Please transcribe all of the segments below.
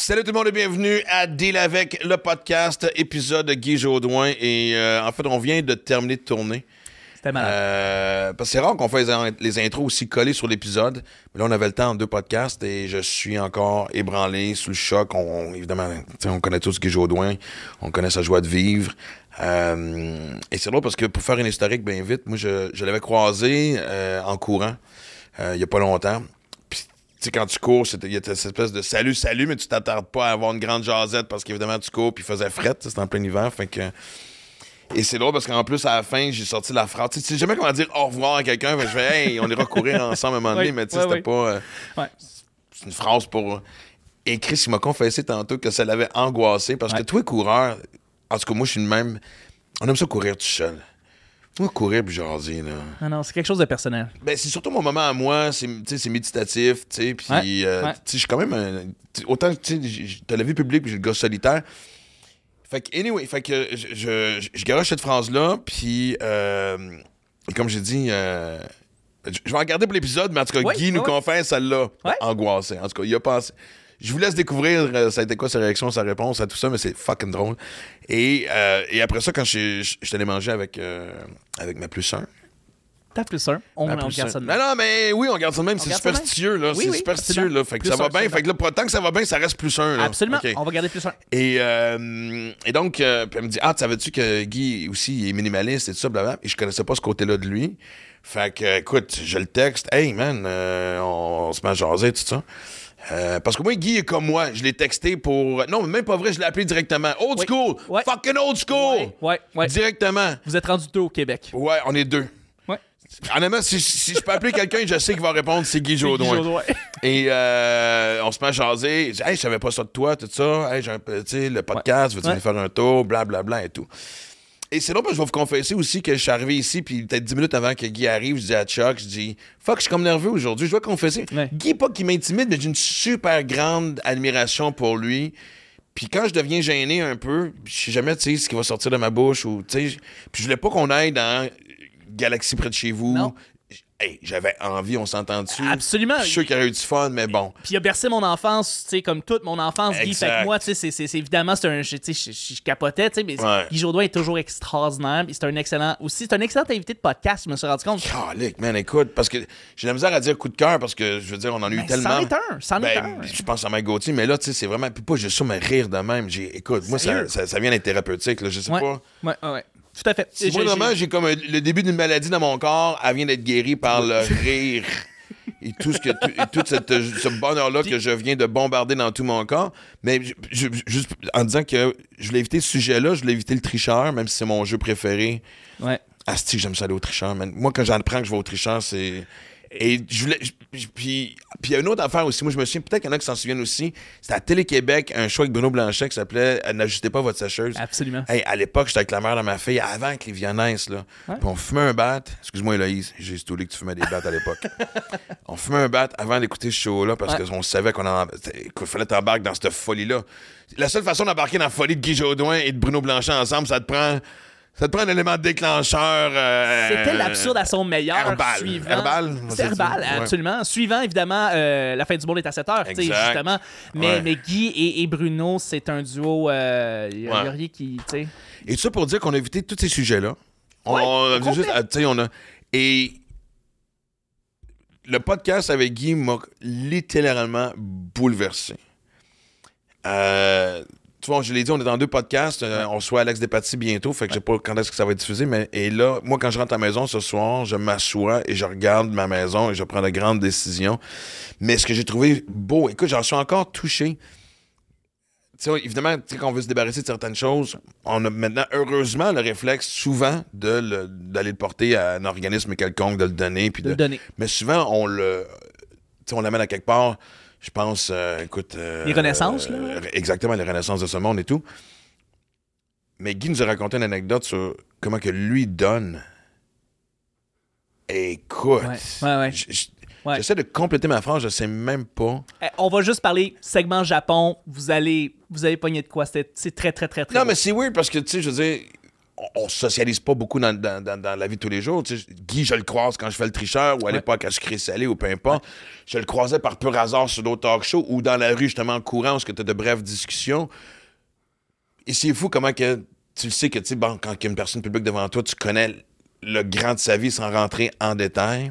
Salut tout le monde et bienvenue à Deal avec le podcast, épisode de Guy Jodoin. Et en fait, on vient de terminer de tourner. C'était malade. Parce que c'est rare qu'on fasse les intros aussi collées sur l'épisode. Mais là, on avait le temps en 2 podcasts et je suis encore ébranlé, sous le choc. Évidemment, on connaît tous Guy Jodoin. On connaît sa joie de vivre. Et c'est drôle parce que pour faire une historique bien vite, moi, je l'avais croisé en courant il n'y a pas longtemps. Tu sais, quand tu cours, il y a cette espèce de salut, mais tu t'attardes pas à avoir une grande jasette parce qu'évidemment, tu cours puis il faisait fret, c'était en plein hiver. Fait que... Et c'est drôle parce qu'en plus, à la fin, j'ai sorti la phrase. Tu sais jamais comment dire au revoir à quelqu'un. Fait que je fais, hey, on ira courir ensemble à un moment donné, mais tu sais, c'était pas. C'est une phrase pour. Et Chris, il m'a confessé tantôt que ça l'avait angoissé parce que toi, coureur, en tout cas, moi, je suis le même. On aime ça courir tout seul. Moi, courir puis jaser, là. Non, c'est quelque chose de personnel. Ben, c'est surtout mon moment à moi, c'est méditatif, tu sais, puis, tu sais, je suis quand même, autant, tu sais, t'as la vie publique puis j'ai le gars solitaire. Fait que, anyway, je garoche cette phrase-là, puis, comme j'ai dit, je vais en garder pour l'épisode, mais en tout cas, Guy nous confesse, ça l'a angoissé. En tout cas, il a pensé. Je vous laisse découvrir ça a été quoi sa réaction, sa réponse à tout ça, mais c'est fucking drôle. Et après ça, quand je suis allé manger avec ma plus 1. Ta plus 1, on garde ça de même. Non, mais oui, on garde ça de même. C'est superstitieux, là. Oui, c'est superstitieux, absolument. là. Fait que ça va bien. Fait que là, tant que ça va bien, ça reste plus 1, là. Absolument. Okay. On va garder plus 1. Et donc, puis elle me dit, tu savais-tu que Guy aussi, il est minimaliste et tout ça, blablabla. Et je connaissais pas ce côté-là de lui. Fait que, écoute, je le texte. Hey, man, on se met à jaser, tout ça. Parce que moi, Guy est comme moi. Je l'ai texté pour... Non, même pas vrai, je l'ai appelé directement. Old school! Ouais. Fucking old school! Ouais. Directement. Vous êtes rendu 2 au Québec. Ouais, on est 2. Ouais. Honnêtement, si je peux appeler quelqu'un, je sais qu'il va répondre, c'est Guy Jodoin. Et on se met à jaser. Je dis, hey, je savais pas ça de toi, tout ça. Hey, j'ai tu sais, le podcast, veux-tu venir faire un tour, blablabla et tout. Et c'est là que je vais vous confesser aussi que je suis arrivé ici, puis peut-être 10 minutes avant que Guy arrive, je dis à Chuck, je dis « Fuck, je suis comme nerveux aujourd'hui. » Je dois confesser. Ouais. Guy, pas qu'il m'intimide, mais j'ai une super grande admiration pour lui. Puis quand je deviens gêné un peu, je sais jamais, tu sais, ce qui va sortir de ma bouche, ou, tu sais, puis je voulais pas qu'on aille dans Galaxie près de chez vous. Non. Hey, j'avais envie, on s'entend dessus. Absolument. Je suis sûr qu'il y aurait eu du fun, mais bon. Puis il a bercé mon enfance, tu sais, comme toute mon enfance, Guy. Fait que moi, tu sais, c'est évidemment, c'est un. Tu sais, je capotais, tu sais, mais Guy Jodoin est toujours extraordinaire. Puis c'est un excellent invité de podcast, je me suis rendu compte. Calique, man, écoute, parce que j'ai la misère à dire coup de cœur, parce que, je veux dire, on en a eu tellement. C'en est un. Je pense à Mike Gauthier, mais là, tu sais, c'est vraiment. Puis pas juste ça, mais rire de même. Écoute, moi, ça vient d'être thérapeutique, là, je sais pas. Ouais. Tout à fait. Moi, vraiment, j'ai comme le début d'une maladie dans mon corps, elle vient d'être guérie par le rire. Et tout ce bonheur-là que je viens de bombarder dans tout mon corps. Mais juste en disant que je voulais éviter ce sujet-là, je voulais éviter le tricheur, même si c'est mon jeu préféré. Ouais. Asti, j'aime ça aller au tricheur, man. Moi, quand j'apprends que je vais au tricheur, c'est... Et je voulais... Puis il y a une autre affaire aussi. Moi, je me souviens, peut-être qu'il y en a qui s'en souviennent aussi. C'était à Télé-Québec, un show avec Bruno Blanchet qui s'appelait « N'ajustez pas votre sécheuse ». Absolument. Hey, à l'époque, j'étais avec la mère de ma fille, avant avec les Viennaises, là. Ouais. Puis on fumait un bat. Excuse-moi, Héloïse, j'ai stoulé que tu fumais des battes à l'époque. On fumait un bat avant d'écouter ce show-là parce qu'on savait qu'il fallait t'embarquer dans cette folie-là. La seule façon d'embarquer dans la folie de Guy Jodoin et de Bruno Blanchet ensemble, ça te prend un élément déclencheur. C'était l'absurde à son meilleur. Herbal. C'est herbal, absolument. Suivant, évidemment, La fin du monde est à 7 heures, justement. Mais Guy et Bruno, c'est un duo. Il y a rien qui. T'sais. Et tout ça pour dire qu'on a évité tous ces sujets-là. Et le podcast avec Guy m'a littéralement bouleversé. Tu vois, je l'ai dit, on est dans 2 podcasts. On reçoit Alex Despatie bientôt, fait que je sais pas quand est-ce que ça va être diffusé. Et là, moi, quand je rentre à la maison ce soir, je m'assois et je regarde ma maison et je prends de grandes décisions. Mais ce que j'ai trouvé beau, écoute, j'en suis encore touché. Tu sais, évidemment, quand on veut se débarrasser de certaines choses, on a maintenant, heureusement, le réflexe, souvent, d'aller le porter à un organisme quelconque, de le donner. Puis de le donner. Mais souvent, on l'amène à quelque part. Je pense, écoute... les renaissances, là. Exactement, les renaissances de ce monde et tout. Mais Guy nous a raconté une anecdote sur comment que lui donne. Écoute... Ouais. J'essaie de compléter ma phrase, je sais même pas. On va juste parler segment Japon. Vous allez pogner de quoi. C'est très, très, très, très... Non, mais c'est weird parce que, tu sais, je veux dire... on socialise pas beaucoup dans la vie de tous les jours. Tu sais, Guy, je le croise quand je fais le tricheur, ou à l'époque à Sucré-Salé, ou peu importe. Ouais. Je le croisais par pur hasard sur d'autres talk shows, ou dans la rue, justement, en courant, où tu as de brèves discussions. Et c'est fou comment que tu le sais que, tu sais, bon, quand il y a une personne publique devant toi, tu connais le grand de sa vie sans rentrer en détail.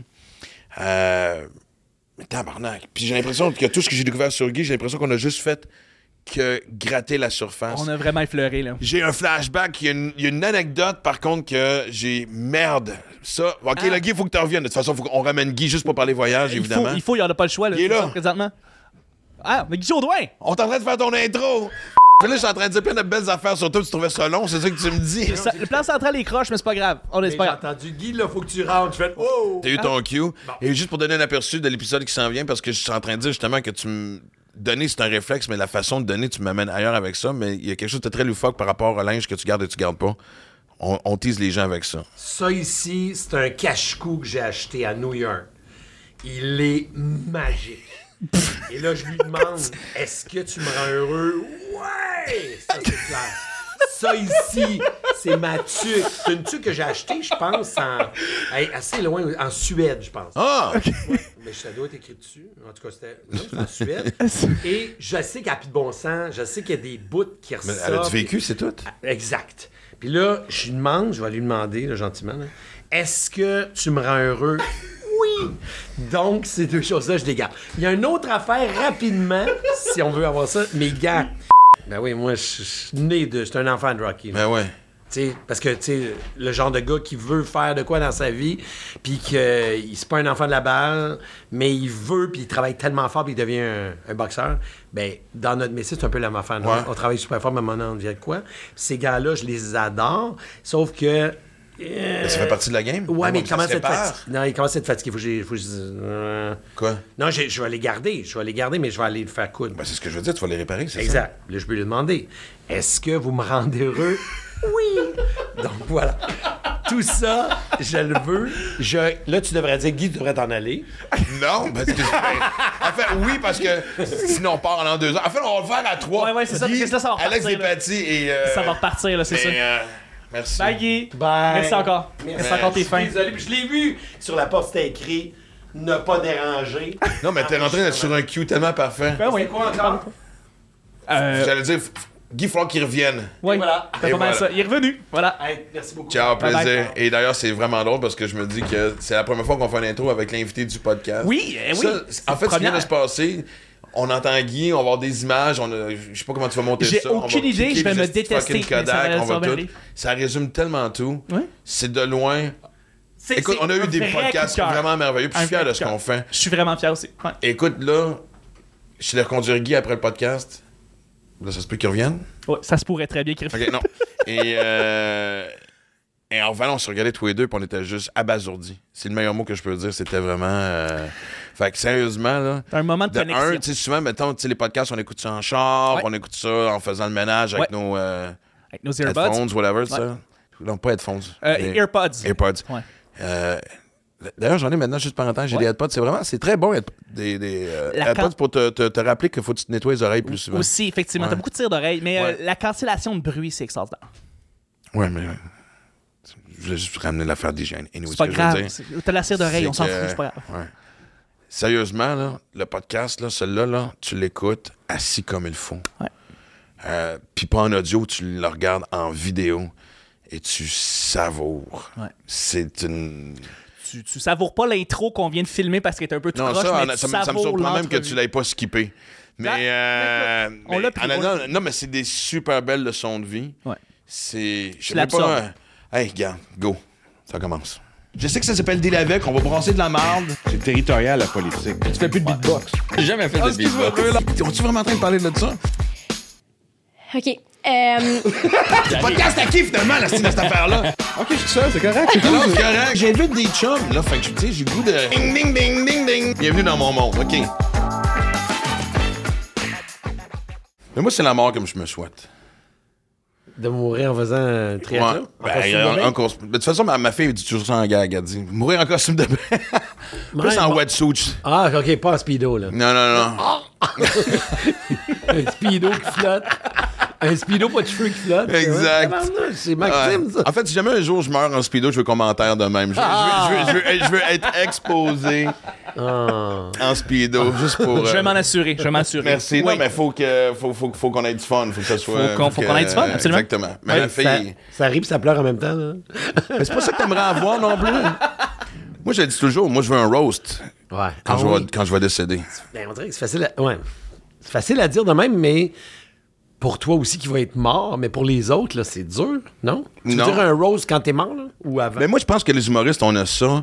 Mais tabarnak. Puis j'ai l'impression que tout ce que j'ai découvert sur Guy, j'ai l'impression qu'on a juste fait que gratter la surface. On a vraiment effleuré, là. J'ai un flashback. Il y a une anecdote, par contre, que j'ai... Merde. Ça... OK, là, Guy, il faut que tu reviennes. De toute façon, il faut qu'on ramène Guy juste pour parler voyage, évidemment. Il n'y en a pas le choix, là. Il est là. Présentement. Ah, mais Guy Jodoin! On est en train de faire ton intro! Là, je suis en train de dire plein de belles affaires sur toi, tu trouvais ça long, c'est ça que tu me dis. Le plan central est croche, mais c'est pas grave. J'ai entendu Guy, là, faut que tu rentres. Je fais oh! T'as eu ton cue. Bon. Et juste pour donner un aperçu de l'épisode qui s'en vient, parce que je suis en train de dire justement que tu me... Donner, c'est un réflexe, mais la façon de donner, tu m'amènes ailleurs avec ça. Mais il y a quelque chose de très loufoque par rapport au linge que tu gardes et tu gardes pas. On tease les gens avec ça. Ça ici, c'est un cache-cou que j'ai acheté à New York. Il est magique. Et là, je lui demande, est-ce que tu me rends heureux? Ouais! Ça, c'est clair. Ça ici, c'est ma tuque. C'est une tuque que j'ai achetée, je pense, assez loin, en Suède, je pense. Ah! Okay. Ouais, mais ça doit être écrit dessus. En tout cas, c'était en Suède. Et je sais qu'il n'y a plus de bon sens. Je sais qu'il y a des bouts qui ressortent. Mais elle a du vécu, c'est tout? Exact. Puis là, je vais lui demander, là, gentiment, là, est-ce que tu me rends heureux? Oui! Donc, ces deux choses-là, je les garde. Il y a une autre affaire, rapidement, si on veut avoir ça. Mes gars... Ben oui, moi, je suis né de... J'étais un enfant de Rocky. Ben ouais. T'sais, parce que, tu sais, le genre de gars qui veut faire de quoi dans sa vie, puis que c'est pas un enfant de la balle, mais il veut, puis il travaille tellement fort, puis il devient un boxeur, ben dans notre métier, c'est un peu la même affaire. Ouais. On travaille super fort, mais maintenant, on devient de quoi? Puis ces gars-là, je les adore, sauf que... Ça fait partie de la game? Ouais, mais il commence à être fatigué. Non, il commence à être fatigué. Quoi? Non, je vais les garder. Mais je vais aller le faire coudre. Ben, c'est ce que je veux dire, tu vas les réparer, c'est exact. Ça? Là, je peux lui demander, est-ce que vous me rendez heureux? Oui! Donc, voilà. Tout ça, je le veux. Là, tu devrais dire, Guy, tu devrais t'en aller. Non, parce que... En fait, oui, parce que sinon, on part en 2 ans. En fait, on va le faire à 3. Ouais, c'est ça. Guy, ça va repartir. Alex Despatie et... Ça va repartir, là, c'est ça. Merci. Bye, Guy. Bye. Merci encore. Merci encore tes fins. Désolé, je l'ai vu. Sur la porte, c'était écrit « Ne pas déranger ». Non, mais t'es rentré sur un cue tellement parfait. Ben oui. C'est quoi encore? J'allais dire, Guy, il faut qu'il revienne. Oui, voilà. C'est pas mal ça. Il est revenu. Voilà. Hey, merci beaucoup. Ciao, plaisir. Bye. Et d'ailleurs, c'est vraiment drôle parce que je me dis que c'est la première fois qu'on fait une intro avec l'invité du podcast. Oui, oui. En fait, ce qui vient de se passer... On entend Guy, on va avoir des images, je sais pas comment tu vas monter ça. J'ai aucune idée, je vais me détester. Kodak, ça résume tellement tout. Oui? C'est de loin. Écoute, on a eu des podcasts vraiment merveilleux, puis je suis fier de ce qu'on fait. Je suis vraiment fier aussi. Ouais. Écoute, là, je suis allé reconduire Guy après le podcast. Là, ça se peut qu'il revienne. Ouais, ça se pourrait très bien qu'il revienne. OK, non. Et en revenant, on se regardait tous les deux, puis on était juste abasourdis. C'est le meilleur mot que je peux dire. C'était vraiment... Fait que sérieusement, là... Un moment de connexion. Tu sais, souvent, mettons, tu sais, les podcasts, on écoute ça en char, on écoute ça en faisant le ménage avec nos... avec nos earbuds. Headphones, whatever, ça. Non, pas headphones. Earpods. Earpods. Ouais. D'ailleurs, j'en ai maintenant, juste pendant temps, j'ai des headpods. C'est très bon, des headpods pour te rappeler qu'il faut que tu te nettoies les oreilles plus souvent. Aussi, effectivement. T'as beaucoup de tirs d'oreilles, mais la cancellation de bruit, c'est extraordinaire. Ouais, mais... Je voulais juste ramener l'affaire d'hygiène. Anyway, c'est pas grave. T'as la cire d'oreille, on s'en fout, c'est pas grave. Ouais. Sérieusement, là, le podcast, là, celui-là, là, tu l'écoutes assis comme il faut. Ouais. Puis pas en audio, tu le regardes en vidéo et tu savoures. Ouais. C'est une... Tu savoures pas l'intro qu'on vient de filmer parce qu'elle est un peu tout croche, mais ça me surprend même que tu l'aies pas skippé. Mais, on l'a pris. Non, mais c'est des super belles leçons de vie. Ouais. C'est... Je l'absorbe. Hey, gars, go. Ça commence. Je sais que ça s'appelle deal avec, on va brasser de la marde. C'est territorial, la politique. Tu fais plus de beatbox. J'ai jamais fait de beatbox. On-tu vraiment en train de parler de ça? OK. Le podcast à qui, finalement, la style de cette affaire-là? OK, je suis ça, c'est correct. C'est non, c'est correct. J'invite des chums, là. Fait que, tu sais, j'ai le goût de... Ding, ding, ding, ding, ding. Bienvenue dans mon monde, OK. Mais moi, c'est la mort comme je me souhaite. De mourir en faisant un triathlon? Ouais. De toute façon, ma fille dit toujours ça en gag. Elle dit mourir en costume de bain. Plus en wetsuit. Ah, OK, pas en speedo, là. Non. Un speedo qui flotte. Un speedo, pas de cheveux qui flottent. Exact. C'est Maxime, ça. En fait, si jamais un jour je meurs en speedo, je veux commentaire de même. Je veux être exposé en speedo, juste pour... Je vais m'en assurer. Merci. Oui. Non, mais faut qu'on ait du fun. Faut que ça soit... Faut qu'on ait du fun, absolument. Exactement. Mais la fille... Ça rit puis ça pleure en même temps. Là. Mais c'est pas ça que t'aimerais avoir non plus. Moi, je le dis toujours, moi, je veux un roast Ouais. quand je vais décéder. Ben, on dirait que c'est facile c'est facile à dire de même, mais pour toi aussi qui va être mort, mais pour les autres, là, c'est dur, non? Tu veux dire un rose quand t'es mort, là, ou avant? Mais moi, je pense que les humoristes, on a ça.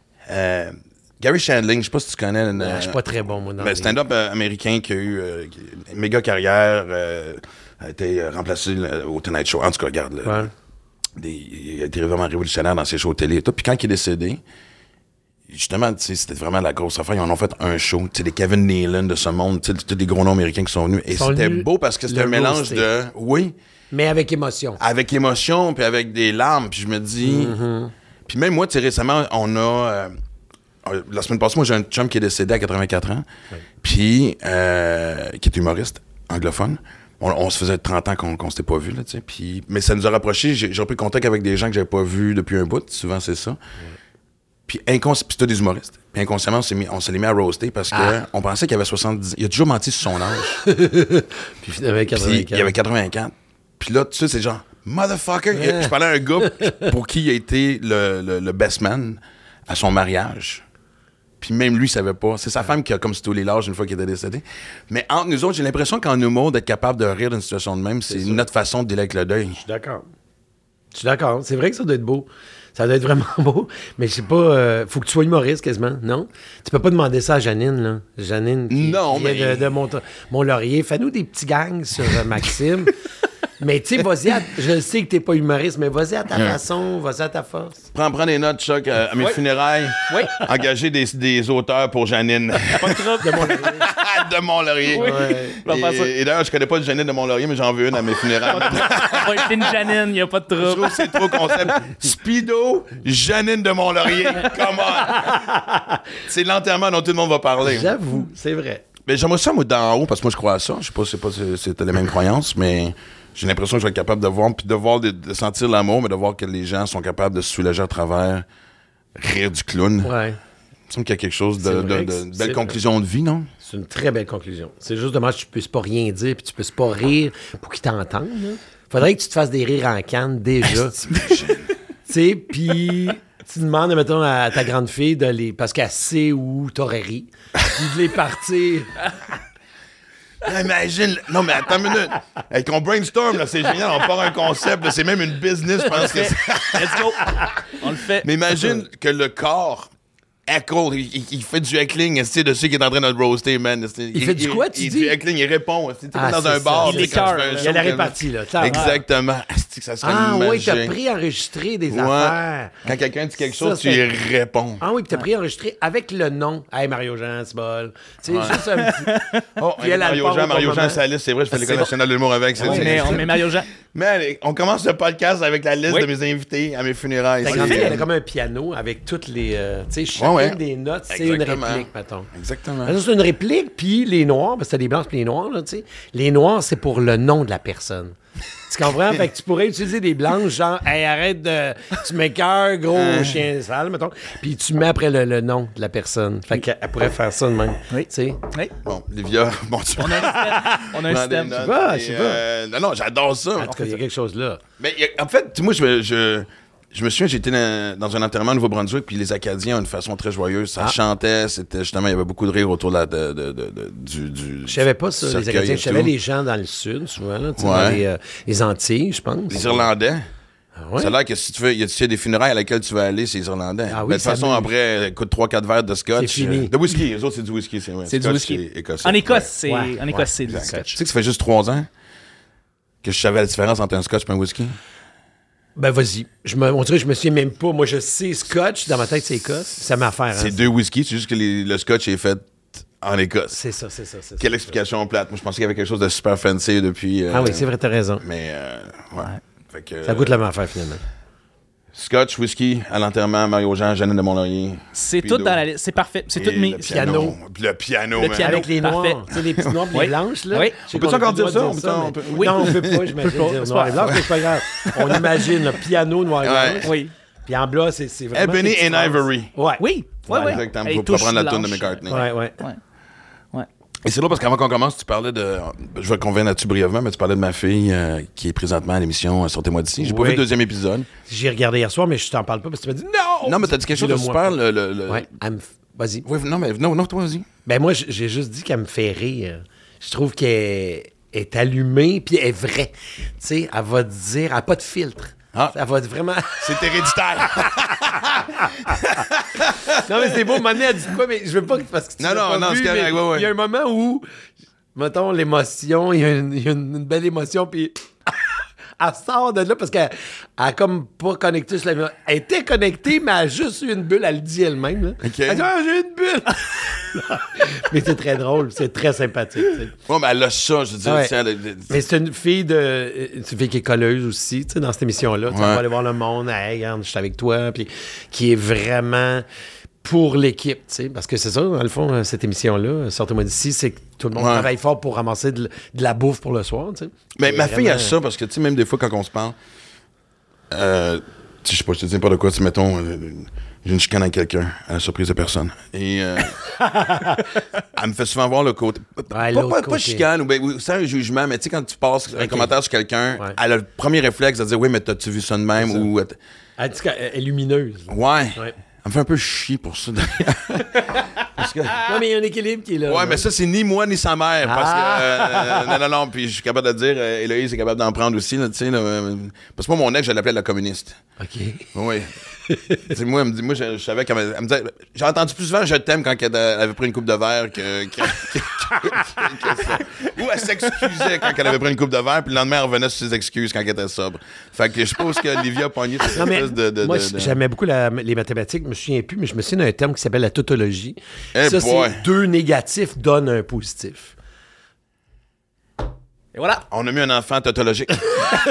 Gary Shandling, je sais pas si tu connais. Je suis pas très bon, moi, dans les... stand-up américain qui a eu une méga carrière, a été remplacé au Tonight Show. En tout cas, regarde, là, il a été vraiment révolutionnaire dans ses shows télé et tout. Puis quand il est décédé, justement, c'était vraiment la grosse affaire. Ils en ont fait un show, les Kevin Nealon de ce monde, tous des gros noms américains qui sont venus. Et c'était beau parce que c'était un mélange de... Oui. Mais avec émotion. Avec émotion, puis avec des larmes. Puis je me dis... Puis même moi, récemment, on a... la semaine passée, moi, j'ai un chum qui est décédé à 84 ans, puis qui est humoriste anglophone. On se faisait 30 ans qu'on s'était pas vu, là, tu sais. Puis, mais ça nous a rapprochés. J'ai repris contact avec des gens que j'avais pas vus depuis un bout. Souvent, c'est ça. Puis c'était des humoristes. Puis inconsciemment, on s'est mis à roaster parce qu'on pensait qu'il avait 70... Il a toujours menti sur son âge. Puis finalement, 84. Il avait 84. Puis là, tu sais, c'est genre... Motherfucker! Je parlais à un gars pour qui il a été le best man à son mariage. Puis même lui, il savait pas. C'est sa femme qui a comme si tous les lâches une fois qu'il était décédé. Mais entre nous autres, j'ai l'impression qu'en humour, d'être capable de rire d'une situation de même, c'est notre façon de dealer avec le deuil. Je suis d'accord. C'est vrai que ça doit être beau. Ça doit être vraiment beau. Mais je sais pas, faut que tu sois humoriste quasiment, non? Tu peux pas demander ça à Janine, là. Janine qui vient de Mont-Laurier. Fais-nous des petits gangs sur Maxime. Mais tu sais, vas-y, je sais que t'es pas humoriste, mais vas-y à ta façon, vas-y à ta force. Prends des notes, Chuck, à mes funérailles. Oui. Engager des auteurs pour Janine. Pas de trouble. De Mont-Laurier. Oui. Et d'ailleurs, je connais pas de Janine de Mont-Laurier, mais j'en veux une à mes funérailles. On va être une Janine, y a pas de trouble. Je trouve que c'est trop concept. Speedo, Janine de Mont-Laurier. Come on. C'est l'enterrement dont tout le monde va parler. J'avoue, c'est vrai. Mais j'aimerais ça, moi, d'en haut, parce que moi, je crois à ça. Je sais pas si c'était les mêmes croyances, mais j'ai l'impression que je vais être capable de voir, puis de sentir l'amour, mais de voir que les gens sont capables de se soulager à travers rire du clown. Ouais. Il me semble qu'il y a quelque chose de belle conclusion de vie, non? C'est une très belle conclusion. C'est juste dommage que tu puisses pas rien dire, puis tu puisses pas rire pour qu'ils t'entendent. Là. Faudrait que tu te fasses des rires en canne, déjà. Tu sais, puis... Tu demandes, mettons, à ta grande fille de les... Parce qu'elle sait où t'aurais ri. Puis de les partir. Imagine... Non, mais attends une minute. Hey, qu'on brainstorm, là, c'est génial. On part un concept. Là, c'est même une business, je pense que c'est... Let's go. On le fait. Mais imagine que le corps... Echo, il fait du heckling de ceux qui est en train de le roaster, man. Il fait du quoi, tu dis? Il fait du heckling, il répond. Tu es dans un bar. Il écœure. Il y a la répartie, là. Exactement. Ça serait oui, t'as préenregistré des affaires. Quand quelqu'un dit quelque chose, tu y réponds. Ah oui, puis t'as préenregistré avec le nom. Hey, Mario-Jean, c'est bol. Tu sais, juste un petit... Oh, Mario-Jean Salis, c'est vrai, je fais l'École nationale de l'humour avec. Mais Mario-Jean... Mais allez, on commence le podcast avec la liste de mes invités à mes funérailles. Ta grande fille, elle a comme un piano avec toutes les... tu sais, chacune des notes, c'est une réplique, mettons. Exactement. C'est une réplique, puis les noirs, parce que t'as des blancs puis les noirs, là, tu sais. Les noirs, c'est pour le nom de la personne. Tu comprends? Fait que tu pourrais utiliser des blanches, genre, hey, arrête de. Tu m'écoeures, gros chien sale, mettons. Puis tu mets après le nom de la personne. Fait qu'elle pourrait faire ça de même. Oui. Tu sais? Oui. Bon, Livia, bon, tu On a un système. Je sais pas. Non, j'adore ça. En tout cas, il y a quelque chose là. Mais en fait, moi, je me souviens, j'étais dans un enterrement au Nouveau-Brunswick, puis les Acadiens ont une façon très joyeuse. Ça chantait, c'était justement, il y avait beaucoup de rire autour du je savais pas ça, les Acadiens. Je savais les gens dans le sud, souvent, là, dans les Antilles, je pense. Les Irlandais. Ouais. Ça a l'air que si tu fais des funérailles à laquelle tu vas aller, c'est les Irlandais. Ah oui, de toute façon, après, écoute 3-4 verres de scotch. C'est fini. De whisky. Les autres, c'est du whisky. C'est du whisky. Écossais. En Écosse, c'est du Tu scotch. sais que ça fait juste 3 ans que je savais la différence entre un scotch et un whisky? Ben, vas-y. On dirait que je me souviens même pas. Moi, je sais scotch. Dans ma tête, c'est Écosse. C'est ma affaire. C'est 2 whiskies. C'est juste que le scotch est fait en Écosse. C'est ça. Quelle explication plate. Moi, je pensais qu'il y avait quelque chose de super fancy depuis... Ah oui, c'est vrai, t'as raison. Mais, ouais. Fait que, ça goûte la même affaire, finalement. Scotch, whisky, à l'enterrement, Mario Jean, Jeannette de Mont-Laurier. C'est tout dans la liste. C'est parfait. C'est tout mis. Le piano, man. Avec les noirs. Parfait. Tu sais, les petits noirs et les blanches, là. Oui. Je sais On peut qu'on encore a le dire droit de ça? mais- Non, on peut pas, j'imagine. Dire noir et blanc, mais c'est pas grave. On imagine le piano noir et blanc. Oui. Puis en blanc, c'est vraiment... Ebony quelque and chose. Ivory. Ouais. Oui. Ouais. Exactement. Elle Pour touche prendre la tune de blanche. McCartney. Ouais. Et c'est là parce qu'avant qu'on commence, tu parlais de. Je vais convenir là-dessus brièvement, mais tu parlais de ma fille qui est présentement à l'émission Sortez-moi d'ici. J'ai pas vu le deuxième épisode. J'ai regardé hier soir, mais je t'en parle pas parce que tu m'as dit non! Non, mais t'as dit quelque chose de super. Ouais, vas-y. Oui, non, toi, vas-y. Ben moi, j'ai juste dit qu'elle me fait rire. Je trouve qu'elle est allumée, puis elle est vraie. Tu sais, elle va te dire, elle n'a pas de filtre. Ah. Elle va être vraiment... C'est héréditaire. Non, mais c'est beau, maintenant, elle dit quoi, mais je veux pas que... Parce que tu Non, l'as pas vu, c'est correct, mais ouais. Il y a un moment où, mettons, l'émotion, il y a une belle émotion, puis... Elle sort de là parce qu'elle a comme pas connecté sur la... Elle était connectée, mais elle a juste eu une bulle. Elle le dit elle-même. Là. OK. Elle dit « Ah, j'ai une bulle! » Mais c'est très drôle. C'est très sympathique. Tu sais. Ouais, mais elle a ça, je veux dire. Ouais. Tu sais, Mais c'est une fille qui est colleuse aussi, tu sais, dans cette émission-là. Tu sais, elle va aller voir le monde. Hey, regarde, je suis avec toi. Puis qui est vraiment pour l'équipe, tu sais. Parce que c'est ça, dans le fond, cette émission-là, Sortez-moi d'ici, c'est que tout le monde travaille fort pour ramasser de la bouffe pour le soir, tu sais. Mais ma fille a ça parce que, tu sais, même des fois, quand on se parle, tu sais, je sais pas, je te dis n'importe quoi, tu mettons, j'ai une chicane avec quelqu'un, à la surprise de personne. Et elle me fait souvent voir le côté. Pas chicane, ou c'est un jugement, mais tu sais, quand tu passes un commentaire sur quelqu'un, elle a le premier réflexe de dire oui, mais t'as-tu vu ça de même? Ou, elle dit qu'elle est lumineuse. Ouais. Elle me fait un peu chier pour ça. Parce que... Non, mais il y a un équilibre qui est là. Ouais, mais ça, c'est ni moi ni sa mère. Parce que. non, puis je suis capable de dire, Héloïse est capable d'en prendre aussi, là, tu sais. Parce que moi, mon ex, je l'appelais la communiste. OK. Oui. Moi, je savais qu'elle me disait. J'ai entendu plus souvent je t'aime quand elle avait pris une coupe de verre que ça. Ou elle s'excusait quand elle avait pris une coupe de verre, puis le lendemain, elle revenait sur ses excuses quand elle était sobre. Fait que je suppose que Livia a pogné cette espèce de. Moi, j'aimais beaucoup les mathématiques, je me souviens plus, mais je me souviens d'un terme qui s'appelle la tautologie. Hey ça, boy. c'est 2 négatifs donnent un positif. Et voilà. On a mis un enfant tautologique. Tout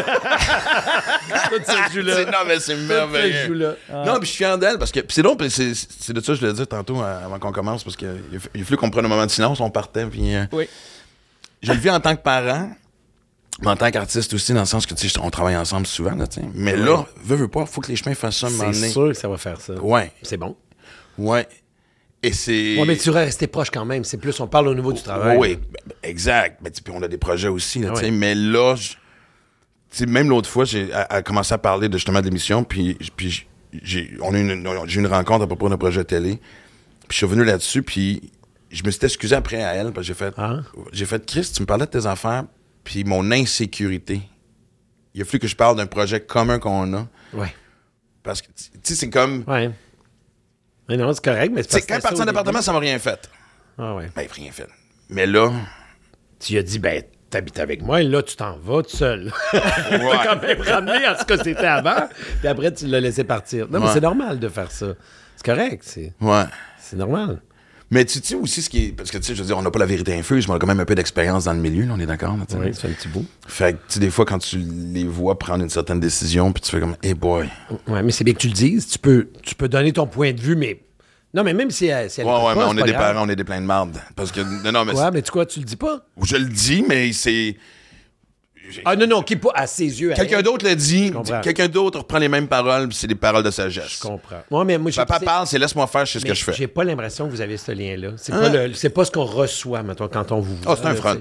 ce jeu-là. Non, mais c'est merveilleux. Non, puis je suis fier d'elle parce que. Puis c'est long, puis c'est de ça que je voulais dire tantôt avant qu'on commence parce qu'il a fallu qu'on prenne un moment de silence, on partait, puis. Oui. Je le vis en tant que parent, mais en tant qu'artiste aussi, dans le sens que, tu sais, on travaille ensemble souvent, là, tu sais. Mais là, veux pas, faut que les chemins fassent ça un moment donné. C'est sûr que ça va faire ça. Ouais. C'est bon. Ouais. Et c'est. Ouais, mais tu vas rester proche quand même. C'est plus, on parle au niveau du travail. Oui, exact. Ben, puis on a des projets aussi, là, tu sais. Mais là, tu sais, même l'autre fois, j'ai commencé à parler de, justement de l'émission, puis j'ai eu une rencontre à propos d'un projet télé. Puis je suis revenu là-dessus, puis je me suis excusé après à elle, parce que j'ai fait, Chris, tu me parlais de tes enfants, puis mon insécurité. Il a fallu que je parle d'un projet commun qu'on a. Ouais. Parce que, tu sais, c'est comme. Ouais. Mais non, c'est correct, mais c'est Tu sais, quand elle est partie en appartement, ça m'a rien fait. Ah ouais. Ben, rien fait. Mais là. Tu lui as dit, ben, t'habites avec moi, et là, tu t'en vas tout seul. Ouais. T'as quand même ramené, en tout cas, c'était avant, puis après, tu l'as laissé partir. Non, mais c'est normal de faire ça. C'est correct, Ouais. c'est normal. Mais tu sais aussi ce qui est. Parce que, tu sais, je veux dire, on n'a pas la vérité infuse, mais on a quand même un peu d'expérience dans le milieu, là, on est d'accord? Là, Oui, ça fait un petit bout. Fait que, tu sais, des fois, quand tu les vois prendre une certaine décision, puis tu fais comme, hey boy. Ouais, mais c'est bien que tu le dises. Tu peux donner ton point de vue, mais. Non, mais même si elle Ouais, pas, mais on c'est est des pas grave. parents, on est des pleins de marde. Parce que. Non, mais. Ouais, mais tu le dis pas? Je le dis, mais c'est. Ah non, non, qui pas à ses yeux. Quelqu'un d'autre le dit, comprends. quelqu'un d'autre reprend les mêmes paroles, puis c'est des paroles de sagesse. Je comprends. Ouais, mais moi, Papa parle, c'est laisse-moi faire, je sais ce que je fais. J'ai pas l'impression que vous avez ce lien-là. C'est pas ce qu'on reçoit, mettons, quand on vous voit. Oh, c'est un front.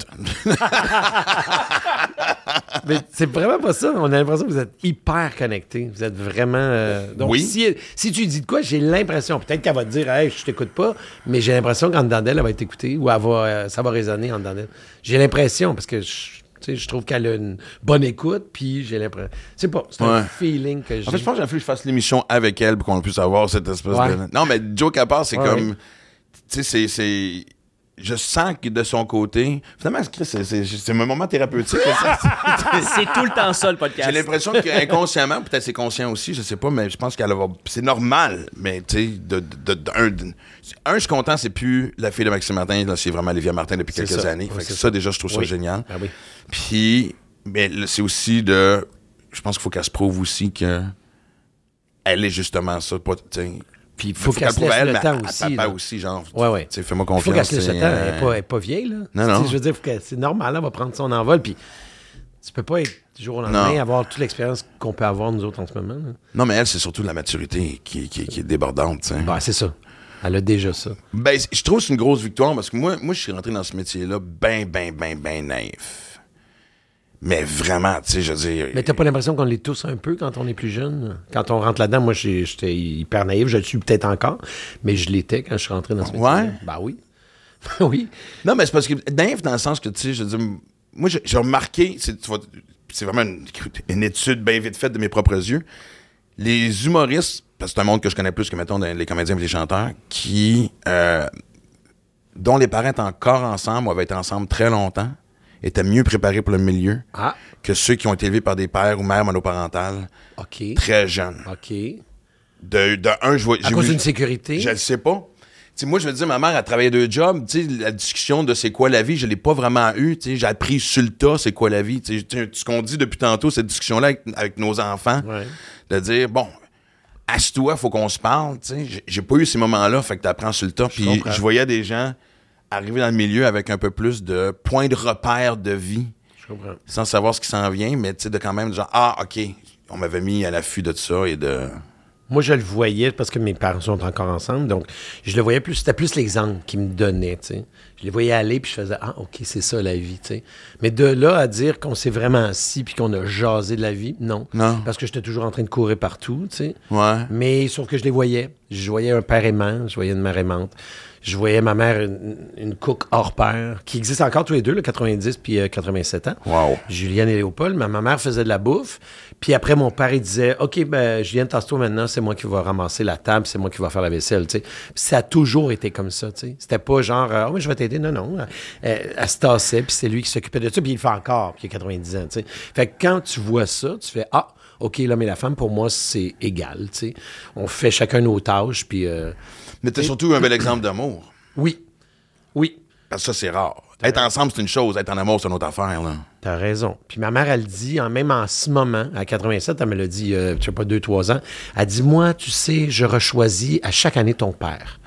Mais c'est vraiment pas ça. On a l'impression que vous êtes hyper connectés. Vous êtes vraiment. Donc, Oui. si tu lui dis de quoi, j'ai l'impression, peut-être qu'elle va te dire, hey, je t'écoute pas, mais j'ai l'impression qu'en dedans d'elle, elle va être écoutée ou ça va résonner en dedans d'elle. J'ai l'impression, parce que je trouve qu'elle a une bonne écoute, puis j'ai l'impression. C'est un feeling que j'ai. En fait, je pense qu'il a fallu que je fasse l'émission avec elle pour qu'on puisse avoir cette espèce de. Non, mais Joe Capar, c'est comme. Tu sais, c'est. Je sens que de son côté. Finalement, c'est un moment thérapeutique. C'est tout le temps ça, le podcast. J'ai l'impression qu'inconsciemment, peut-être c'est conscient aussi, je sais pas, mais je pense qu'elle va. C'est normal, mais tu sais, je suis content, c'est plus la fille de Maxime Martin, là, c'est vraiment Livia Martin depuis quelques années. Fait que ça, déjà, je trouve ça génial. Ah oui. Puis, mais c'est aussi de. Je pense qu'il faut qu'elle se prouve aussi que. elle est justement ça. Puis il faut qu'elle se laisse le temps aussi. Papa aussi, genre. Ouais. Fais-moi confiance. Il faut qu'elle se laisse le temps. Elle n'est pas vieille, là. Non. Je veux dire, c'est normal, elle va prendre son envol. Puis tu peux pas être du jour au lendemain avoir toute l'expérience qu'on peut avoir, nous autres, en ce moment. Là. Non, mais elle, c'est surtout la maturité qui est débordante, tu sais. Ben, c'est ça. Elle a déjà ça. Ben, je trouve que c'est une grosse victoire parce que moi, je suis rentré dans ce métier-là ben naïf. Mais vraiment, tu sais, je veux dire... Mais t'as pas l'impression qu'on l'est tous un peu quand on est plus jeune? Quand on rentre là-dedans, moi, j'étais hyper naïf. Je le suis peut-être encore, mais je l'étais quand je suis rentré dans ce métier-là. Ouais? Ben oui. Oui. Non, mais c'est parce que naïf dans le sens que, tu sais, je veux dire... Moi, j'ai remarqué... C'est vraiment une étude bien vite faite de mes propres yeux. Les humoristes, parce que c'est un monde que je connais plus que, mettons, les comédiens et les chanteurs, dont les parents étaient encore ensemble ou avaient été ensemble très longtemps, étaient mieux préparés pour le milieu que ceux qui ont été élevés par des pères ou mères monoparentales très jeunes. OK. À cause d'une sécurité? Je le sais pas. T'sais, moi, je veux dire, ma mère a travaillé 2 jobs. La discussion de c'est quoi la vie, je l'ai pas vraiment eue. J'ai appris sur le tas c'est quoi la vie. Ce qu'on dit depuis tantôt, cette discussion-là avec nos enfants, de dire, bon, assis-toi, faut qu'on se parle. J'ai pas eu ces moments-là, fait que t'apprends sur le tas. Puis je voyais des gens arriver dans le milieu avec un peu plus de points de repère de vie. Je comprends. Sans savoir ce qui s'en vient, mais de quand même genre, OK, on m'avait mis à l'affût de ça et de... Moi, je le voyais parce que mes parents sont encore ensemble, donc je le voyais plus. C'était plus l'exemple qu'ils me donnaient, tu sais. Je les voyais aller, puis je faisais « Ah, OK, c'est ça, la vie, tu sais. » Mais de là à dire qu'on s'est vraiment assis puis qu'on a jasé de la vie, non. Parce que j'étais toujours en train de courir partout, tu sais. Ouais. Mais sauf que je les voyais. Je voyais un père aimant, je voyais une mère aimante. Je voyais ma mère, une cook hors pair, qui existe encore tous les deux, là, 90 puis 87 ans. Wow. Julienne et Léopold. Ma mère faisait de la bouffe. Puis après, mon père, il disait, OK, ben, Julienne, tasse-toi maintenant, c'est moi qui vais ramasser la table, c'est moi qui vais faire la vaisselle, tu sais. Puis ça a toujours été comme ça, tu sais. C'était pas genre, oh, mais je vais t'aider. Non. Elle se tassait, puis c'est lui qui s'occupait de ça. Puis il le fait encore, puis il a 90 ans, tu sais. Fait que quand tu vois ça, tu fais, OK, l'homme et la femme, pour moi, c'est égal, tu sais. On fait chacun nos tâches, puis... Mais t'as surtout un bel exemple d'amour. Oui. Parce que ça, c'est rare. Être ensemble, c'est une chose. Être en amour, c'est une autre affaire, là. T'as raison. Puis ma mère, elle dit, même en ce moment, à 87, elle me l'a dit, je sais pas, 2-3 ans, elle dit, moi, tu sais, je rechoisis à chaque année ton père.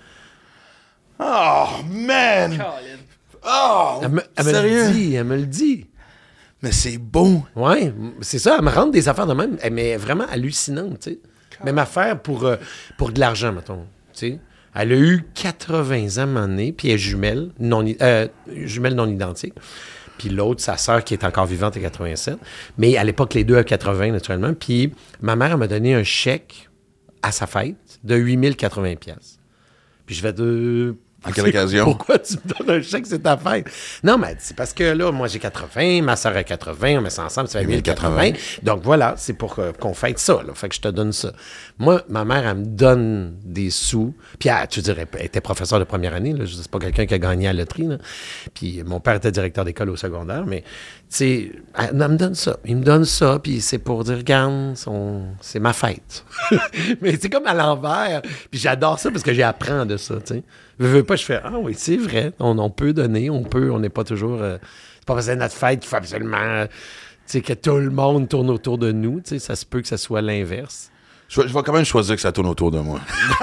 Oh, man! Oh! Elle me le dit. Mais c'est beau. Oui, c'est ça. Elle me rend des affaires de même, mais elle est vraiment hallucinante, tu sais. Même affaire pour de l'argent, mettons, tu sais. Elle a eu 80 ans à un moment donné, puis elle est jumelle non identique. Puis l'autre, sa sœur, qui est encore vivante, est 87. Mais à l'époque, les deux à 80, naturellement. Puis ma mère, elle m'a donné un chèque à sa fête de 8080$. Puis je vais À quelle occasion? Pourquoi tu me donnes un chèque, c'est ta fête? Non, mais c'est parce que là, moi, j'ai 80, ma soeur a 80, on met ça ensemble, ça fait 1080. Donc voilà, c'est pour qu'on fête ça, là. Fait que je te donne ça. Moi, ma mère, elle me donne des sous. Puis, tu dirais, elle était professeure de première année, là. C'est pas quelqu'un qui a gagné à la loterie, là. Puis mon père était directeur d'école au secondaire, mais, tu sais, elle me donne ça. Il me donne ça, puis c'est pour dire, regarde, c'est ma fête. Mais c'est comme à l'envers. Puis j'adore ça parce que j'apprends de ça, tu sais. Je fais, oui, c'est vrai, on peut donner, on n'est pas toujours... c'est pas parce que c'est notre fête qu'il faut absolument... Tu sais, que tout le monde tourne autour de nous, tu sais, ça se peut que ça soit l'inverse. Je vais quand même choisir que ça tourne autour de moi.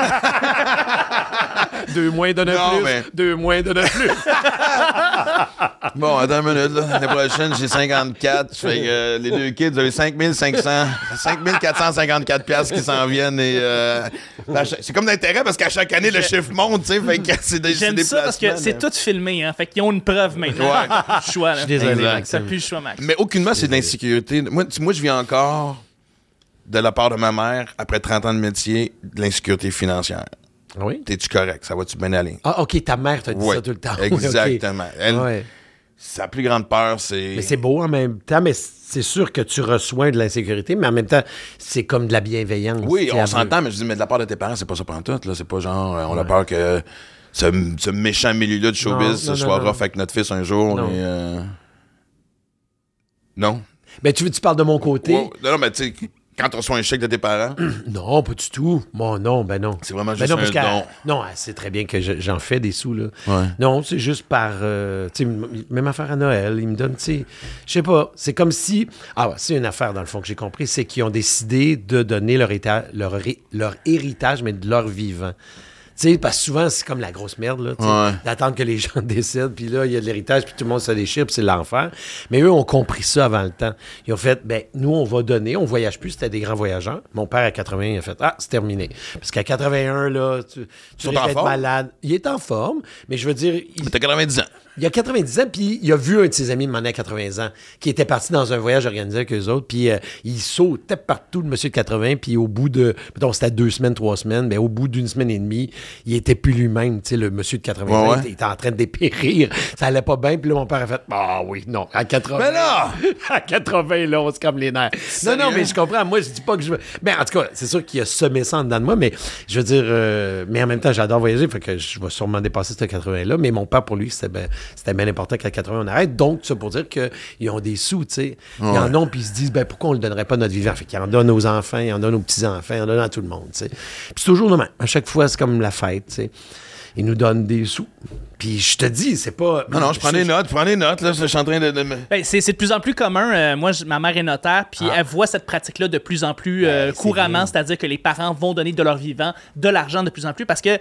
2 moins donne plus, mais... 2 moins donne plus. Bon, attends une minute, là. L'année prochaine, j'ai 54. Fait que les deux kids, vous avez 5454 piastres qui s'en viennent. Et, c'est comme d'intérêt parce qu'à chaque année, le chiffre monte, tu sais. Fait que c'est des J'aime ça parce que c'est tout filmé, hein. Fait qu'ils ont une preuve maintenant. Ouais. Le choix, là. Je suis désolé, Max. Ça pue le choix, Max. Mais aucunement, c'est de l'insécurité. Moi, je vis encore, de la part de ma mère, après 30 ans de métier, de l'insécurité financière. Oui. T'es-tu correct? Ça va-tu bien aller? Ah, OK, ta mère t'a dit ça tout le temps. Exactement. Okay. Elle, sa plus grande peur, c'est... Mais c'est beau en même temps, mais c'est sûr que tu reçois de l'insécurité, mais en même temps, c'est comme de la bienveillance. Oui, on s'entend, mais je dis, mais de la part de tes parents, c'est pas ça pantoute, là. C'est pas genre, on a peur que ce méchant milieu-là de showbiz soit rough avec notre fils un jour. Non. Non? Ben, tu parles de mon côté. Ouais, non, mais tu sais... quand tu reçois un chèque de tes parents? Non, pas du tout. Bon, non, ben non. C'est vraiment Ben juste non, un don. Non, c'est très bien que j'en fais des sous, là. Ouais. Non, c'est juste par... tu sais, même affaire à Noël, ils me donnent, tu sais... Je sais pas, c'est comme si... Ah ouais, c'est une affaire, dans le fond, que j'ai compris, c'est qu'ils ont décidé de donner leur héritage, mais de leur vivant. Tu sais, parce que souvent, c'est comme la grosse merde, là, d'attendre que les gens décèdent, puis là, il y a de l'héritage, puis tout le monde se déchire, puis c'est l'enfer. Mais eux ont compris ça avant le temps. Ils ont fait, ben nous, on va donner, on voyage plus, c'était des grands voyageurs. Mon père, à 80, il a fait, c'est terminé. Parce qu'à 81, là, tu risques d'être malade. Il est en forme, mais je veux dire... Mais t'as 90 ans. Il a 90 ans, puis il a vu un de ses amis demander à 80 ans, qui était parti dans un voyage organisé avec eux autres, puis il sautait partout, le monsieur de 80, puis au bout de, mettons, c'était 2 semaines, 3 semaines, mais au bout d'une semaine et demie, il était plus lui-même, tu sais, le monsieur de 80 ans, il était en train de dépérir, ça allait pas bien, puis là, mon père a fait, oui, non, à 80... Mais là! À 80, là, on se comme les nerfs. Non, mais je comprends, moi, je dis pas que je veux... Mais en tout cas, c'est sûr qu'il a semé ça en dedans de moi, mais je veux dire, mais en même temps, j'adore voyager, fait que je vais sûrement dépasser ce 80-là, mais mon père, pour lui, c'était bien important qu'à 80, on arrête. Donc, ça pour dire qu'ils ont des sous, tu sais. Ils en ont, puis ils se disent, pourquoi on le donnerait pas à notre vivant? Fait qu'ils en donnent aux enfants, ils en donnent aux petits-enfants, ils en donnent à tout le monde, tu sais. Puis c'est toujours le même. À chaque fois, c'est comme la fête, tu sais. Ils nous donnent des sous. Puis je te dis, c'est pas... Non, je prends des notes, là, je suis en train de... Ben, c'est de plus en plus commun. Moi, ma mère est notaire, puis elle voit cette pratique-là de plus en plus couramment, c'est-à-dire que les parents vont donner de leur vivant de l'argent de plus en plus, parce que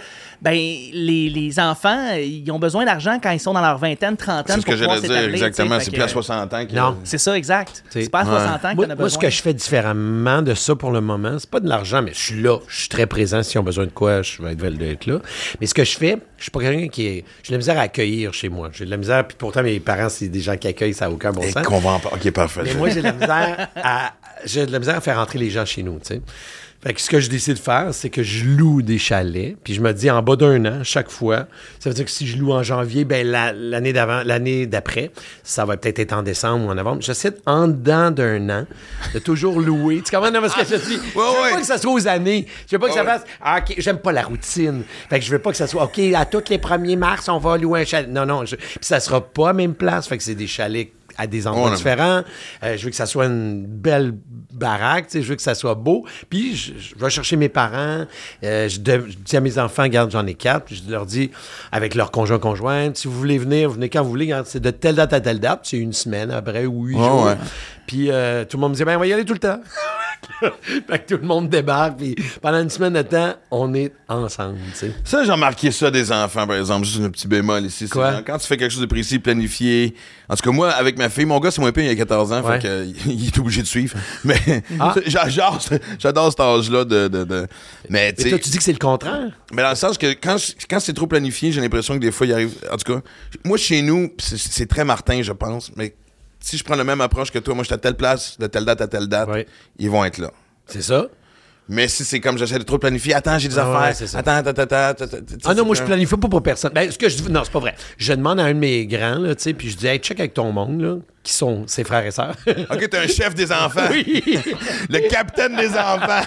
les enfants, ils ont besoin d'argent quand ils sont dans leur vingtaine, trentaine. C'est ce que j'allais dire, exactement. C'est plus à 60 ans. Non. C'est ça, exact. C'est pas à 60 ans qu'on a besoin. Moi, ce que je fais différemment de ça pour le moment, c'est pas de l'argent, mais je suis là, je suis très présent. S'ils ont besoin de quoi, je vais être là. Mais ce que je fais, je suis pas quelqu'un qui est... J'ai de la misère à accueillir chez moi. J'ai de la misère, puis pourtant, mes parents, c'est des gens qui accueillent, ça n'a aucun bon sens. OK, parfait. Mais moi, j'ai de la misère à faire entrer les gens chez nous, tu sais. Fait que ce que je décide de faire, c'est que je loue des chalets, puis je me dis en bas d'1 an, chaque fois. Ça veut dire que si je loue en janvier, l'année d'après, ça va peut-être être en décembre ou en novembre. J'essaie en dedans d'1 an de toujours louer. Tu comprends ce que je dis? Je veux pas que ça soit aux années. Je veux pas que ça fasse OK, j'aime pas la routine. Fait que je veux pas que ça soit OK, à tous les 1er mars, on va louer un chalet. Non. Puis ça sera pas à même place. Fait que c'est des chalets à des endroits différents. Je veux que ça soit une belle baraque, je veux que ça soit beau. Puis je vais chercher mes parents. Je dis à mes enfants, regarde, j'en ai 4. Puis je leur dis, avec leur conjointe, si vous voulez venir, vous venez quand vous voulez. Regarde, c'est de telle date à telle date. C'est 1 semaine après ou 8 jours. Ouais. Puis tout le monde me dit, on va y aller tout le temps. Fait que tout le monde débarque, puis pendant 1 semaine de temps, on est ensemble, tu sais. Ça, j'ai remarqué ça des enfants, par exemple, juste un petit bémol ici. Quoi? Quand tu fais quelque chose de précis, planifié. En tout cas, moi, avec ma fille, mon gars, c'est moins pire, il a 14 ans, fait qu'il est obligé de suivre. Mais j'adore cet âge-là de... Mais toi, tu dis que c'est le contraire? Mais dans le sens que quand c'est trop planifié, j'ai l'impression que des fois, il arrive... En tout cas, moi, chez nous, c'est très Martin, je pense, mais... Si je prends la même approche que toi, moi, je suis à telle place, de telle date à telle date, ils vont être là. C'est ça? Mais si c'est comme j'essaie de trop planifier, attends, j'ai des affaires, attends. Non, moi, je planifie pas pour personne. Ben, ce que je dis, non, c'est pas vrai. Je demande à un de mes grands, là, tu sais, puis je dis, hey, check avec ton monde, là, qui sont ses frères et sœurs. OK, t'es un chef des enfants. Oui. Le capitaine des enfants.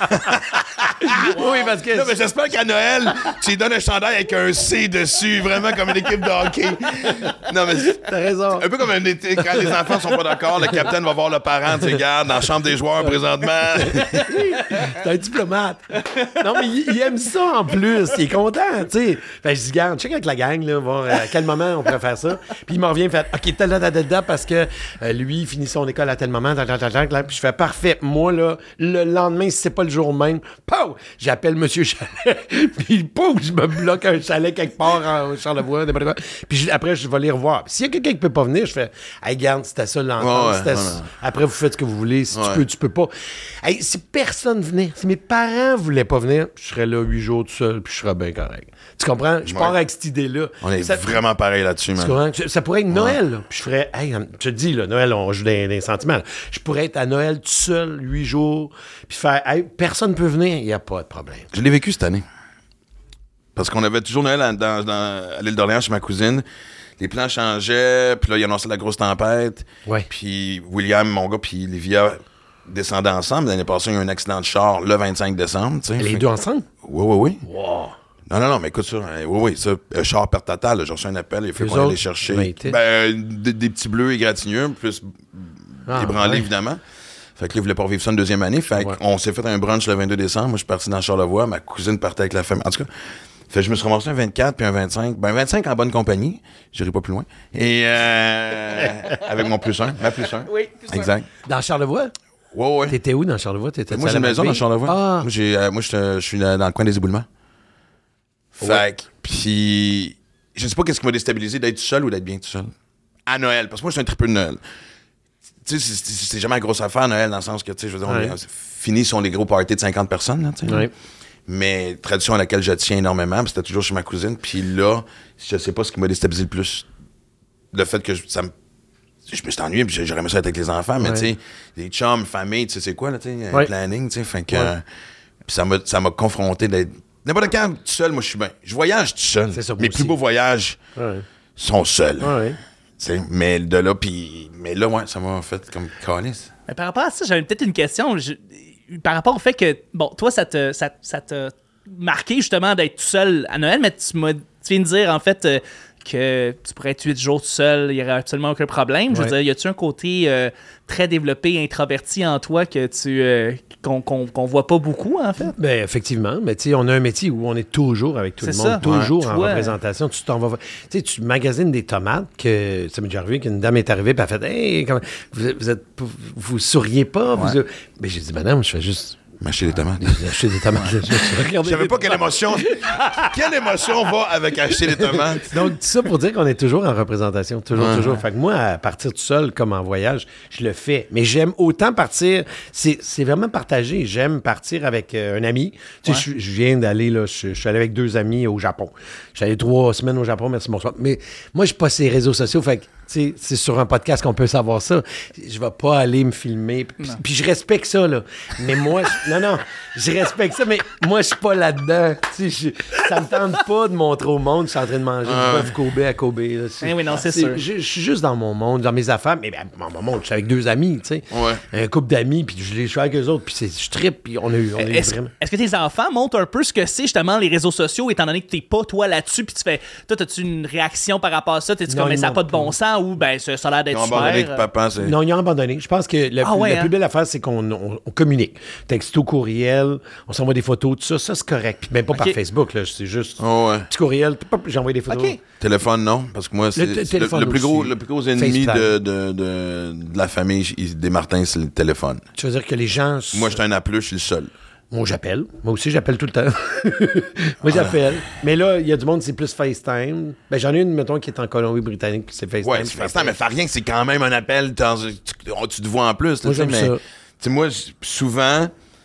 Oui, parce que... Non, mais j'espère qu'à Noël, tu lui donnes un chandail avec un C dessus, vraiment comme une équipe de hockey. Non, mais... T'as raison. Un peu comme un été, quand les enfants sont pas d'accord, le capitaine va voir le parent, tu sais, regarde, dans la chambre des joueurs présentement. C'est un diplomate. Non, mais il aime ça en plus. Il est content, tu sais. Fait que je dis, garde, check avec la gang, là, voir à quel moment on pourrait faire ça. Puis il m'en revient, il fait, OK, telle date, parce que lui, il finit son école à tel moment, puis je fais, parfait. Moi, là, le lendemain, si c'est pas le jour même, pow! J'appelle Monsieur Chalet, puis pouf, je me bloque un chalet quelque part en Charlevoix, n'importe quoi. Puis après, je vais les revoir. S'il y a quelqu'un qui peut pas venir, je fais, hey, garde, c'était ça l'entente. Après, vous faites ce que vous voulez. Si tu peux pas. Hey, si personne venait, si mes parents voulaient pas venir, je serais là 8 jours tout seul, puis je serais bien correct. Tu comprends? Je pars avec cette idée-là. On est vraiment pareil là-dessus, man. Ça pourrait être Noël, là. Puis je ferais, hey, je te dis, là, Noël, on joue des sentiments. Là. Je pourrais être à Noël tout seul, 8 jours, puis faire, hey, personne peut venir, il n'y a pas de problème. Je l'ai vécu cette année. Parce qu'on avait toujours Noël à l'île d'Orléans chez ma cousine. Les plans changeaient, puis là, il annonçait la grosse tempête. Ouais. Puis William, mon gars, puis Livia descendaient ensemble. L'année passée, il y a eu un accident de char le 25 décembre. Les deux ensemble? Oui. Wow. Non, mais écoute ça. Oui, ça, char perte totale. J'ai reçu un appel, il faut qu'on allait chercher. Des petits bleus égratigneux, plus ébranlés, évidemment. Fait que là, il voulait pas revivre ça une deuxième année. Fait qu'on s'est fait un brunch le 22 décembre. Moi, je suis parti dans Charlevoix. Ma cousine partait avec la famille. En tout cas, fait que je me suis ramassé un 24 puis un 25. Ben, 25 en bonne compagnie. J'irai pas plus loin. Et avec mon +1. Ma +1. Oui, +1. Exact. Dans Charlevoix? Ouais. T'étais où dans Charlevoix? Moi, j'ai une maison dans Charlevoix. Ah. Moi, je suis dans le coin des éboulements. Fait que, puis, je sais pas qu'est-ce qui m'a déstabilisé, d'être tout seul ou d'être bien tout seul. À Noël, parce que moi, je suis un tripeux de Noël. Tu sais, c'est jamais une grosse affaire, Noël, dans le sens que, tu sais, je veux dire, fini sont les gros parties de 50 personnes, là, tu sais. Ouais. Mais tradition à laquelle je tiens énormément, puis c'était toujours chez ma cousine. Puis là, je sais pas ce qui m'a déstabilisé le plus. Le fait que je me suis ennuyé, puis j'aurais aimé ça être avec les enfants, mais tu sais, les chums, famille, tu sais, c'est quoi, là, tu sais, planning, tu sais, fait que... puis ça m'a confronté d'être... N'importe quand, tout seul, moi, je suis bien. Je voyage tout seul. C'est ça, moi Mes aussi. plus beaux voyages sont seuls. Ouais. Tu sais, mais de là, puis... Mais là, ouais, ça m'a fait comme calice. Mais par rapport à ça, j'avais peut-être une question. Par rapport au fait que, bon, toi, ça t'a marqué justement d'être tout seul à Noël, mais tu viens de dire, en fait, que tu pourrais être 8 jours tout seul, il n'y aurait absolument aucun problème. Je veux dire, y a-tu un côté très développé, introverti en toi que qu'on voit pas beaucoup, en fait? Ben, effectivement. Mais tu sais, on a un métier où on est toujours avec tout le monde, ça. toujours en Toi, représentation. Tu t'en vas... Tu sais, tu magasines des tomates, que ça m'est déjà arrivé qu'une dame est arrivée et elle a fait « Hey, vous souriez pas? Ben, j'ai dit « Madame, je fais juste... » M'acheter des tomates. J'ai acheté des tomates. Je savais pas quelle émotion va avec acheter des tomates. Donc, tout ça pour dire qu'on est toujours en représentation. Toujours. Fait que moi, à partir tout seul, comme en voyage, je le fais. Mais j'aime autant partir. C'est vraiment partagé. J'aime partir avec un ami. Tu sais, je viens d'aller, là, je suis allé avec 2 amis au Japon. Je suis allé 3 semaines au Japon, merci, bonsoir. Mais moi, je suis pas sur les réseaux sociaux. Fait que, tu sais, c'est sur un podcast qu'on peut savoir ça. Je vais pas aller me filmer. Puis je respecte ça, là. Mais moi, je respecte ça, mais moi, je suis pas là-dedans. Tu sais, ça me tente pas de montrer au monde que je suis en train de manger du bœuf Kobe à Kobe. Là. Oui, non, c'est sûr. Je suis juste dans mon monde, dans mes affaires. Mais dans mon monde, je suis avec 2 amis, tu sais. Ouais. Un couple d'amis, puis je suis avec eux autres, puis je trippe, puis on a eu vraiment... Est-ce que tes enfants montrent un peu ce que c'est, justement, les réseaux sociaux, étant donné que t'es pas, toi, là-dessus, puis tu fais... Toi, as-tu une réaction par rapport à ça? T'es-tu comme, mais ça n'a pas de bon sens, ou ben ça a l'air d'être super... Avec papa, c'est... Non, ils ont abandonné. Je pense que la plus belle affaire, c'est qu'on communique. Texto, courriel, on s'envoie des photos, tout ça. Ça, c'est correct. Puis même pas par Facebook, là. C'est juste petit courriel. J'ai envoyé des photos. OK. Téléphone, non. Parce que moi, c'est le plus gros ennemi FaceTime. de la famille des Martins, c'est le téléphone. Tu veux dire que les gens... Moi, je suis un appeleux, je suis le seul. Moi, j'appelle. Moi aussi, j'appelle tout le temps. Moi, j'appelle. Mais là, il y a du monde, c'est plus FaceTime. Ben, j'en ai une, mettons, qui est en Colombie-Britannique, puis c'est FaceTime. Ouais, c'est FaceTime, mais fais rien que c'est quand même un appel. Tu te vois en plus. Moi, j'aime ça. Tu sais, moi, souvent...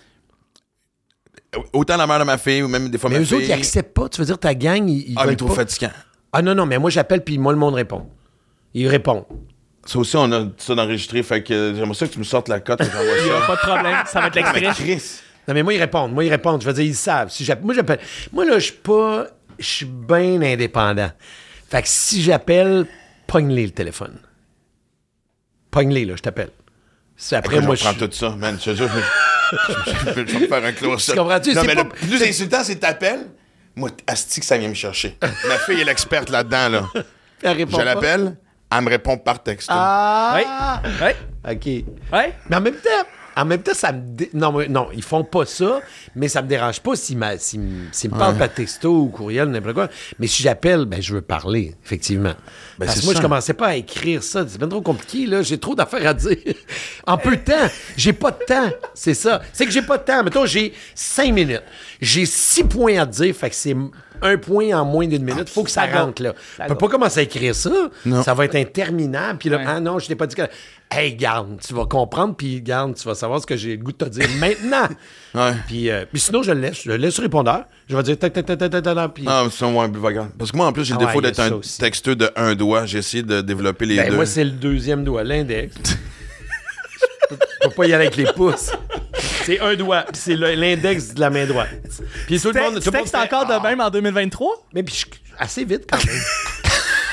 Autant la mère de ma fille, ou même des fois Mais ma eux fille... autres, ils acceptent pas. Tu veux dire, ta gang, ils mais veulent trop pas. fatigant. Ah non, mais moi, j'appelle, puis moi, le monde répond. Ils répondent. Ça aussi, on a ça d'enregistré, fait que j'aimerais ça que tu me sortes la cote et j'envoie ça. Pas de problème, ça va être l'extrait. Chris! Non, mais moi, ils répondent. Je veux dire, ils savent. Si moi, j'appelle. Moi, là, je suis bien indépendant. Fait que si j'appelle, pogne-les le téléphone. Pogne-les, là, je t'appelle. Après, moi, je prends tout ça, man. Je vais me faire un close. Tu comprends-tu? Non, C'est mais pas- le plus insultant, c'est t'appelles. Moi, asti que ça vient me chercher. Ma fille est l'experte là-dedans, là. Elle répond Je pas. l'appelle, elle me répond par texto. Ah! Oui. OK. Ouais. Mais en même temps, ça me... Non, ils font pas ça, mais ça me dérange pas s'ils me parlent par texto ou courriel ou n'importe quoi. Mais si j'appelle, ben je veux parler, effectivement. Ben, Parce c'est que moi, ça. je commençais pas à écrire ça. C'est bien trop compliqué, là. J'ai trop d'affaires à dire. En peu de temps. J'ai pas de temps. C'est ça. C'est que j'ai pas de temps. Mettons, j'ai 5 minutes. J'ai 6 points à dire. Fait que c'est 1 point en moins d'1 minute. Faut que ça rentre, là. Je peux pas commencer à écrire ça. Non. Ça va être interminable. Puis là, Ouais. ah non, je t'ai pas dit que... Hey, garde, tu vas comprendre, puis garde, tu vas savoir ce que j'ai le goût de te dire maintenant. Ouais. Puis sinon, je le laisse sur répondeur. Je vais dire tac, tac, tac, tac, tac, tac, puis... Ah, mais c'est un plus vague. Parce que moi, en plus, j'ai le Ah défaut ouais, d'être il y a ça un aussi. texteux de un doigt. J'ai essayé de développer les Ben, deux. moi, c'est le 2e doigt, l'index. Je peux pas y aller avec les pouces. C'est un doigt, puis c'est l'index de la main droite. Puis tout le monde... Tu textes encore de même en 2023? Mais puis assez vite, quand même.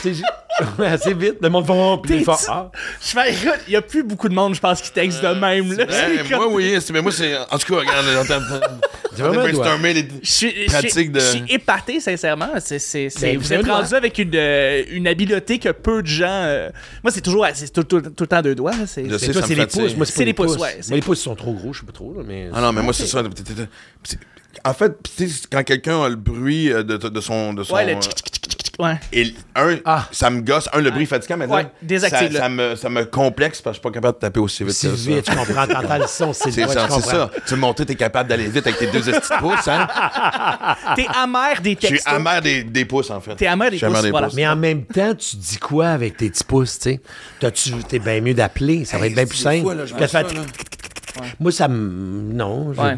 Tu sais, assez vite, le monde va puis il fait Je fais, écoute, il y a plus beaucoup de monde, je pense, qui texte de même. Là. C'est moi, comme- oui. Mais moi, c'est... En tout cas, regarde, on vraiment a brainstormé les pratiques de... Je suis épaté, sincèrement. Ben, vous êtes rendu avec une habileté que peu de gens... Moi, c'est toujours tout le temps deux doigts. Là. Je sais, toi, ça c'est me les fatigue. pouces. Moi, C'est les pouces, ouais. Moi, les pouces sont trop gros, je sais pas trop, là, mais... Ah non, mais moi, c'est ça. En fait, tu sais, quand quelqu'un a le bruit de son... Ouais, le tchic, tchic, tchic, tchic, tchic, ouais. Et ça me gosse. Le bruit fatigant, mais Ouais, désactive-le. ça me complexe parce que je suis pas capable de taper aussi vite Si que vite, ça. je comprends, t'entends le son, c'est C'est ouais, ça, je c'est comprends. ça. Tu veux me montrer, t'es capable d'aller vite avec tes 2 petits pouces, hein? T'es amer des Je suis textos. amer des pouces, en fait. T'es amer des Je suis amer pouces, voilà. Mais en même temps, tu dis quoi avec tes petits pouces, tu sais? T'es bien mieux d'appeler, ça va être bien plus simple. Fois, là, je Que vois ça ça, fait- là. Moi, ça me... Non, Ouais.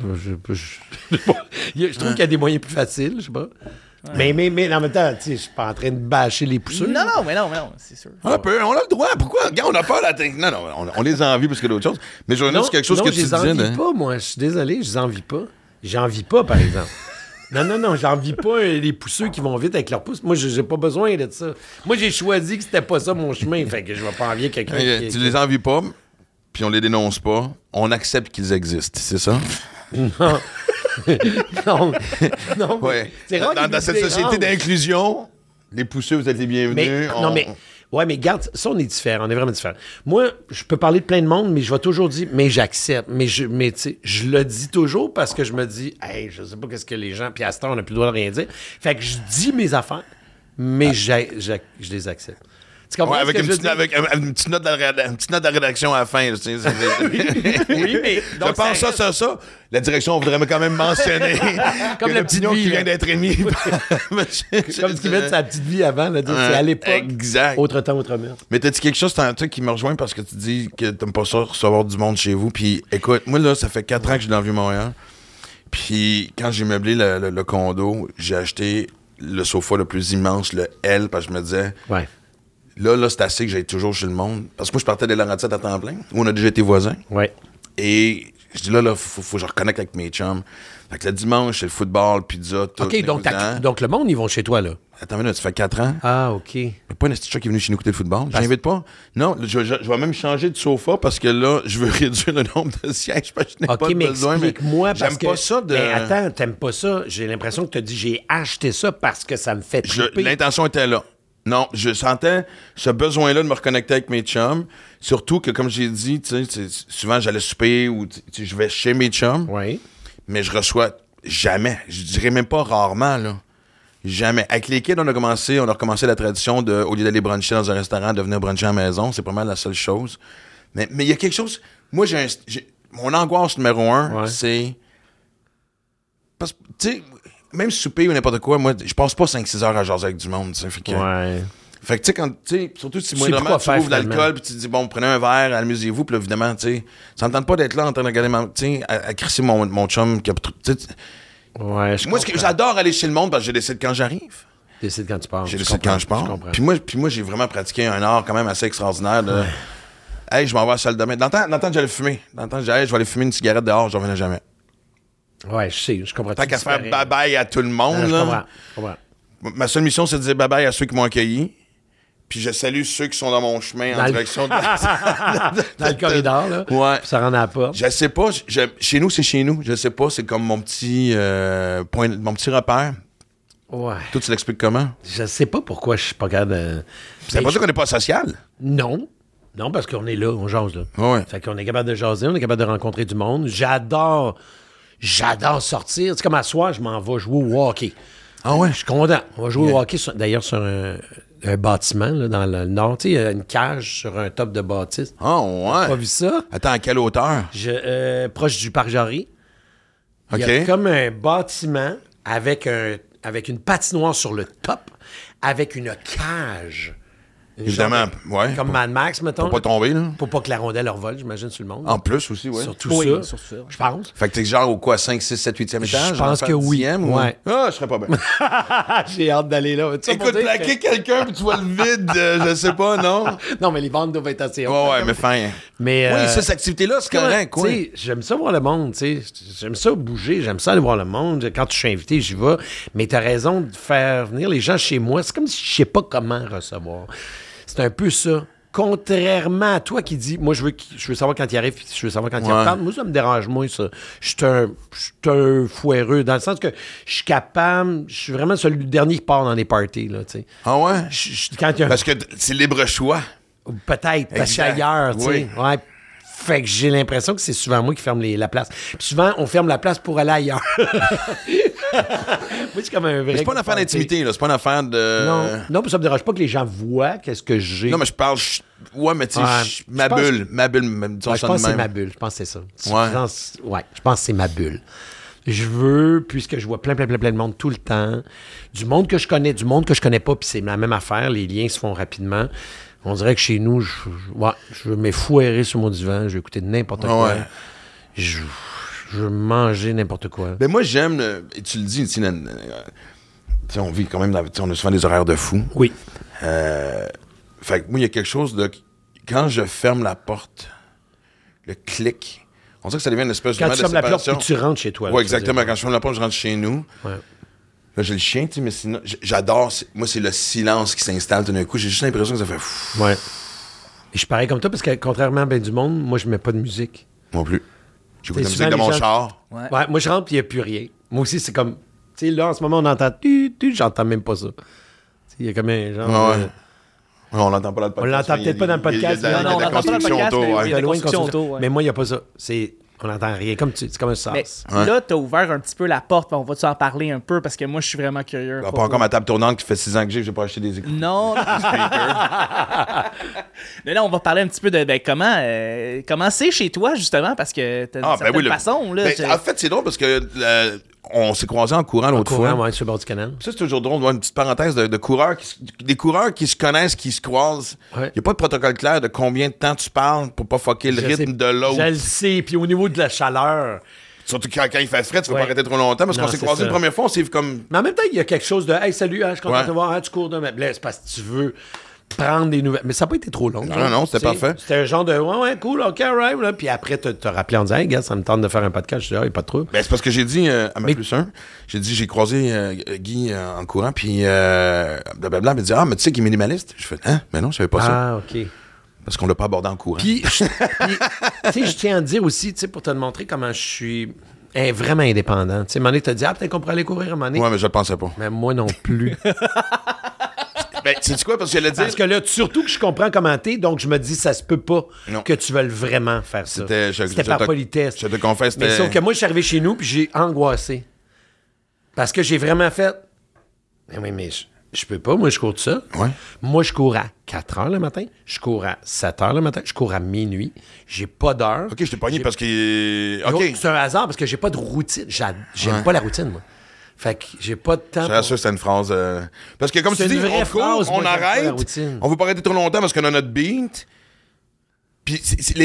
je trouve qu'il y a des moyens plus faciles, je sais pas. Mais en même temps, tu sais, je suis pas en train de bâcher les pousseux. Non, mais non, c'est sûr. On a le droit. Pourquoi? Regarde, on a peur. Non, on les envie plus que d'autres choses. Mais je reviens sur quelque chose que tu je les disais. envie pas, moi. Je suis désolé, je les envie pas. J'en vis pas, par exemple. Non, j'en vis pas les pousseux qui vont vite avec leurs pouces. Moi, j'ai pas besoin de ça. Moi, j'ai choisi que c'était pas ça mon chemin, fait que je vais pas envier quelqu'un Tu les envies pas, puis on les dénonce pas. On accepte qu'ils existent, c'est ça? Non. non. Ouais. C'est rare Dans qu'ils cette nous société dérangent. d'inclusion, les pousseux, vous êtes les bienvenus. Mais, non, mais... Ouais, mais garde, ça, on est différents. On est vraiment différents. Moi, je peux parler de plein de monde, mais je vais toujours dire, mais j'accepte. Mais tu sais, je le dis toujours parce que je me dis, hey, je sais pas qu'est-ce que les gens, puis à ce temps, on n'a plus le droit de rien dire. Fait que je dis mes affaires, mais je les accepte. Tu comprends Ouais, ce avec que une je veux petite, dire? avec une petite note de rédaction à la fin. Tu sais, Oui, mais... je donc, pense ça. La direction voudrait quand même mentionner Comme que la l'opinion petite vie, qui vient là. d'être émise. Comme ce qu'il met de sa petite vie avant, là, dire, c'est à l'époque. Exact. Autre temps, autre mère. Mais t'as dit quelque chose tantôt qui me rejoint parce que tu dis que t'aimes pas ça recevoir du monde chez vous. Puis écoute, moi là, ça fait 4 ans que je suis dans le Vieux-Montréal. Puis quand j'ai meublé le condo, j'ai acheté le sofa le plus immense, le L, parce que je me disais, Ouais. là, c'est assez que j'aille toujours chez le monde. Parce que moi, je partais des Laurentides à temps plein, où on a déjà été voisins. Ouais. Et je dis là, faut que je reconnecte avec mes chums. Fait que le dimanche, c'est le football, pizza, tout. OK, donc le monde, ils vont chez toi, là. Attends une minute, ça fait 4 ans. Ah, OK. Il n'y a pas un esti de chat qui est venu chez nous écouter le football. Je l'invite pas. Non, je vais même changer de sofa parce que là, je veux réduire le nombre de sièges parce que je n'ai OK, pas mais besoin. explique-moi, parce j'aime que... pas ça de... Mais attends, t'aimes pas ça? J'ai l'impression que tu as dit, j'ai acheté ça parce que ça me fait triper. L'intention était là. Non, je sentais ce besoin-là de me reconnecter avec mes chums. Surtout que, comme j'ai dit, tu sais, souvent j'allais souper ou je vais chez mes chums, Oui. mais je reçois jamais. Je dirais même pas rarement, là. Jamais. Avec les kids, on a recommencé la tradition de, au lieu d'aller bruncher dans un restaurant, de venir bruncher à la maison. C'est pas mal la seule chose. Mais il y a quelque chose... Moi, mon angoisse numéro 1, c'est... Parce que, tu sais, même souper ou n'importe quoi, moi, je passe pas 5-6 heures à jaser avec du monde, tu sais. Fait que, fait que, tu sais, quand, tu sais, surtout si moi, vraiment, tu ouvres l'alcool, puis tu te dis, bon, prenez un verre, amusez-vous, puis là, évidemment, tu sais, ça me tente pas d'être là en train de regarder, tu sais, à crisser mon chum qui a... Tu sais, Ouais, je moi, comprends. j'adore aller chez le monde parce que je décide quand j'arrive. Décide quand tu pars. Je décide quand je pars. Puis moi, j'ai vraiment pratiqué un art quand même assez extraordinaire de... Hey, je m'en vais à la salle de bain. Dans le temps, j'allais fumer. Dans le temps, je vais aller fumer une cigarette dehors, je revenais jamais. Ouais, je sais, je comprends. Tant qu'à faire bye-bye à tout le monde, Je là. comprends. Ma seule mission, c'est de dire bye-bye à ceux qui m'ont accueilli. Puis je salue ceux qui sont dans mon chemin en direction de... Dans le corridor, là. Ouais. Puis ça rentre à la porte. Je sais pas. Chez nous, c'est chez nous. Je sais pas. C'est comme mon petit mon petit repère. Ouais. Toi, tu l'expliques comment? Je sais pas pourquoi je suis pas capable de... C'est pas ça qu'on n'est pas social. Non. Non, parce qu'on est là, on jase, là. Ouais. Fait qu'on est capable de jaser, on est capable de rencontrer du monde. J'adore sortir. Tu sais, comme à soir, je m'en vais jouer au hockey. Ah ouais? Je suis content. On va jouer au hockey, d'ailleurs, sur un bâtiment, là, dans le nord. Tu sais, il y a une cage sur un top de bâtisse. Ah ouais? Pas vu ça? Attends, à quelle hauteur? Proche du parc Jarry. OK. Il y a comme un bâtiment avec une patinoire sur le top, avec une cage Évidemment, ouais. Comme Mad Max, mettons. Pour pas tomber, là. Pour pas que la rondelle leur vole, j'imagine, sur le monde. En plus aussi, ouais. Surtout Oui, ça, surtout ça, ouais. je pense. Fait que t'es genre au quoi, 5, 6, 7, 8e étage? Je pense que oui. 10e, ou... Ouais. Ah, je serais pas bien. J'ai hâte d'aller là. Tu sais, pour Écoute, dire plaquer quelqu'un puis tu vois le vide, je sais pas, non? Non, mais les ventes doivent être assez hautes. Ouais, mais fin. Mais, Oui, ça, cette activité-là, c'est correct, quoi. Tu sais, j'aime ça voir le monde, tu sais. J'aime ça bouger, j'aime ça aller voir le monde. Quand je suis invité, j'y vais. Mais t'as raison de faire venir les gens chez moi. C'est comme si je sais pas comment recevoir. C'est un peu ça. Contrairement à toi qui dis, moi, je veux savoir quand il arrive, puis je veux savoir quand il repart. Moi, ça me dérange moins, ça. Je suis un fouéreux, dans le sens que je suis capable, je suis vraiment celui du dernier qui part dans les parties, là, tu sais. Ah ouais? Quand il y a Parce que c'est libre choix. peut-être, parce que je suis Exact. ailleurs, tu sais. Oui. Ouais. Fait que j'ai l'impression que c'est souvent moi qui ferme la place. Puis souvent, on ferme la place pour aller ailleurs. Moi, c'est comme un vrai... Mais c'est pas une affaire d'intimité, là. C'est pas une affaire de... Non, puis ça me dérange pas que les gens voient qu'est-ce que j'ai. Non, mais je parle... Ouais, mais tu sais, Ouais. ma Je pense- bulle, disons Ouais, je ça pense de que c'est même. ma bulle. Je pense que c'est ça. Ouais. Je pense que c'est ma bulle. Je veux, puisque je vois plein de monde tout le temps, du monde que je connais, du monde que je connais pas, puis c'est la même affaire, les liens se font rapidement. On dirait que chez nous, je vais m'effouérer sur mon divan, je vais écouter n'importe quoi. Ouais. Je veux manger n'importe quoi. Ben moi, j'aime, et tu le dis, tu sais, on vit quand même, on a souvent des horaires de fou. Oui. Fait que moi, il y a quelque chose de... Quand je ferme la porte, le clic, on dirait que ça devient une espèce Quand de tu fermes la porte, séparation. puis tu rentres chez toi. là, Oui, tu veux exactement. dire. Quand je ferme la porte, je rentre chez nous. Ouais. Là, j'ai le chien, tu sais, mais sinon, j'adore. Moi, c'est le silence qui s'installe tout d'un coup. J'ai juste l'impression que ça fait fou. Ouais. Et je suis pareil comme toi, parce que contrairement à ben du monde, moi, je mets pas de musique. Non plus. J'écoute la T'sais, musique de souvent, mon les gens- char. Ouais. Ouais, moi, je rentre, puis il n'y a plus rien. Moi aussi, c'est comme... Tu sais, là, en ce moment, on entend... J'entends même pas ça. Il y a comme un genre... Ouais, ouais. On l'entend pas dans le podcast. On l'entend peut-être pas dans le podcast, Il y a de Non, on la l'entend pas dans le construction podcast, autour, mais ouais. oui, il y a de la loin de construction construction. autour, ouais. Mais moi, il n'y a pas ça. On n'entend rien. C'est comme un sas. Mais Ouais. là, t'as ouvert un petit peu la porte. On va-tu en parler un peu? Parce que moi, je suis vraiment curieux. Pas encore ma table tournante qui fait 6 ans que j'ai pas acheté des écouteurs. Non. Mais là, on va parler un petit peu de comment c'est chez toi, justement, parce que t'as une certaine façon. Là, Ben, en fait, c'est drôle parce que on s'est croisés en courant l'autre fois. Ouais, sur le bord du canal. Ça, c'est toujours drôle de voir une petite parenthèse de coureurs, des coureurs qui se connaissent, qui se croisent. Il Ouais. n'y a pas de protocole clair de combien de temps tu parles pour pas fucker le Je rythme sais- de l'autre. Je le sais. Puis au niveau de la chaleur... Surtout quand il fait frais, tu veux Ouais. pas arrêter trop longtemps parce Non, qu'on s'est c'est croisés ça. une première fois, on s'est vu comme... Mais en même temps, il y a quelque chose de « Hey, salut, je suis content Ouais. de te voir. Tu cours demain. » Là, c'est parce que tu veux prendre des nouvelles. Mais ça n'a pas été trop long. Non, c'était Tu sais, parfait. C'était un genre de « Ouais, cool, OK, alright. » Puis après, t'as rappelé en disant « Hey, gars, ça me tente de faire un podcast. » Je dis « Ah, il n'y a pas de trouble. Ben, c'est parce que j'ai dit à ma Mais- plus un, j'ai croisé Guy en courant, puis blablabla, il me dit « Ah, mais tu sais qu'il est minimaliste? » Je fais « Hein? Mais non, je savais pas ça. Ah, OK. Parce qu'on l'a pas abordé en courant. Puis, tu sais, je tiens à te dire aussi, tu sais, pour te montrer comment je suis vraiment indépendant. Tu sais, à un moment donné, t'as dit, peut-être qu'on pourrait aller courir à un moment donné. Ouais, mais je le pensais pas. Mais moi non plus. Ben, sais-tu quoi? Parce que j'allais dire... Parce que là, surtout que je comprends comment t'es, donc je me dis, ça se peut pas Non. que tu veuilles vraiment faire ça. C'était par politesse. Je te confesse, Mais sauf que moi, je suis arrivé chez nous, puis j'ai angoissé. Parce que j'ai vraiment fait, mais oui, mais je peux pas, moi, je cours tout ça. Ouais. Moi, je cours à 4 heures le matin, je cours à 7 heures le matin, je cours à minuit, j'ai pas d'heure. OK, je t'ai pogné parce que... Non, OK. c'est un hasard parce que j'ai pas de routine. J'aime pas la routine, moi. Fait que j'ai pas de temps. Je suis sûr que c'était une phrase... Parce que comme C'est tu dis, une vraie on court, phrase, moi, on j'aime pas la arrête, routine. on veut pas arrêter trop longtemps parce qu'on a notre beat. Puis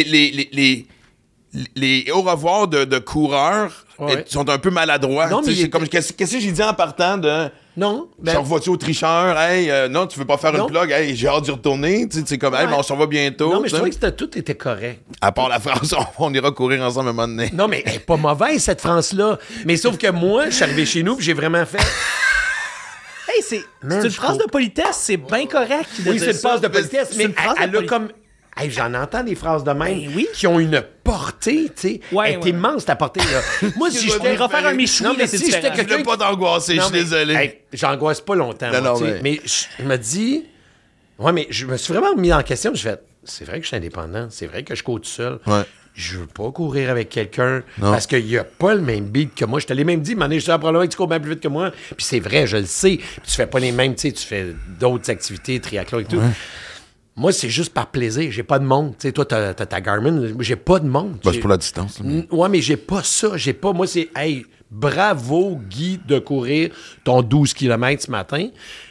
les au revoir de coureurs Ouais. sont un peu maladroits. Non, Tu sais, mais c'est il- comme qu'est-ce que j'ai dit en partant de... Non, Je revois-tu au tricheur? Hey, non, tu veux pas faire Non. une plug? Hey, j'ai hâte d'y retourner. Tu sais, c'est comme, hey, Ouais. mais on s'en va bientôt. non, mais je tu sais. trouvais que tout était correct. À part la phrase, on ira courir ensemble un moment donné. Non, mais elle est pas mauvaise, cette France-là. Mais sauf que moi, je suis arrivé chez nous, puis j'ai vraiment fait. Hey, c'est Man, une je phrase cours. de politesse. C'est bien correct. de Oui, dire c'est une ça. phrase de politesse, C'est mais une phrase de elle a politesse. comme. Hey, j'en entends des phrases de même Ben oui. qui ont une portée, tu sais. Ouais, elle est ouais. immense, ta portée, là. Moi, si On j'étais. ira faire un Michoui, Non, mais là, c'est si j'étais différent. Je quelqu'un voulais pas t'angoisser, je Non, suis mais, désolé. hey, j'angoisse pas longtemps. Non, moi, non, tu sais. Mais je me dis. Ouais, mais je me suis vraiment mis en question. Je fais. C'est vrai que je suis indépendant. C'est vrai que je cours tout seul. Ouais. Je veux pas courir avec quelqu'un Non. parce qu'il a pas le même beat que moi. Je te l'ai même dit, mais je suis probablement que tu cours bien plus vite que moi. Puis c'est vrai, je le sais. Puis tu fais pas les mêmes, tu sais, tu fais d'autres activités, triathlon et tout. Moi, c'est juste par plaisir. J'ai pas de monde. Tu sais, toi, t'as ta Garmin. J'ai pas de monde. Ben, c'est pour la distance. là. Ouais, mais j'ai pas ça. J'ai pas. Moi, c'est, hey, bravo, Guy, de courir ton 12 km ce matin.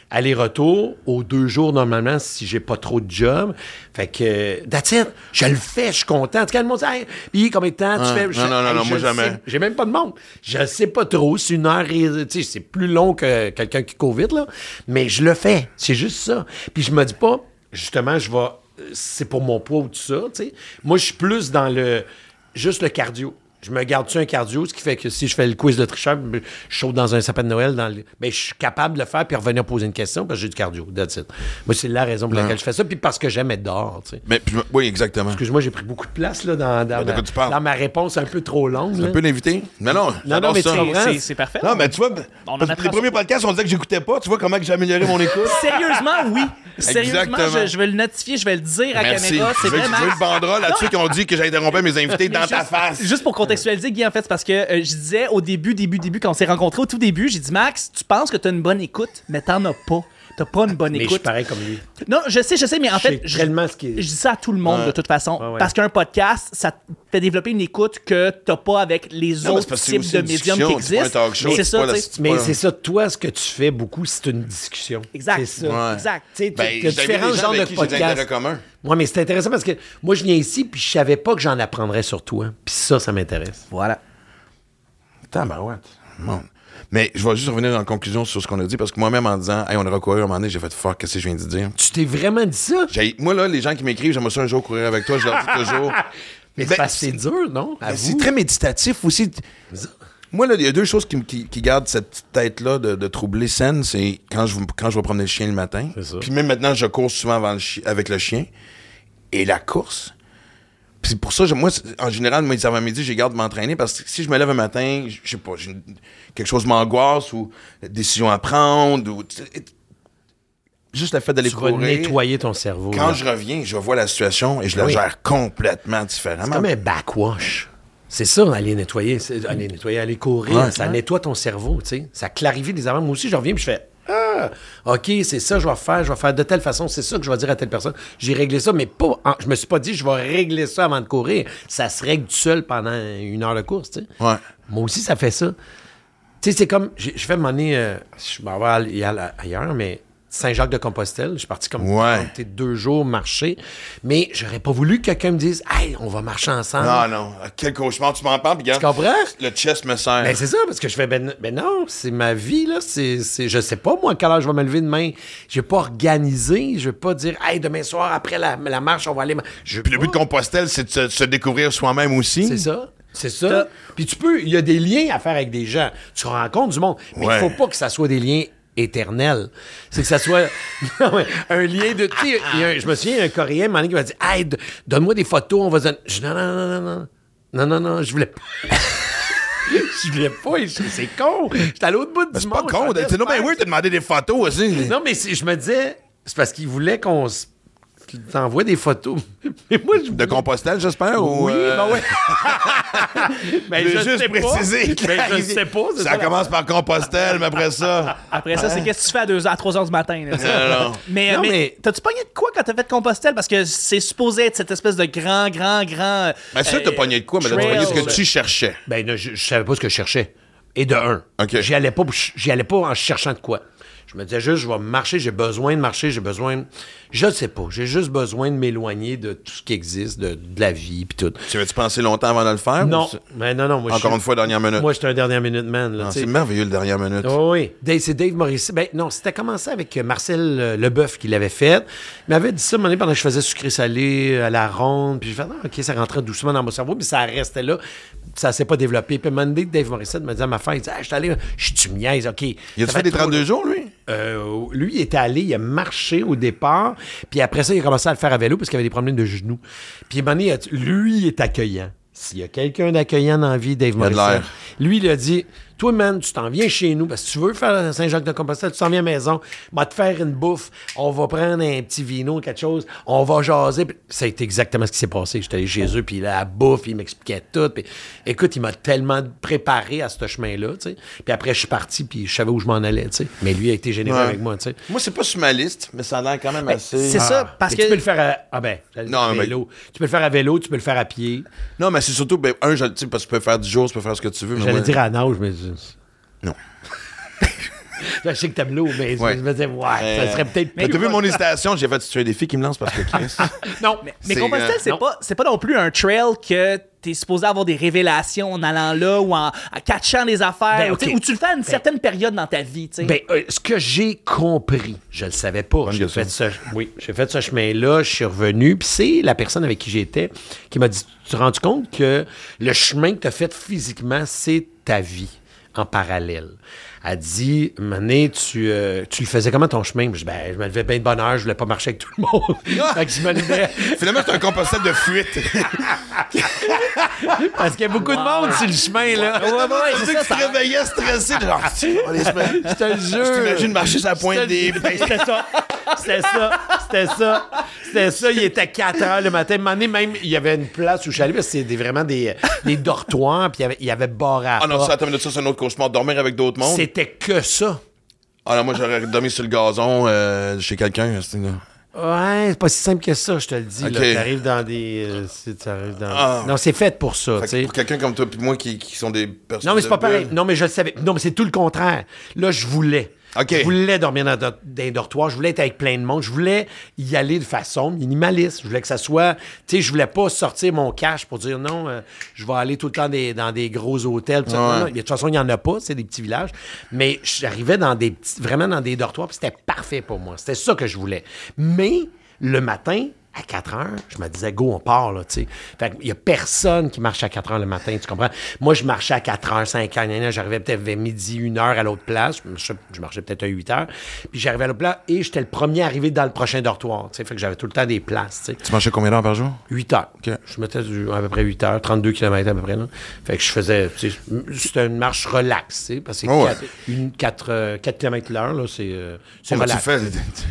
aller-retour aux 2 jours, normalement, si j'ai pas trop de job. Fait que, that's it. Je le fais, je suis content. Quand le monde dit, hey, puis combien de temps tu fais? Non, moi, jamais. J'ai même pas de monde. Je sais pas trop. C'est 1 heure, tu sais, c'est plus long que quelqu'un qui Covid, là. Mais je le fais. C'est juste ça. Puis je me dis pas, justement, c'est pour mon poids ou tout ça, tu sais. Moi, je suis plus dans juste le cardio. Je me garde-tu un cardio, ce qui fait que si je fais le quiz de tricheur, je saute dans un sapin de Noël, mais je suis capable de le faire puis revenir poser une question parce que j'ai du cardio. That's it. Moi, c'est la raison pour laquelle je fais ça, puis parce que j'aime être dehors, tu sais. Mais, oui, exactement. Excuse-moi, j'ai pris beaucoup de place là, dans ma réponse un peu trop longue. Un peu l'invité? Mais non, mais ça. C'est parfait. Non, mais tu vois, les premiers pas. podcasts, on disait que j'écoutais pas. Tu vois comment j'ai amélioré mon écoute? Sérieusement, oui. Sérieusement, Exactement. je vais le notifier, je vais le dire à Merci. caméra. C'est Je veux vraiment... le banderole là-dessus qui ont dit que j'interrompais mes invités dans ta face. Juste pour contextualiser, Guy, en fait, c'est parce que je disais au début, quand on s'est rencontrés, au tout début, j'ai dit, Max, tu penses que t'as une bonne écoute, mais t'en as pas. T'as pas une bonne Mais écoute. je suis pareil comme lui. Non, je sais, mais en fait, je dis ça à tout le monde de toute façon. Ouais. Parce qu'un podcast, ça te fait développer une écoute que t'as pas avec les autres types de médiums qui existent. C'est ça, tu tu sais. Mais c'est ça, toi, ce que tu fais beaucoup, c'est une discussion. Exact. C'est ça. Ouais. Exact. Tu sais, Ben, tu as différents genres de podcasts. communs. Oui, mais c'est intéressant parce que moi, je viens ici puis je savais pas que j'en apprendrais sur toi. Puis ça m'intéresse. Voilà. Tabarouette. Bon. Mais je vais juste revenir en conclusion sur ce qu'on a dit parce que moi-même, en disant, hey, on ira courir un moment donné, j'ai fait fuck, qu'est-ce que je viens de dire? Tu t'es vraiment dit ça? Moi, là, les gens qui m'écrivent, j'aimerais ça un jour courir avec toi, je leur dis toujours. Mais c'est dur, non? C'est très méditatif aussi. Moi, là, il y a 2 choses qui gardent cette petite tête-là de troubler saine. C'est quand je vais promener le chien le matin. C'est ça. Puis même maintenant, je cours souvent avec le chien. Et la course. Puis pour ça, moi, en général, moi, avant midi, j'ai garde de m'entraîner parce que si je me lève un matin, je sais pas, quelque chose m'angoisse ou une décision à prendre ou juste le fait d'aller courir. Tu vas nettoyer ton cerveau. Quand là. je reviens, je vois la situation et je la gère complètement différemment. C'est comme un backwash. C'est ça, aller nettoyer. Aller courir. Ouais. Ça nettoie ton cerveau, tu sais. Ça clarifie des affaires. Moi aussi, je reviens et je fais ah, OK, c'est ça que je vais faire. Je vais faire de telle façon. C'est ça que je vais dire à telle personne. J'ai réglé ça, mais pas. Je me suis pas dit je vais régler ça avant de courir. Ça se règle tout seul pendant 1 heure de course, tu sais. Ouais. Moi aussi, ça fait ça. Tu sais, c'est comme. Je fais mon année. Je m'en vais aller ailleurs, mais Saint-Jacques-de-Compostelle. Je suis parti comme 2 jours marcher. Mais j'aurais pas voulu que quelqu'un me dise hey, on va marcher ensemble. Non. Quel cauchemar, tu m'en parles, puis Tu comprends? Le chest me serre. Ben c'est ça, parce que je fais, ben non, c'est ma vie, là. Je sais pas, moi, à quelle heure je vais me lever demain. Je vais pas organiser, je vais pas dire, hey, demain soir, après la marche, on va aller. Puis le but de Compostelle, c'est de se découvrir soi-même aussi. C'est ça. C'est ça. Puis il y a des liens à faire avec des gens. Tu rencontres du monde. Mais il faut pas que ça soit des liens éternel. C'est que ça soit un lien de... je me souviens, il y a un Coréen qui m'a dit « Hey, donne-moi des photos, on va se donner... » Je dis « Non, je voulais pas. » Je voulais pas, c'est con. J'étais à l'autre bout du monde. C'est pas con, c'est non bien weird de demander des photos aussi. Non, mais je me disais, c'est parce qu'il voulait qu'on t'envoie des photos. Mais moi, de Compostelle, j'espère? Oui, ben ouais. Ben, je juste sais préciser. Je sais pas. Ça commence par Compostelle, mais après ça... Après ça, c'est qu'est-ce que tu fais à 3 h du matin? Là, non. Mais t'as-tu pogné de quoi quand t'as fait Compostelle? Parce que c'est supposé être cette espèce de grand... Ben ça, t'as pogné de quoi? Mais t'as pogné ce que tu cherchais. Ben, je savais pas ce que je cherchais. Et de un. OK. J'y allais pas en cherchant de quoi. Je me disais juste, je vais marcher, j'ai besoin de marcher, je ne sais pas, j'ai juste besoin de m'éloigner de tout ce qui existe, de la vie, puis tout. Tu avais-tu pensé longtemps avant de le faire? Non, mais non. Moi, encore une fois, dernière minute. Moi, j'étais un dernière minute man. Là, c'est merveilleux, le dernière minute. Oh, oui, c'est Dave Morrissey. Ben non, c'était commencé avec Marcel Leboeuf qui l'avait fait. Il m'avait dit ça un moment donné pendant que je faisais sucré-salé à la ronde, puis je faisais, OK, ça rentrait doucement dans mon cerveau, puis ça restait là. Ça s'est pas développé. Puis un moment donné, Dave Morrissey me dit à ma femme, il dit, je suis allé, tu me niaises, OK. Il a-tu fait des 32 jours, lui? Lui, il était allé, il a marché au départ, puis après ça, il a commencé à le faire à vélo parce qu'il avait des problèmes de genoux. Puis à un moment donné, lui, il est accueillant. S'il y a quelqu'un d'accueillant dans la vie, Dave Morrissey, lui, il a dit, toi, man, tu t'en viens chez nous parce que tu veux faire Saint-Jacques-de-Compostelle, tu t'en viens à la maison, on va te faire une bouffe, on va prendre un petit vino, quelque chose, on va jaser. Puis ça a été exactement ce qui s'est passé. J'étais allé chez eux, puis la bouffe, il m'expliquait tout. Puis écoute, il m'a tellement préparé à ce chemin-là, tu sais. Puis après, je suis parti, puis je savais où je m'en allais, tu sais. Mais lui a été généreux avec moi, tu sais. Moi, c'est pas sur ma liste, mais ça a l'air quand même assez... C'est ça, parce que... Tu peux le faire à vélo. Tu peux le faire à vélo, tu peux le faire à pied. Non, mais c'est surtout, parce que tu peux faire du jour, tu peux faire ce que tu veux. J'allais dire à nage, mais... Non. Je sais que t'aimes l'eau, mais Ouais. je me disais, ça serait peut-être Mais plus... t'as vu mon hésitation? J'ai fait, tu as des filles qui me lancent parce que Chris. Non, Mais C'est, Compostelle, c'est pas non plus un trail que t'es supposé avoir des révélations en allant là ou en catchant des affaires, Ben, ou, tu sais, ok. où tu le fais à une certaine période dans ta vie. Tu sais. ben, ce que j'ai compris, je le savais pas. J'ai question. fait ce chemin-là, je suis revenu, puis c'est la personne avec qui j'étais qui m'a dit, tu t'es rendu compte que le chemin que tu as fait physiquement, c'est ta vie en parallèle. Elle dit, un moment donné, tu le faisais comment ton chemin? Je dis, je me levais bien de bonne heure, je voulais pas marcher avec tout le monde. Fait que je me levais. Finalement, c'est un Compostelle de fuite. Parce qu'il y a beaucoup de monde sur le chemin, là. Tu sais que tu te réveillais stressé. Genre, allez, Je te le jure. je t'imagine marcher sur la pointe des. C'était ça. Il était 4 heures le matin. Un moment donné, même, il y avait une place où je suis allé, parce que c'était vraiment des dortoirs, puis il y avait bar à Ah non, porte. ça, attends, ça, c'est un autre cauchemar. Dormir avec d'autres mondes. C'était que ça. Ah non, moi, j'aurais dormi sur le gazon chez quelqu'un. Ouais, c'est pas si simple que ça, je te le dis. Ok. Là. T'arrives dans des... t'arrives dans... Ah. Non, c'est fait pour ça, Fait tu que sais. pour quelqu'un comme toi et moi qui sont des personnes. Non, mais c'est pas de pareil. bulle. Non, mais je le savais. Non, mais c'est tout le contraire. Là, je voulais. OK. Je voulais dormir dans un dortoir. Je voulais être avec plein de monde. Je voulais y aller de façon minimaliste. Je voulais que ça soit... Tu sais, je voulais pas sortir mon cash pour dire non, je vais aller tout le temps dans des gros hôtels. Tout ça. Ouais. Non, de toute façon, il n'y en a pas. C'est des petits villages. Mais j'arrivais vraiment dans des dortoirs. Puis c'était parfait pour moi. C'était ça que je voulais. Mais le matin... À 4 heures, je me disais, go, on part, là, tu sais. Fait qu'il y a personne qui marche à 4 heures le matin, tu comprends? Moi, je marchais à 4 heures, 5 heures, j'arrivais peut-être vers midi, 1 heure à l'autre place. Je marchais peut-être à 8 heures. Puis j'arrivais à l'autre place et j'étais le premier arrivé dans le prochain dortoir, tu sais. Fait que j'avais tout le temps des places, tu sais. Tu marchais combien d'heures par jour? 8 heures. OK. Je mettais à peu près 8 heures, 32 km à peu près, là. Fait que je faisais, tu sais, c'était une marche relaxe, tu sais, parce que Oh ouais. 4 km l'heure, là, c'est Tu relax. fais.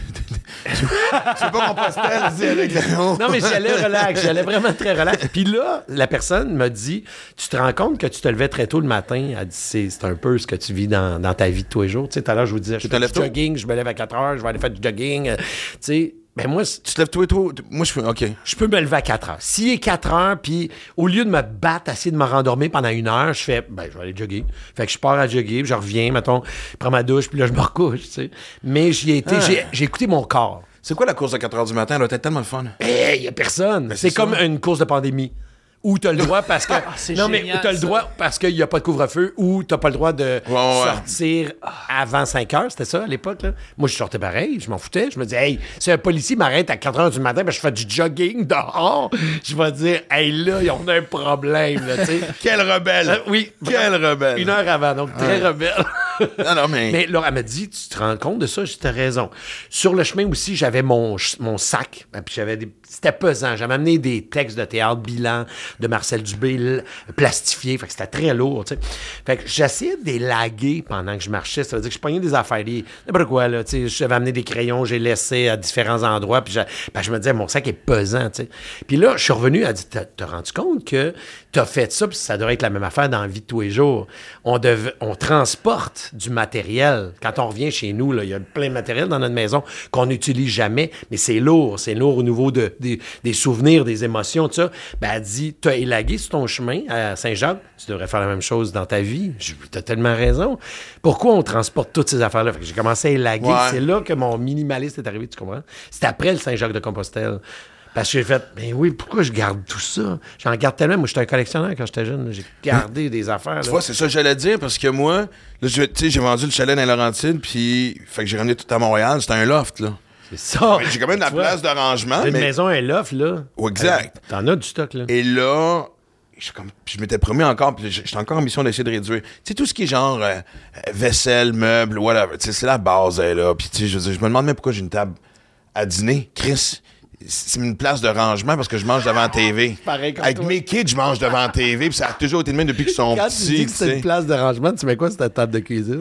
Tu fais pas Compostelle, tu sais, avec le. Non, mais j'allais relax. J'allais vraiment très relax. Puis là, la personne m'a dit, tu te rends compte que tu te levais très tôt le matin? Elle dit, c'est un peu ce que tu vis dans ta vie de tous les jours. Tu sais, tout à l'heure, je vous disais, je te fais lèves du tôt? jogging, je me lève à 4 heures, je vais aller faire du jogging. Tu sais, ben moi, Tu te lèves tout et tout. Moi, je fais. OK. je peux me lever à 4 heures. S'il est 4 heures, puis au lieu de me battre, essayer de me rendormir pendant 1 heure, je fais, je vais aller jogger. Fait que je pars à jogger, puis je reviens, mettons, je prends ma douche, puis là, je me recouche, tu sais. Mais j'y ai été, j'ai écouté mon corps. C'est quoi la course à 4 h du matin? Elle doit être tellement le fun. Il y a personne. C'est c'est comme ça. une course de pandémie. Où t'as le droit parce que. c'est non, mais génial, t'as le ça. droit parce qu'il n'y a pas de couvre-feu ou t'as pas le droit de ouais. sortir avant 5 heures. C'était ça à l'époque, là. Moi, je sortais pareil, je m'en foutais. Je me disais, hey, si un policier m'arrête à 4 heures du matin, je fais du jogging dehors, je vais dire, hey, là, on a un problème, là, tu sais. Quel rebelle! Oui. Quel rebelle! 1 heure avant, donc très rebelle. Non, mais. Mais là, elle m'a dit, tu te rends compte de ça? J'ai dit, t'as raison. Sur le chemin aussi, j'avais mon sac. Puis c'était pesant. J'avais amené des textes de théâtre, bilan de Marcel Dubé, plastifiés. Fait que c'était très lourd, tu sais. Fait que j'essayais de les laguer pendant que je marchais. Ça veut dire que je pognais des affaires, n'importe quoi, là. Tu sais, j'avais amené des crayons, j'ai laissé à différents endroits. Puis je me disais, mon sac est pesant, tu sais. Puis là, je suis revenu, elle a dit, t'as rendu compte que t'as fait ça, puis ça devrait être la même affaire dans la vie de tous les jours. On transporte du matériel. Quand on revient chez nous, il y a plein de matériel dans notre maison qu'on n'utilise jamais, mais c'est lourd. C'est lourd au niveau des souvenirs, des émotions, tout ça. Ben, elle dit, t'as élagué sur ton chemin à Saint-Jacques, tu devrais faire la même chose dans ta vie. Je dis, t'as tellement raison. Pourquoi on transporte toutes ces affaires-là? Fait que j'ai commencé à élaguer. Ouais. C'est là que mon minimaliste est arrivé, tu comprends? C'est après le Saint-Jacques-de-Compostelle. Parce que j'ai fait, ben oui, pourquoi je garde tout ça? J'en garde tellement. Moi, j'étais un collectionneur quand j'étais jeune. Là. J'ai gardé des affaires. Tu là. vois, c'est ça que j'allais dire parce que moi, là, tu sais, j'ai vendu le chalet dans Laurentides, puis fait que j'ai ramené tout à Montréal. C'était un loft, là. C'est ça. J'ai quand même de la Tu vois, place de rangement. Une Mais... maison, un loft, là. Oh, exact. T'en as du stock, là. Et là, je m'étais promis encore, puis j'étais encore en mission d'essayer de réduire. Tu sais, tout ce qui est genre vaisselle, meubles, whatever, tu sais, c'est la base, là. Puis, tu sais, je me demande même pourquoi j'ai une table à dîner. Chris, c'est une place de rangement parce que je mange devant la TV. Pareil comme Avec toi. mes kids, je mange devant la TV, puis ça a toujours été de même depuis qu'ils sont Quand petits. tu dis que c'est tu sais. une place de rangement, tu mets quoi sur ta table de cuisine?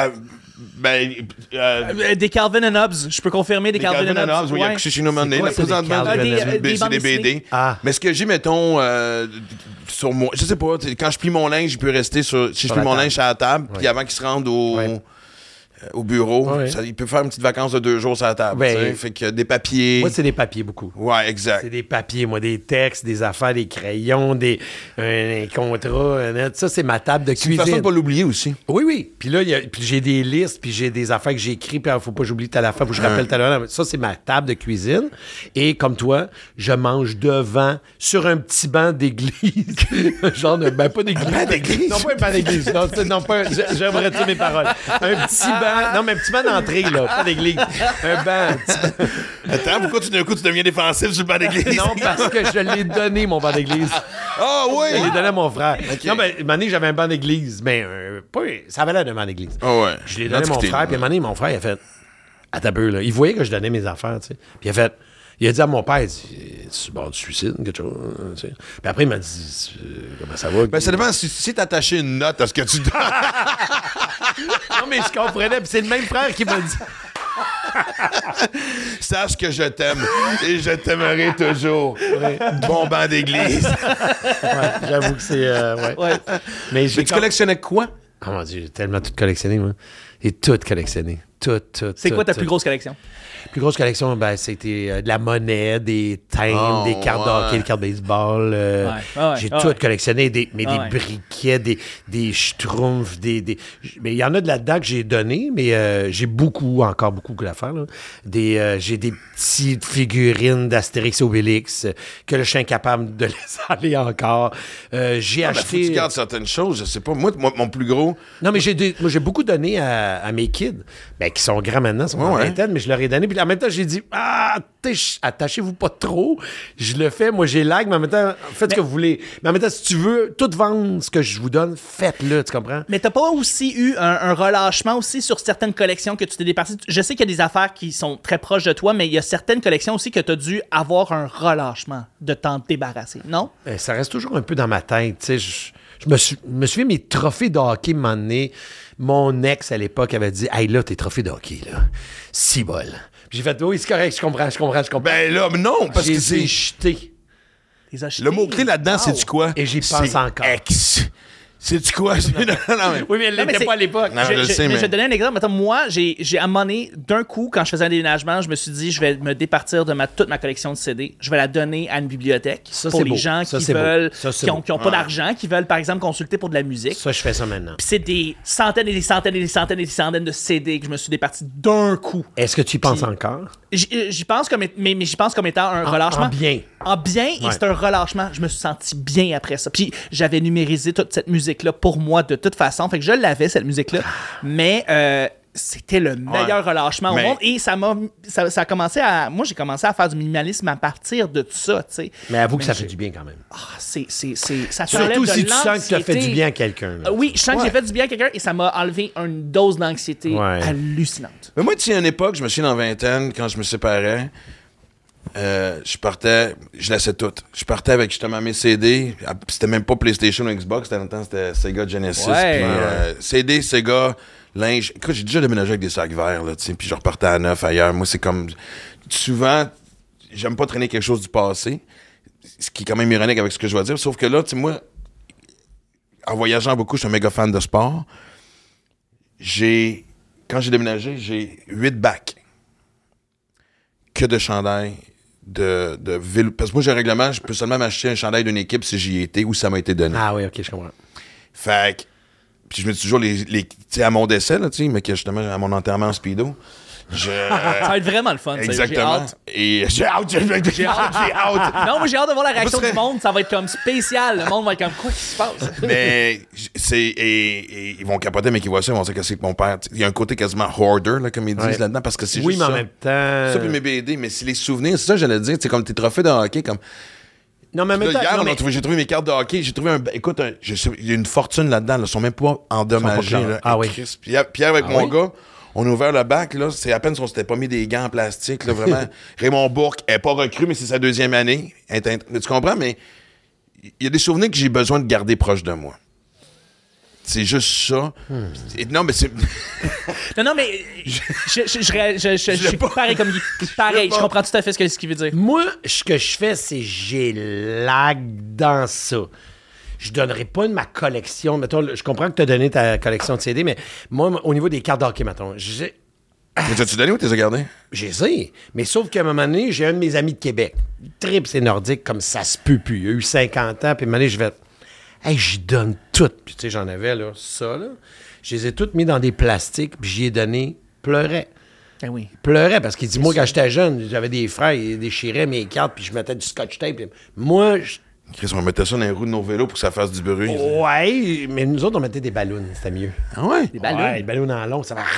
Des Calvin and Hobbes, je peux confirmer des Calvin and Hobbes. oui, il a Ouais. couché chez nous maintenant. quoi, Là, c'est des présentement, Calvin and Hobbes? Des c'est bandes des dessinées. BD. Ah. Mais ce que j'ai, mettons, sur moi, je sais pas, quand je plie mon linge, il peut rester sur. Si je Sur plie la mon table. linge à la table, puis Ouais. avant qu'il se rende au. Ouais. au bureau. Ouais. Il peut faire une petite vacance de 2 jours sur la table. Ben, tu sais. Fait que des papiers. Moi, c'est des papiers, beaucoup. Ouais, exact. C'est des papiers, moi, des textes, des affaires, des crayons, un contrat, ça, c'est ma table de C'est une cuisine. façon de pas l'oublier aussi. Oui, oui. Puis là, puis j'ai des listes, puis j'ai des affaires que j'écris, puis il faut pas que j'oublie telle affaire, faut que je rappelle telle affaire. Ça, c'est ma table de cuisine. Et comme toi, je mange devant, sur un petit banc d'église. Genre, pas d'église. Un banc d'église? Non, pas un banc d'église. Non, pas j'aimerais dire mes paroles. Un petit banc. Non, mais un petit banc d'entrée, là. Pas d'église. Un banc. Attends, pourquoi d'un coup tu deviens défensif sur le banc d'église? Non, parce que je l'ai donné, mon banc d'église. Ah oui! Je l'ai donné à mon frère. Ok. Non, mais une année, j'avais un banc d'église. Mais ça avait l'air d'un banc d'église. Ah ouais. Je l'ai donné à mon frère, puis à un moment donné, mon frère, il a fait à ta peu, là. Il voyait que je donnais mes affaires, tu sais. Puis il a dit à mon père, il dit, tu sur le bord du suicide, quelque chose, tu sais. Puis après, il m'a dit, comment ça va? Ben, ça dépend si t'as attaché une note à ce que tu donnes. Non, mais je comprenais, puis c'est le même frère qui m'a dit. Sache que je t'aime et je t'aimerai toujours. Ouais. Bon banc d'église. Ouais, j'avoue que c'est. Ouais. Mais Mais tu collectionnais quoi? Oh mon Dieu, j'ai tellement tout collectionné, moi. J'ai tout collectionné. Tout. C'est quoi ta tout. plus grosse collection? Plus grosse collection, ben, c'était de la monnaie, des timbres, des cartes de hockey, des cartes de baseball. J'ai tout collectionné, des briquets, des schtroumpfs, mais il y en a de là-dedans que j'ai donné, mais j'ai encore beaucoup d'affaires. J'ai des petites figurines d'Astérix et Obélix que je suis incapable de laisser aller encore. J'ai acheté... Faut que tu gardes certaines choses, je sais pas. Moi, mon plus gros... Non, mais j'ai beaucoup donné à mes kids, qui sont grands maintenant, sont en vingtaine, mais je leur ai donné. Puis en même temps, j'ai dit, attachez-vous pas trop. Je le fais, moi j'ai lag, mais en même temps, faites ce que vous voulez. Mais en même temps, si tu veux tout vendre ce que je vous donne, faites-le, tu comprends? Mais t'as pas aussi eu un relâchement aussi sur certaines collections que tu t'es départi? Je sais qu'il y a des affaires qui sont très proches de toi, mais il y a certaines collections aussi que t'as dû avoir un relâchement de t'en débarrasser, non? Ça reste toujours un peu dans ma tête, tu sais. Je me souviens, mes trophées de hockey, m'en donné, mon ex à l'époque avait dit, hey là, tes trophées de hockey, là, 6 bol. J'ai fait, oui, c'est correct, je comprends. Ben là, mais non, parce que c'est... jeté. Le mot-clé là-dedans, c'est-tu quoi? Et j'y pense encore. Ex. C'est-tu quoi? Non, mais... Oui, mais elle l'était pas à l'époque. Non, je le sais, mais... Je vais te donner un exemple. Attends, moi, j'ai amené d'un coup, quand je faisais un déménagement, je me suis dit, je vais me départir de toute ma collection de CD. Je vais la donner à une bibliothèque pour les gens qui veulent, qui ont pas d'argent, qui veulent, par exemple, consulter pour de la musique. Ça, je fais ça maintenant. Puis c'est des centaines et des centaines et des centaines et des centaines de CD que je me suis départi d'un coup. Est-ce que tu y penses encore? J'y pense comme étant un relâchement. En bien, et c'est un relâchement. Je me suis senti bien après ça. Puis j'avais numérisé toute cette musique-là pour moi de toute façon. Fait que je l'avais, cette musique-là. Mais c'était le meilleur relâchement au monde. Et ça a commencé à... Moi, j'ai commencé à faire du minimalisme à partir de tout ça, tu sais. Mais avoue que ça fait du bien quand même. Ça surtout si tu sens que tu as fait l'anxiété. du bien à quelqu'un. Oui, je sens que j'ai fait du bien à quelqu'un et ça m'a enlevé une dose d'anxiété hallucinante. Mais moi, tu sais, à une époque, je me souviens dans la vingtaine, quand je me séparais, je laissais tout. Je partais avec justement mes CD. C'était même pas PlayStation ou Xbox, c'était Sega Genesis. Ouais. Puis CD, Sega, linge. Écoute, j'ai déjà déménagé avec des sacs verts, là, tu sais, puis je repartais à neuf ailleurs. Moi, c'est comme... Souvent, j'aime pas traîner quelque chose du passé, ce qui est quand même ironique avec ce que je vais dire, sauf que là, tu sais, moi, en voyageant beaucoup, je suis un méga fan de sport. Quand j'ai déménagé, j'ai 8 bacs que de chandails de ville. Parce que moi, j'ai un règlement, je peux seulement m'acheter un chandail d'une équipe si j'y étais ou ça m'a été donné. Ah oui, OK, je comprends. Fait que, puis je me dis toujours, tu sais, à mon décès, là, tu sais, mais que justement, à mon enterrement en speedo, ça va être vraiment le fun. Exactement. Et j'ai hâte. Non, moi, j'ai hâte de voir la réaction du monde. Ça va être comme spécial. Le monde va être comme, quoi qui se passe? Mais et ils vont capoter, mais qu'ils voient ça, ils vont dire que c'est que mon père... Il y a un côté quasiment hoarder, là, comme ils disent là-dedans, parce que c'est juste mais ça. en même temps... Ça, puis mes BD, mais c'est les souvenirs, c'est ça que j'allais dire, c'est comme tes trophées de hockey, comme... Non, mais en même temps... Hier, j'ai trouvé mes cartes de hockey, j'ai trouvé Écoute, il y a une fortune là-dedans, là, ils sont même pas endommagés. Là, ah oui. Puis avec mon gars... On a ouvert le bac, là, c'est à peine si on s'était pas mis des gants en plastique, là, vraiment. Raymond Bourque est pas recru, mais c'est sa 2e année. Tu comprends? Mais il y a des souvenirs que j'ai besoin de garder proches de moi. C'est juste ça. Non, mais c'est... non, mais je suis pas pareil comme lui. Pareil, je comprends tout à fait ce qu'il veut dire. Moi, ce que je fais, c'est j'ai lag dans ça. je donnerais pas de ma collection. Mettons, je comprends que tu as donné ta collection de CD, mais moi, au niveau des cartes d'hockey, mettons, Mais t'as-tu donné ou t'es gardé? j'ai ça. Mais sauf qu'à un moment donné, j'ai un de mes amis de Québec. Il tripe, c'est nordique, comme ça se peut plus. Il a eu 50 ans, puis à un moment donné, je vais... Hey, j'y donne tout. Puis tu sais, j'en avais, là, ça, là. Je les ai toutes mis dans des plastiques, puis j'y ai donné, pleurait. Ben oui. Pleurait, parce qu'il dit, moi, quand j'étais jeune, j'avais des frères, ils déchiraient mes cartes, puis je mettais du scotch tape. Moi, Chris, on mettait ça dans les roues de nos vélos pour que ça fasse du bruit. ouais, mais nous autres, on mettait des ballons, c'était mieux. Ah ouais? Des ballons. Ouais, les ballons en long, ça va...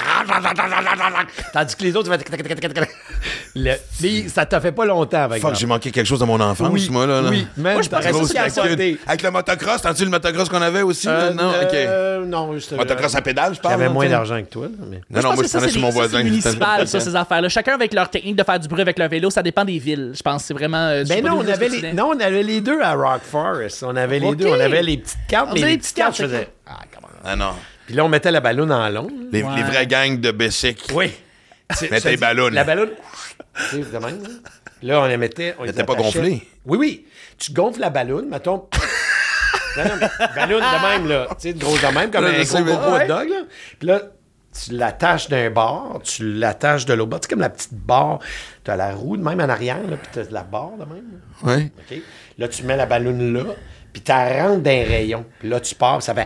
Tandis que les autres, ça va... Mais ça t'a fait pas longtemps, avec Fuck, j'ai manqué quelque chose dans mon enfance, moi, là. Oui, man, Moi, je pense t'aurais que dû ça, c'est capoter. Avec le motocross, t'as-tu le motocross qu'on avait aussi? Non, OK. Non, juste... Motocross à pédale, je parle. J'avais là, moins t'sais. d'argent que toi, là, mais... Non, non, moi, je prenais sur mon voisin. C'est municipal, ça, ces affaires-là. Chacun avec leur technique de faire du bruit avec leur vélo, ça dépend des villes. Je pense c'est vraiment... Ben non, on avait les deux à Rock Forest. On avait les deux. On avait les petites cartes, On mais avait les les petites petites cartes, je cartes, faisais... Ah, comment... Ah non. Puis là, on mettait la ballonne en long. Les Ouais. vraies gangs de Bessic. Oui. Mettez les ballons. La ballonne, tu sais, de même. Là, on les mettait... On Elle les était pas attachait. gonflée. Oui, oui. Tu gonfles la ballonne, mettons... non, mais ballonne de même, là. Tu sais, de grosse de même, comme Là, un je sais, gros mais- hot dog, là. Puis là, tu l'attaches d'un bord, tu l'attaches de l'autre bord. Tu sais, comme la petite barre. Tu as la roue de même en arrière, là, puis tu as la barre de même. Là. Oui. OK? Là, tu mets la ballonne là, puis tu rentres d'un rayon. Puis là, tu pars, ça fait...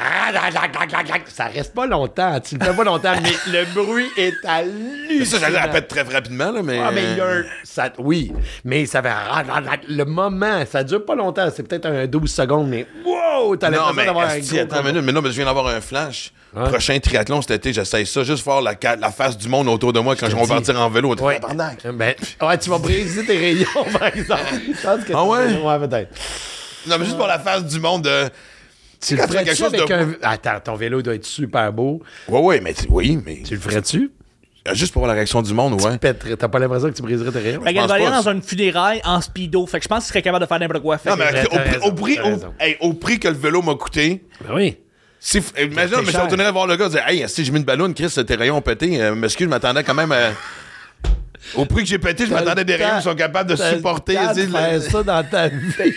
Ça reste pas longtemps. Tu le fais pas longtemps, mais le bruit est hallucinant. Ça, j'allais répéter très rapidement, là, mais. Ah, mais il y a un... oui, mais ça fait... Le moment, ça dure pas longtemps. C'est peut-être un 12 secondes, mais wow! T'as Non, l'impression mais d'avoir un esti, gros... attends une minute, mais non, mais je viens d'avoir un flash. Ouais. Prochain triathlon cet été, j'essaye ça, juste voir la face du monde autour de moi quand je vais dis. partir en vélo. Ouais. Ben, ouais, tu vas briser tes rayons, par exemple. Je pense que Ah ouais? Ouais, peut-être. Non, mais juste pour la face du monde de. Tu le Quand tu fais ferais-tu quelque chose avec de. un... Attends, ton vélo doit être super beau. Ouais, mais oui, mais. Tu le ferais-tu? Juste pour voir la réaction du monde, ouais. T'as pas l'impression que tu briserais tes rayons? Fait qu'elle pense va aller pas. dans une funéraille en speedo. Fait que je pense qu'il serait capable de faire n'importe quoi. Fait Non, que- mais t'as raison, t'as raison. au prix que le vélo m'a coûté. Ben oui. Si, imagine, C'est mais je cher. retournerais voir le gars et dire hey, si j'ai mis une ballonne, Chris, tes rayons ont pété. M'excuse, je m'attendais quand même à. Au prix que j'ai pété, je m'attendais à des rayons qui sont capables de supporter. T'as tu sais, faire ça dans ta vie.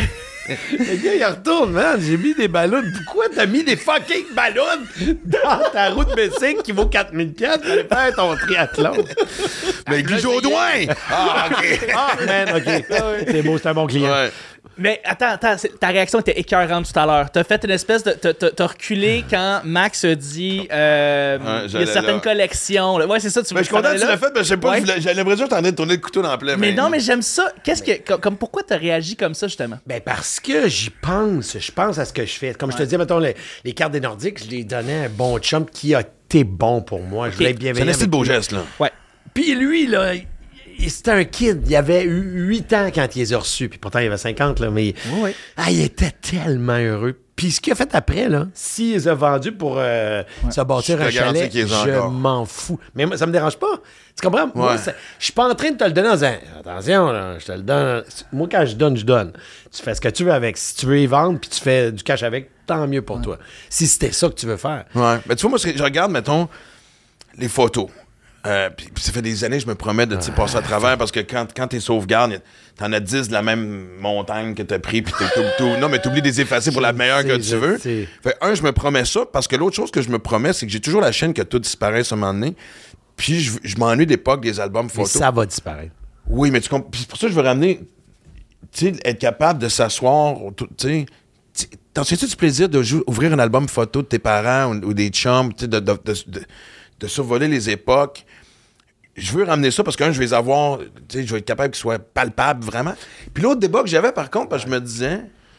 Le gars, il retourne, man. J'ai mis des ballons. Pourquoi t'as mis des fucking ballons dans ta route bicycle qui vaut 4000$ pour aller faire ton triathlon? Mais Guy Jodoin! Ah, OK. Ah, man, OK. C'est beau, c'est un bon client. Ouais. Mais attends, ta réaction était écœurante tout à l'heure. T'as fait une espèce de. T'as reculé quand Max a dit. Il y a j'allais certaines là. collections. là. Ouais, c'est ça, tu Mais je suis content que tu t'en allais l'as fait, mais je sais pas, Ouais. j'avais l'impression que t'en train de tourner le couteau dans la plaie. Mais non, mais j'aime ça. Qu'est-ce que. Comme pourquoi t'as réagi comme ça, justement? Ben parce que j'y pense. Je pense à ce que je fais. Comme je te dis, mettons, les cartes des Nordiques, je les donnais à un bon chum qui a été bon pour moi. Je voulais être C'est bienveillant. un assez de avec beau lui. geste, là. Ouais. Puis lui, là, c'était un kid. Il avait eu 8 ans quand il les a reçus. Puis pourtant, il avait 50, là. Mais Oui. ah, il était tellement heureux. Puis ce qu'il a fait après, là, s'il les a vendus pour se bâtir Je un te garantis chalet, qu'il les a je encore. m'en fous. Mais moi, ça me dérange pas. Tu comprends? Moi, Ouais. je suis pas en train de te le donner en disant attention, là, je te le donne. Moi, quand je donne, je donne. Tu fais ce que tu veux avec. Si tu veux y vendre puis tu fais du cash avec, tant mieux pour toi. Si c'était ça que tu veux faire. Ouais. Mais tu vois, moi, je regarde, mettons, les photos. Puis ça fait des années que je me promets de passer à travers parce que quand t'es sauvegarde, t'en as 10 de la même montagne que t'as pris, puis non, mais t'oublies de les effacer pour la meilleure que tu veux. sais. Fait je me promets ça parce que l'autre chose que je me promets, c'est que j'ai toujours la chaîne que tout disparaisse à un moment donné. Puis je m'ennuie d'époque des albums Mais photos. ça va disparaître. Oui, mais puis c'est pour ça que je veux ramener, tu sais, être capable de s'asseoir, tu sais. T'en souviens-tu du plaisir d'ouvrir un album photo de tes parents ou des chums, tu sais, de survoler les époques? Je veux ramener ça parce que, je vais les avoir, tu sais, je vais être capable qu'ils soient palpables, vraiment. Puis l'autre débat que j'avais, par contre, parce que je me disais,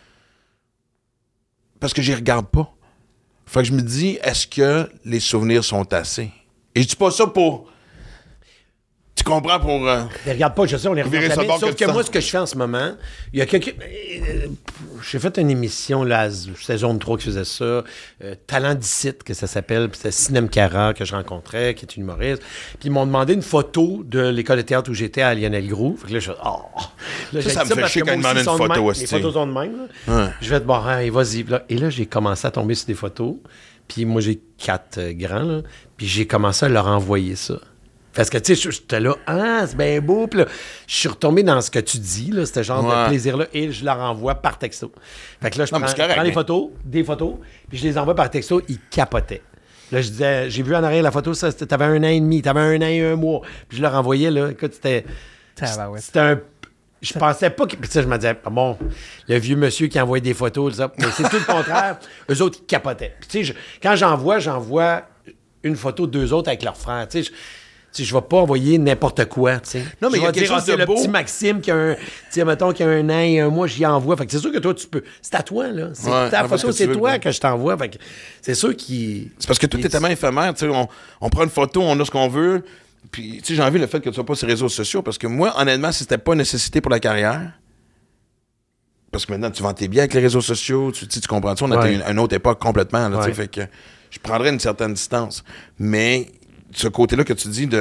parce que j'y regarde pas. Fait que je me dis, est-ce que les souvenirs sont assez? Et je dis pas ça pour... Tu comprends, pour... Les regarde pas, je sais, on les regarde Virer ça jamais. bord Sauf que que tu moi, sens. ce que je fais en ce moment, il y a quelques... J'ai fait une émission, là, saison 3 qui faisait ça, Talent d'ici, que ça s'appelle, puis c'était Sinem Cara que je rencontrais, qui est une humoriste. Puis ils m'ont demandé une photo de l'école de théâtre où j'étais à Lionel Groux. Fait que là, je fais, oh! Là, j'ai Ça dit me fait parce chier que quand moi ils demandent aussi, une sont de photo même. aussi. Les photos sont de même, là. Ouais. Je vais te bon, hey, vas-y. Et là, j'ai commencé à tomber sur des photos. Puis moi, j'ai 4 grands, là. Puis j'ai commencé à leur envoyer ça. Parce que, tu sais, j'étais là, c'est bien beau. Puis là, je suis retombé dans ce que tu dis, là, ce genre de plaisir-là, et je leur envoie par texto. Fait que là, je prends des photos, puis je les envoie par texto, ils capotaient. Là, je disais, j'ai vu en arrière la photo, ça, t'avais 1 an et demi, t'avais 1 an et 1 mois. Puis je leur envoyais, là, écoute, c'était un... Je pensais pas que... Puis ça, je me disais, bon, le vieux monsieur qui envoie des photos, ça, mais c'est tout le contraire. Eux autres, ils capotaient. Puis tu sais, quand j'envoie une photo d'eux autres avec leurs frères, tu sais, je vais pas envoyer n'importe quoi, tu sais. Non, mais il y a quelque chose de le beau. petit Maxime qui a un... Tu sais, mettons, qui a 1 an et 1 mois, j'y envoie. Fait que c'est sûr que toi, tu peux... C'est à toi, là. Ta photo, c'est toi que je t'envoie. Fait que c'est sûr qu'il... C'est parce que tout est tellement éphémère, tu sais. On prend une photo, on a ce qu'on veut. Puis, tu sais, j'ai envie le fait que tu sois pas sur les réseaux sociaux parce que moi, honnêtement, si c'était pas une nécessité pour la carrière... Parce que maintenant, tu vends tes biens avec les réseaux sociaux. Tu comprends ça? On a une autre époque complètement, là, tu sais. Fait que je prendrais une certaine distance. Mais ce côté-là que tu dis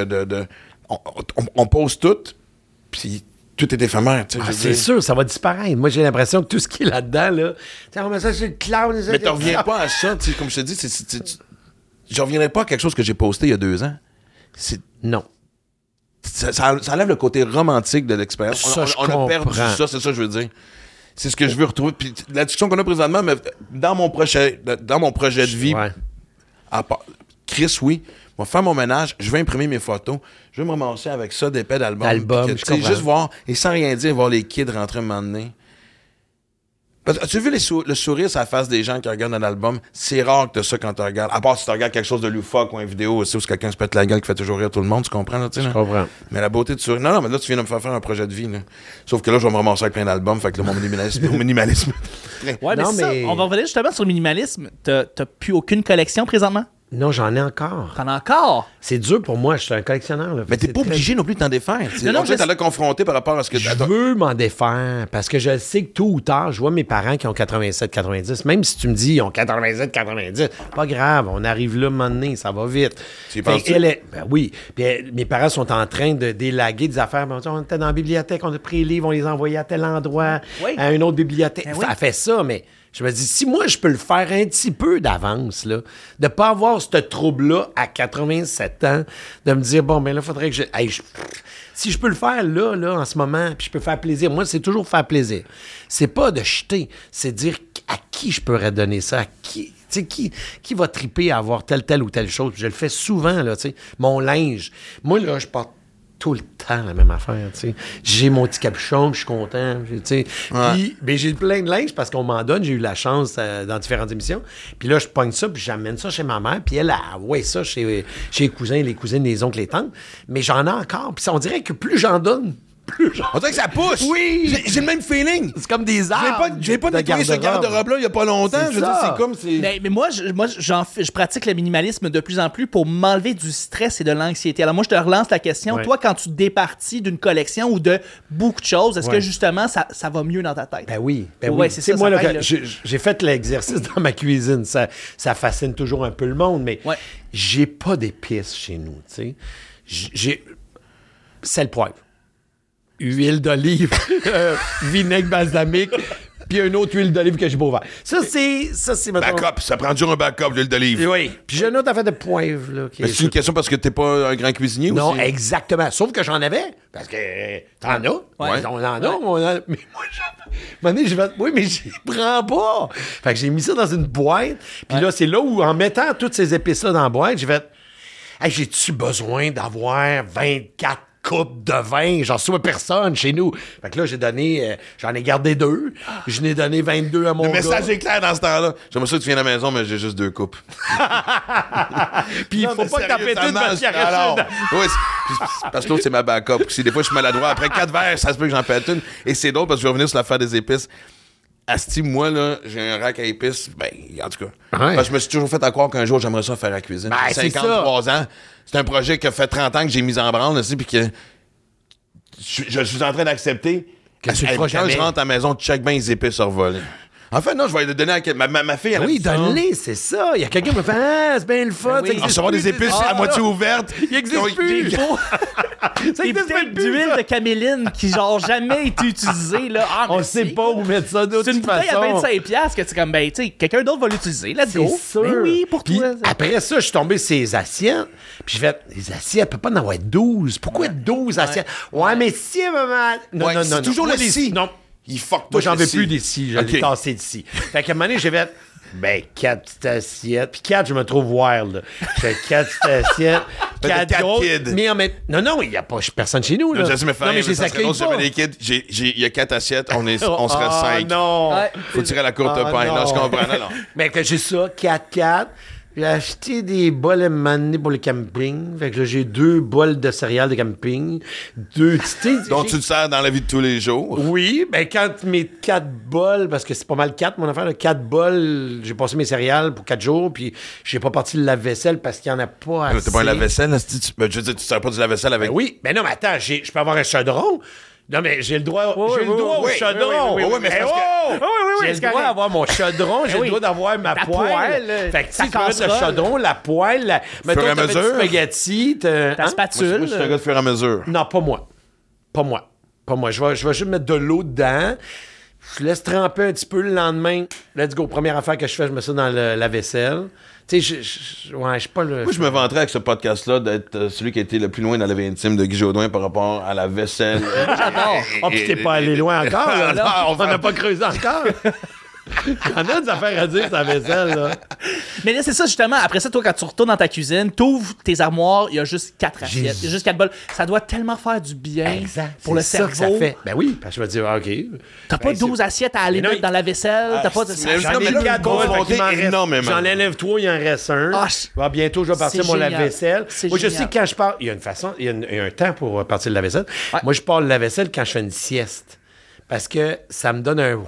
on pose tout, puis tout est éphémère. C'est sûr, ça va disparaître. Moi, j'ai l'impression que tout ce qui est là-dedans, là, on met ça sur le cloud. Mais tu reviens pas à ça. Comme je te dis, je reviendrai pas à quelque chose que j'ai posté il y a 2 ans. Non. Ça enlève le côté romantique de l'expérience. On a perdu ça, c'est ça que je veux dire. C'est ce que je veux retrouver. Puis la discussion qu'on a présentement, mais dans mon projet de vie, Chris, oui. Je vais faire mon ménage, je vais imprimer mes photos, je vais me ramasser avec ça, des paix d'album. Juste voir, et sans rien dire, voir les kids rentrer un moment donné. As-tu vu le sourire sur la face des gens qui regardent un album? C'est rare que tu as ça quand tu regardes. À part si tu regardes quelque chose de loufoque ou une vidéo aussi où quelqu'un se pète la gueule qui fait toujours rire tout le monde, tu comprends? Là, je comprends. Mais la beauté de sourire... Non, mais là, tu viens de me faire un projet de vie. Là. Sauf que là, je vais me ramasser avec plein d'albums, fait que là, mon minimalisme... Ouais, mais ça, on va revenir justement sur le minimalisme. T'as plus aucune collection présentement? Non, j'en ai encore. T'en as encore? C'est dur pour moi, je suis un collectionneur. Là. Mais t'es pas obligé non plus de t'en défaire. Non, t'en as confronté par rapport à ce que... Je veux m'en défaire, parce que je sais que tôt ou tard, je vois mes parents qui ont 87-90. Même si tu me dis ils ont 87-90, pas grave, on arrive là un moment donné, ça va vite. Tu y penses-tu? Oui. Puis mes parents sont en train de délaguer des affaires. On était dans la bibliothèque, on a pris les livres, on les a envoyés à tel endroit, à une autre bibliothèque. Ça fait ça, mais... Je me dis, si moi, je peux le faire un petit peu d'avance, là, de ne pas avoir ce trouble-là à 87 ans, de me dire, bon, ben là, il faudrait que si je peux le faire là, en ce moment, puis je peux faire plaisir. Moi, c'est toujours faire plaisir. C'est pas de jeter, c'est dire à qui je pourrais donner ça, à qui... Tu sais, qui va triper à avoir telle ou telle chose. Je le fais souvent, là, tu sais. Mon linge. Moi, là, je porte tout le temps la même affaire, tu sais. J'ai mon petit capuchon, je suis content, tu sais. Puis, ben, j'ai plein de linge parce qu'on m'en donne. J'ai eu la chance dans différentes émissions. Puis là, je pogne ça, puis j'amène ça chez ma mère. Puis elle, ça chez les cousins, les cousines, les oncles, les tantes. Mais j'en ai encore. Puis on dirait que plus j'en donne, on dirait que ça pousse. Oui. J'ai le même feeling. C'est comme des arbres. J'ai pas nettoyé ce garde-robe-là il y a pas longtemps. Je veux dire, c'est comme... Mais moi, je pratique le minimalisme de plus en plus pour m'enlever du stress et de l'anxiété. Alors moi, je te relance la question. Toi, quand tu départis d'une collection ou de beaucoup de choses, est-ce que justement, ça va mieux dans ta tête? Ben oui. C'est ça. Moi, j'ai fait l'exercice dans ma cuisine. Ça fascine toujours un peu le monde, mais j'ai pas d'épices chez nous, tu sais. J'ai sel, poivre. Huile d'olive, vinaigre balsamique, puis une autre huile d'olive que j'ai pas ouvert. Ça, c'est backup, ça prend toujours un backup d'huile d'olive. Oui. Puis j'ai une autre affaire de poivre. Là, mais c'est une question parce que t'es pas un grand cuisinier aussi? Non, exactement. Sauf que j'en avais. Parce que t'en as. Ouais. On en a. Mais moi, oui, mais j'y prends pas. Fait que j'ai mis ça dans une boîte. Puis là, c'est là où, en mettant toutes ces épices-là dans la boîte, j'ai fait, hey, j'ai-tu besoin d'avoir 24 coupe de vin, j'en reçois personne chez nous. Fait que là, j'en ai gardé 2. Je n'ai donné 22 à mon gars. Le message est clair dans ce temps-là. J'aimerais ça que tu viennes à la maison, mais j'ai juste 2 coupes. Puis il faut pas que t'en pètes une parce qu'il y a rien. Oui, parce que l'autre, c'est ma backup. Si des fois, je suis maladroit, après 4 verres, ça se peut que j'en pète une. Et c'est drôle parce que je vais revenir sur l'affaire des épices. Asti, moi, là, j'ai un rack à épices. Ben, en tout cas. Parce que je me suis toujours fait à croire qu'un jour, j'aimerais ça faire la cuisine. Ben, 53 ans. C'est un projet qui a fait 30 ans que j'ai mis en branle, aussi, puis que je suis en train d'accepter. Que tu le feras jamais. Quand je rentre à la maison, tu check bien les épices survolées. En fait, non, je vais le donner à ma fille. Elle Oui, aime ça. donne-les, c'est ça. Il y a quelqu'un qui me fait ah, c'est bien le fun. oui. Ça existe Recevoir plus, des épices c'est à ça. moitié ouvertes. Il existe plus. Des Ça existe bouteilles même plus, d'huile ça. de caméline qui, genre, jamais été utilisées, là. Ah, On merci. sait pas où mettre ça d'autre C'est une bouteille à façon. 25$ que tu comme, ben, tu sais, quelqu'un d'autre va l'utiliser. Let's go. C'est sûr. Ben oui, pour Puis toi. après ça, je suis tombé sur les assiettes. Puis j'ai fait, les assiettes, peut pas en avoir 12. Pourquoi 12 assiettes? Ouais, mais si, maman. Non, Ouais, non, c'est non. toujours Moi, le les- si. Non. Il fuck Moi, j'en tout veux le plus si. des si. Je Ok. l'ai tassé d'ici. Fait qu'à un moment donné, j'ai fait, ben, 4 petites assiettes. Puis 4, je me trouve wild. J'ai 4 petites assiettes. T'as 4 4 autres. kids. Mais en même non, il n'y a pas personne chez nous, là. Je sais, mais non, mais je les ça serait accueille drôle si pas. j'avais des kids. Il y a 4 assiettes, on serait Ah, 5. non. Ouais. Faut tirer la courte Ah, paille. Non, je non. comprends. Non. Mais que j'ai ça, 4-4. J'ai acheté des bols à m'amener pour le camping. Fait que là, j'ai 2 bols de céréales de camping. 2 petites. Donc, tu te sers dans la vie de tous les jours. Oui, ben quand mes 4 bols, parce que c'est pas mal 4 mon affaire, 4 bols, j'ai passé mes céréales pour 4 jours, puis j'ai pas parti le lave-vaisselle parce qu'il y en a pas assez. T'as pas un lave-vaisselle, là? Je veux dire, tu sers pas du lave-vaisselle avec. Ben oui, mais non, mais attends, je peux avoir un chaudron. Non, mais j'ai le droit, j'ai le droit au chaudron. oui, mais c'est parce que- J'ai le droit d'avoir mon chaudron, j'ai le droit d'avoir ma Ta poêle. poêle, Fait que ta si tu veux mettre le casserole. chaudron, la poêle, mettons, et à t'as fait du mesure. spaghetti, Ta hein? Moi, spatule. je suis un gars de fur et à mesure. Non, pas moi. Pas moi. Pas moi. Je vais juste mettre de l'eau dedans. Je laisse tremper un petit peu le lendemain. Let's go. Première affaire que je fais, je mets ça dans la vaisselle. Tu sais, je suis pas le. Moi, je me vanterais avec ce podcast-là d'être celui qui a été le plus loin dans la vie intime de Guy Jodoin par rapport à la vaisselle. J'adore. Oh, puis t'es pas allé loin encore, là. Non, On n'a pas creusé encore. Il y en a des affaires à dire sur la vaisselle, là. Mais là, c'est ça, justement. Après ça, toi, quand tu retournes dans ta cuisine, t'ouvres tes armoires, il y a juste 4 assiettes. Il y a juste 4 bols. Ça doit tellement faire du bien pour le C'est ça que cerveau. ça fait. Ben oui, parce que je vais dire, OK. T'as pas 12 assiettes à aller Mais non, mettre dans la vaisselle. T'as pas de... mais J'en non, mais ai là, 4 vous bols, confrontez fait qu'il m'en reste- énormément. J'en enlève 3, il en reste un. Ah, Bientôt, je vais partir c'est mon génial. lave-vaisselle. C'est Moi, je génial. sais que quand je pars, il y a une façon, il y a un temps pour partir le lave-vaisselle. Ouais. Moi, je pars le lave-vaisselle quand je fais une sieste. Parce que ça me donne un...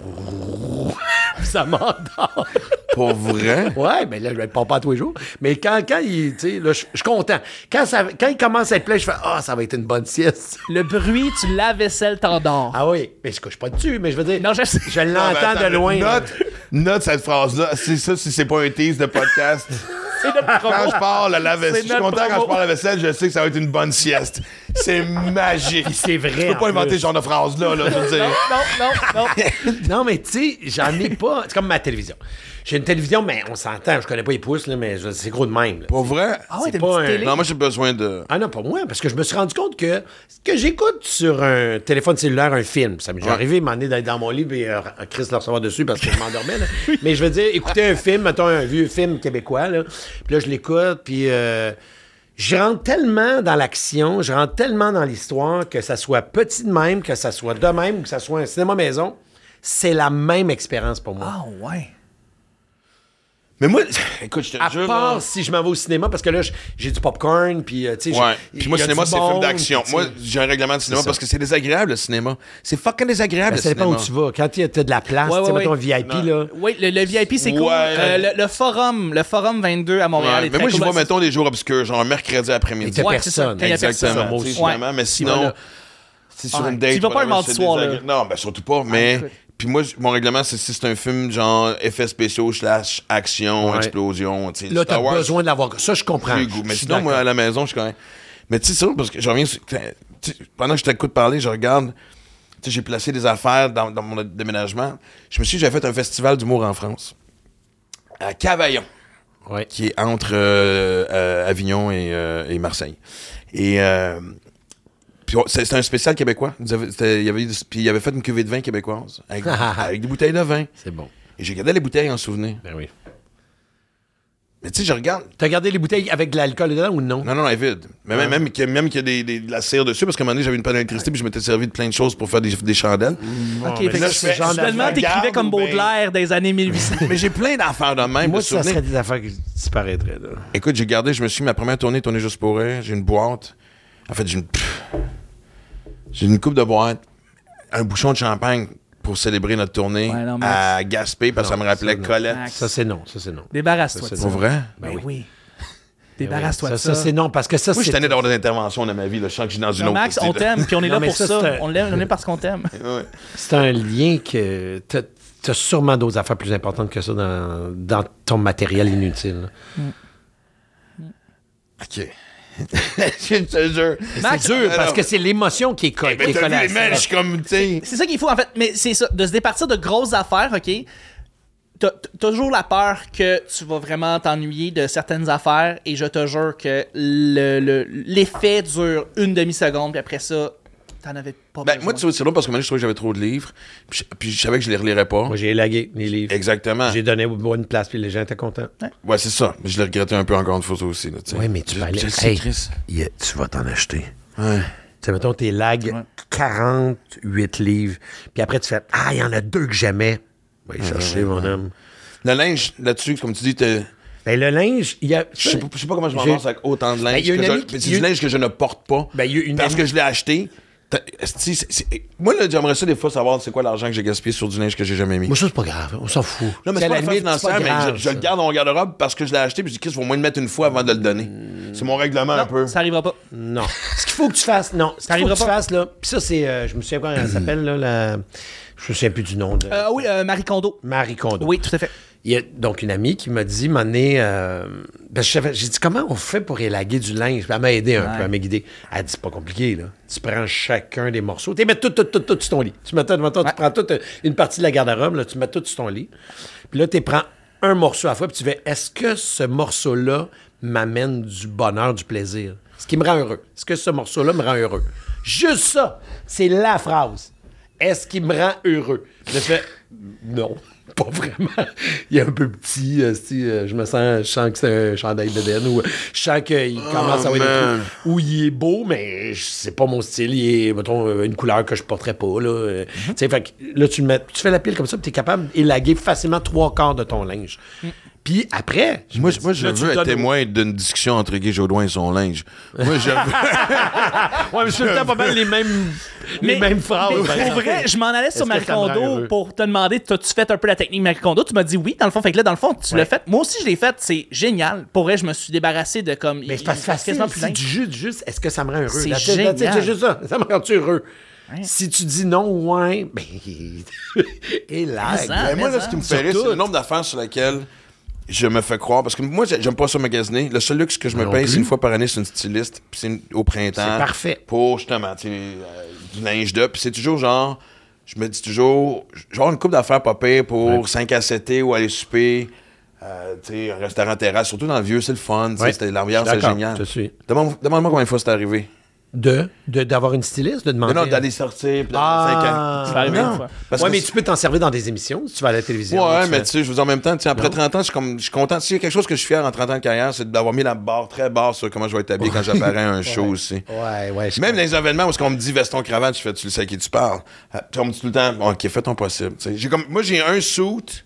ça m'endort. Pour vrai? Ouais, mais là, je ne pars pas tous les jours. Mais quand il... Tu sais, là, je suis content. Quand il commence à être plein, je fais « Ah, ça va être une bonne sieste. Le bruit du lave-vaisselle t'endort. » Ah oui, mais je couche pas dessus, mais je veux dire... Non, je sais. Je l'entends de loin. Note cette phrase-là. C'est ça, si c'est pas un tease de podcast. C'est notre promo. Quand je pars la lave-vaisselle, C'est je suis notre content quand promo. je pars la vaisselle, je sais que ça va être une bonne sieste. C'est magique. Puis c'est vrai, Tu peux pas en inventer plus. ce genre de phrase-là, là, je veux dire. Non. Non, mais tu sais, j'en ai pas. C'est comme ma télévision. J'ai une télévision, mais on s'entend. Je connais pas les pouces, là, mais c'est gros de même. Là. Pour vrai? Ah ouais, C'est t'as une pas petite un- télé. Non, moi, j'ai besoin de. Ah non, pas moi, parce que je me suis rendu compte que ce que j'écoute sur un téléphone cellulaire, un film, ça m'est déjà arrivé, m'emmener d'aller dans mon lit et Chris le recevoir dessus parce que je m'endormais. Là. Mais je veux dire, écouter un film, mettons un vieux film québécois, là, puis là, je l'écoute, puis je rentre tellement dans l'action, je rentre tellement dans l'histoire, que ça soit petit de même, que ça soit de même, que ça soit un cinéma maison, c'est la même expérience pour moi. Ah ouais. Mais moi, écoute, je te À jure. part là, si je m'en vais au cinéma, parce que là, j'ai du popcorn, puis tu sais... Ouais. j'ai- Puis moi, il y a cinéma, du c'est film monde, d'action. puis, Moi, tu sais, j'ai un règlement de cinéma ça. parce que c'est désagréable, le cinéma. C'est fucking désagréable, ben, le ça dépend où cinéma. tu vas. Quand tu as de la place, Ouais, tu sais, ouais, mettons ouais. VIP, là... Oui, le VIP, c'est cool. Ouais. Le forum 22 à Montréal Ouais, est mais très moi, j'y cool. vais, mettons, les jours obscurs, genre un mercredi après-midi. Et t'as Ouais, c'est ça. personne. Quand il y a personne. Exactement. Moi tu sais, aussi. vraiment, mais Ouais, sinon, là. c'est sur Ouais. une date. Tu vas pas le whatever, mardi c'est soir, là. Non, ben surtout pas, mais... écoute. Puis moi, mon règlement, c'est si c'est un film genre effets spéciaux / action, Ouais. explosion, tu sais, Là, Star t'as Wars, besoin de l'avoir. Ça, je comprends. plus goût. Mais Je suis sinon, moi, d'accord. à la maison, je suis quand même... Mais tu sais, c'est vrai, parce que je reviens... Pendant que je t'écoute parler, je regarde... Tu sais, j'ai placé des affaires dans mon déménagement. Je me suis dit, j'avais fait un festival d'humour en France. À Cavaillon. Ouais. Qui est entre Avignon et Marseille. Et puis c'était un spécial québécois. Il avait fait une cuvée de vin québécoise avec des bouteilles de vin. C'est bon. Et j'ai gardé les bouteilles en souvenir. Ben oui. Mais tu sais, je regarde. T'as gardé les bouteilles avec de l'alcool dedans ou non? Non, elle est vide. Mais même qu'il y a de la cire dessus, parce qu'à un moment donné, j'avais une panne d'électricité, puis je m'étais servi de plein de choses pour faire des chandelles. OK, mais fait là, que je fais genre finalement, d'affaires. t'écrivais comme Garde ou Baudelaire des années 1800. Mais j'ai plein d'affaires de même. Moi, de ça souvenirs. serait des affaires qui disparaîtraient, là. Écoute, j'ai gardé, je me suis mis ma première tournée juste pour rire. J'ai une boîte. En fait, j'ai une coupe de boîte, un bouchon de champagne pour célébrer notre tournée Ouais, non, Max. à Gaspé, parce que ça me Non, rappelait ça, non. Colette. Max. Ça, c'est non. Ça, c'est non. Débarrasse-toi Ça, de c'est ça. Pour vrai? Ben oui. Débarrasse-toi de Ça, ça. c'est non, parce que ça, Moi, je c'est... suis tanné d'avoir des interventions dans ma vie. Là. Je sens que je suis dans une Non, autre... Max, on t'aime, puis on est Non, là mais pour ça, ça. c'est un- On l'aime, on est parce qu'on t'aime. Ouais. C'est un lien que... tu as sûrement d'autres affaires plus importantes que ça dans ton matériel inutile. OK. Je te jure. Max, C'est dur parce que c'est l'émotion qui est Mais t'as collée vu à les ça. mails, je suis comme, tu sais... c'est ça qu'il faut, en fait. Mais c'est ça, de se départir de grosses affaires, OK? T'as toujours la peur que tu vas vraiment t'ennuyer de certaines affaires et je te jure que l'effet dure une demi-seconde puis après ça, t'en avais pas besoin. Moi, tu vois, c'est drôle parce que moi, je trouvais que j'avais trop de livres. Puis je savais que je les relirais pas. Moi, j'ai élagué les livres. Exactement. J'ai donné une place, puis les gens étaient contents. Ouais, c'est ça. Mais je l'ai regretté un peu encore une fois, ça aussi. Oui, mais tu vas aller... Je sais, Hey, Chris. tu vas t'en acheter. Ouais. Tu sais, mettons, t'es lag 48 livres, puis après, tu fais « Ah, il y en a 2 que j'aimais. » Va y chercher, mon homme. Le linge, là-dessus, comme tu dis, Ben, le linge, il y a... je sais pas comment je m'en J'ai- lance avec autant de linge. Ben, il y a une que amie je- qui- C'est du linge que je ne porte pas. Ben, il y a une parce amie- que je l'ai acheté. Moi, là, j'aimerais ça des fois savoir c'est quoi l'argent que j'ai gaspillé sur du linge que j'ai jamais mis. Moi, ça, c'est pas grave. On s'en fout. Non, mais C'est c'est à pas la une affaire limite, c'est pas financière, mais grave, je le ça. garde dans mon garde-robe parce que je l'ai acheté, puis je dis, Chris, faut au moins le mettre une fois avant de le donner. C'est mon règlement un peu. Ça arrivera pas. Non. Ce qu'il faut que tu fasses, non. Ce qu'il faut arrivera que tu pas. fasses, là, puis ça, c'est... je me souviens comment elle s'appelle, là, je me souviens plus du nom de... Oui, Marie Kondo. Marie Kondo. Oui, tout à fait. Il y a donc une amie qui m'a dit, j'ai dit, comment on fait pour élaguer du linge? Puis elle m'a aidé un peu, elle m'a guidé. Elle dit, c'est pas compliqué, là. Tu prends chacun des morceaux, tu les mets tout sur ton lit. Tu prends toute une partie de la garde-robe, là, tu mets tout sur ton lit. Puis là, tu prends un morceau à la fois, puis tu fais, est-ce que ce morceau-là m'amène du bonheur, du plaisir? Ce qui me rend heureux. Est-ce que ce morceau-là me rend heureux? Juste ça, c'est la phrase. Est-ce qu'il me rend heureux? Je fais, non. Pas vraiment. Il est un peu petit. Je sens que c'est un chandail de Den ou je sens qu'il commence à avoir des man. trucs où il est beau, mais c'est pas mon style. Il est, mettons, une couleur que je porterais pas. Là. Tu sais, fait que là, tu fais la pile comme ça, puis tu es capable d'élaguer facilement 3/4 de ton linge. Puis après, Moi, me dis, je là, tu veux être donnes- témoin d'une discussion entre Guy Jodoin et son linge. Moi, je veux... Ouais, mais c'est tout le temps pas mal les mêmes phrases. Mais par pour exemple. vrai, je m'en allais sur Est-ce que Marie ça me rend Kondo heureux? pour te demander, t'as-tu fait un peu la technique Marie Kondo? Tu m'as dit oui, dans le fond. Fait que là, dans le fond, tu l'as fait. Moi aussi, je l'ai fait. C'est génial. Pour vrai, je me suis débarrassé de comme... Mais c'est pas facile. quasiment plus C'est linge. du juste, est-ce que ça me rend heureux? C'est That's it, génial. c'est juste ça. Ça me rend-tu heureux? Si tu dis non, ouais, ben... élague. Mais Ben, moi, là, ça. ce qui me fait rire, c'est le nombre d'affaires sur lesquelles je me fais croire. Parce que moi, j'aime pas ça magasiner. Le seul luxe que je me non paye, plus. c'est une fois par année, c'est une styliste. Puis c'est au printemps. C'est parfait. Pour, justement, tu sais, du linge de. Puis c'est toujours genre... Je me dis toujours... Genre une coupe d'affaires pas pire pour 5 à 7 ou aller souper. Tu sais, un restaurant terrasse. Surtout dans le vieux, c'est le fun. tu sais, Ouais. C'était l'ambiance, Je suis c'est d'accord, génial. je suis. Demande-moi combien de fois c'est arrivé. D'avoir une styliste, de demander... Non, d'aller sortir. Puis Ah, Ça va arriver non. une fois. Parce ouais, que mais tu peux t'en servir dans des émissions si tu vas à la télévision. Ouais, Tu mais fais- tu sais, je veux dire, en même temps, tu sais, après 30 ans, je suis content. S'il y a quelque chose que je suis fier en 30 ans de carrière, c'est d'avoir mis la barre très basse sur comment je vais être habillé quand j'apparais à un show aussi. Ouais, je Même dans les événements où on me dit veston cravate, je fais, tu le sais à qui tu parles. Puis on me dit tout le temps, bon, OK, fais ton possible. Tu sais, moi, j'ai un suit.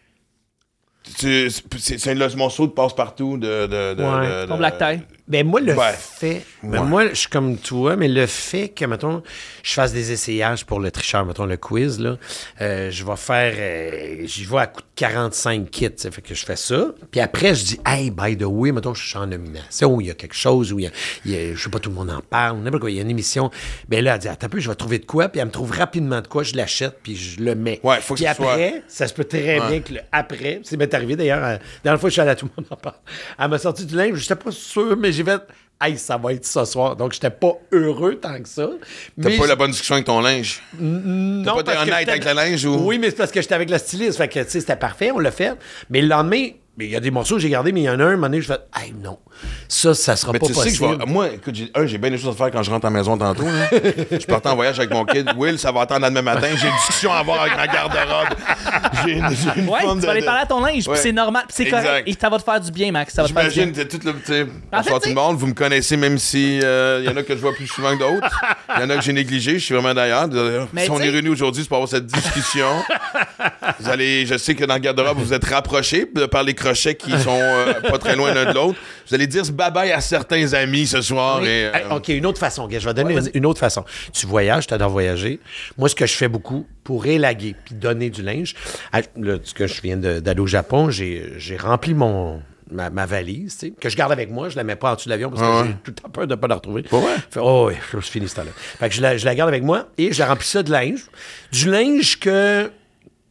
Mon suit passe-partout de Ton black tie. Ben moi, le Ouais. fait... Ben Ouais. moi, je suis comme toi, mais le fait que, mettons, je fasse des essayages pour le tricheur, mettons, le quiz, là, je vais faire... j'y vais à coût de 45 kits, ça fait que je fais ça. Puis après, je dis, hey, by the way, mettons, je suis en nomination, ou il y a quelque chose, ou il y a je sais pas, tout le monde en parle, n'importe quoi, il y a une émission. Ben là, elle dit, attends un peu, je vais trouver de quoi, puis elle me trouve rapidement de quoi, je l'achète, puis je le mets. Ouais, faut que puis ce après, soit- ça se peut très bien que le après, c'est m'est arrivé d'ailleurs, la dernière fois que je suis allé à Tout le monde en parle, elle m'a sorti du linge, j'étais pas sûr, mais j'ai fait, hey, ça va être ce soir. Donc, j'étais pas heureux tant que ça. T'as Mais pas eu la bonne discussion avec ton linge. non, pas été parce que honnête j'étais- avec le linge ou- Oui, mais c'est parce que j'étais avec la styliste. Fait que, tu sais, c'était parfait, on l'a fait. Mais le lendemain, mais il y a des morceaux que j'ai gardés, mais il y en a un moment donné, je fais, hey, non, ça sera Mais pas tu sais possible. que moi, écoute, j'ai bien des choses à faire quand je rentre à la maison tantôt. Hein. Je partais en voyage avec mon kid. Will, ça va attendre demain matin. J'ai une discussion à avoir avec ma garde-robe. J'ai une Ouais, forme tu vas aller parler à ton linge, Ouais. puis c'est normal, puis c'est Exact. correct. Et ça va te faire du bien, Max. Ça va te faire du bien. J'imagine, c'est tout le. Tu sais, En fait, bonsoir tout tu le monde. Vous me connaissez, même si il y en a que je vois plus souvent que d'autres. Il y en a que j'ai négligé. Je suis vraiment d'ailleurs. Mais Si on tu est sais- réunis aujourd'hui, c'est pour avoir cette discussion. Je sais que dans le garde-robe, vous êtes rapprochés par les crochets qui sont pas très loin l'un de l'autre. Vous allez dire bye-bye à certains amis ce soir. Oui. Et, Hey, OK, une autre façon. Je vais donner Ouais, vas-y. une autre façon. Tu voyages, tu adores voyager. Moi, ce que je fais beaucoup pour élaguer puis donner du linge, là, ce que je viens d'aller au Japon, j'ai rempli ma valise, tu sais, que je garde avec moi. Je la mets pas en dessous de l'avion parce que j'ai tout le temps peur de ne pas la retrouver. Pas vrai? Fait, oh oui, c'est fini ce temps-là. Fait que je la garde avec moi et je la remplis ça de linge. Du linge que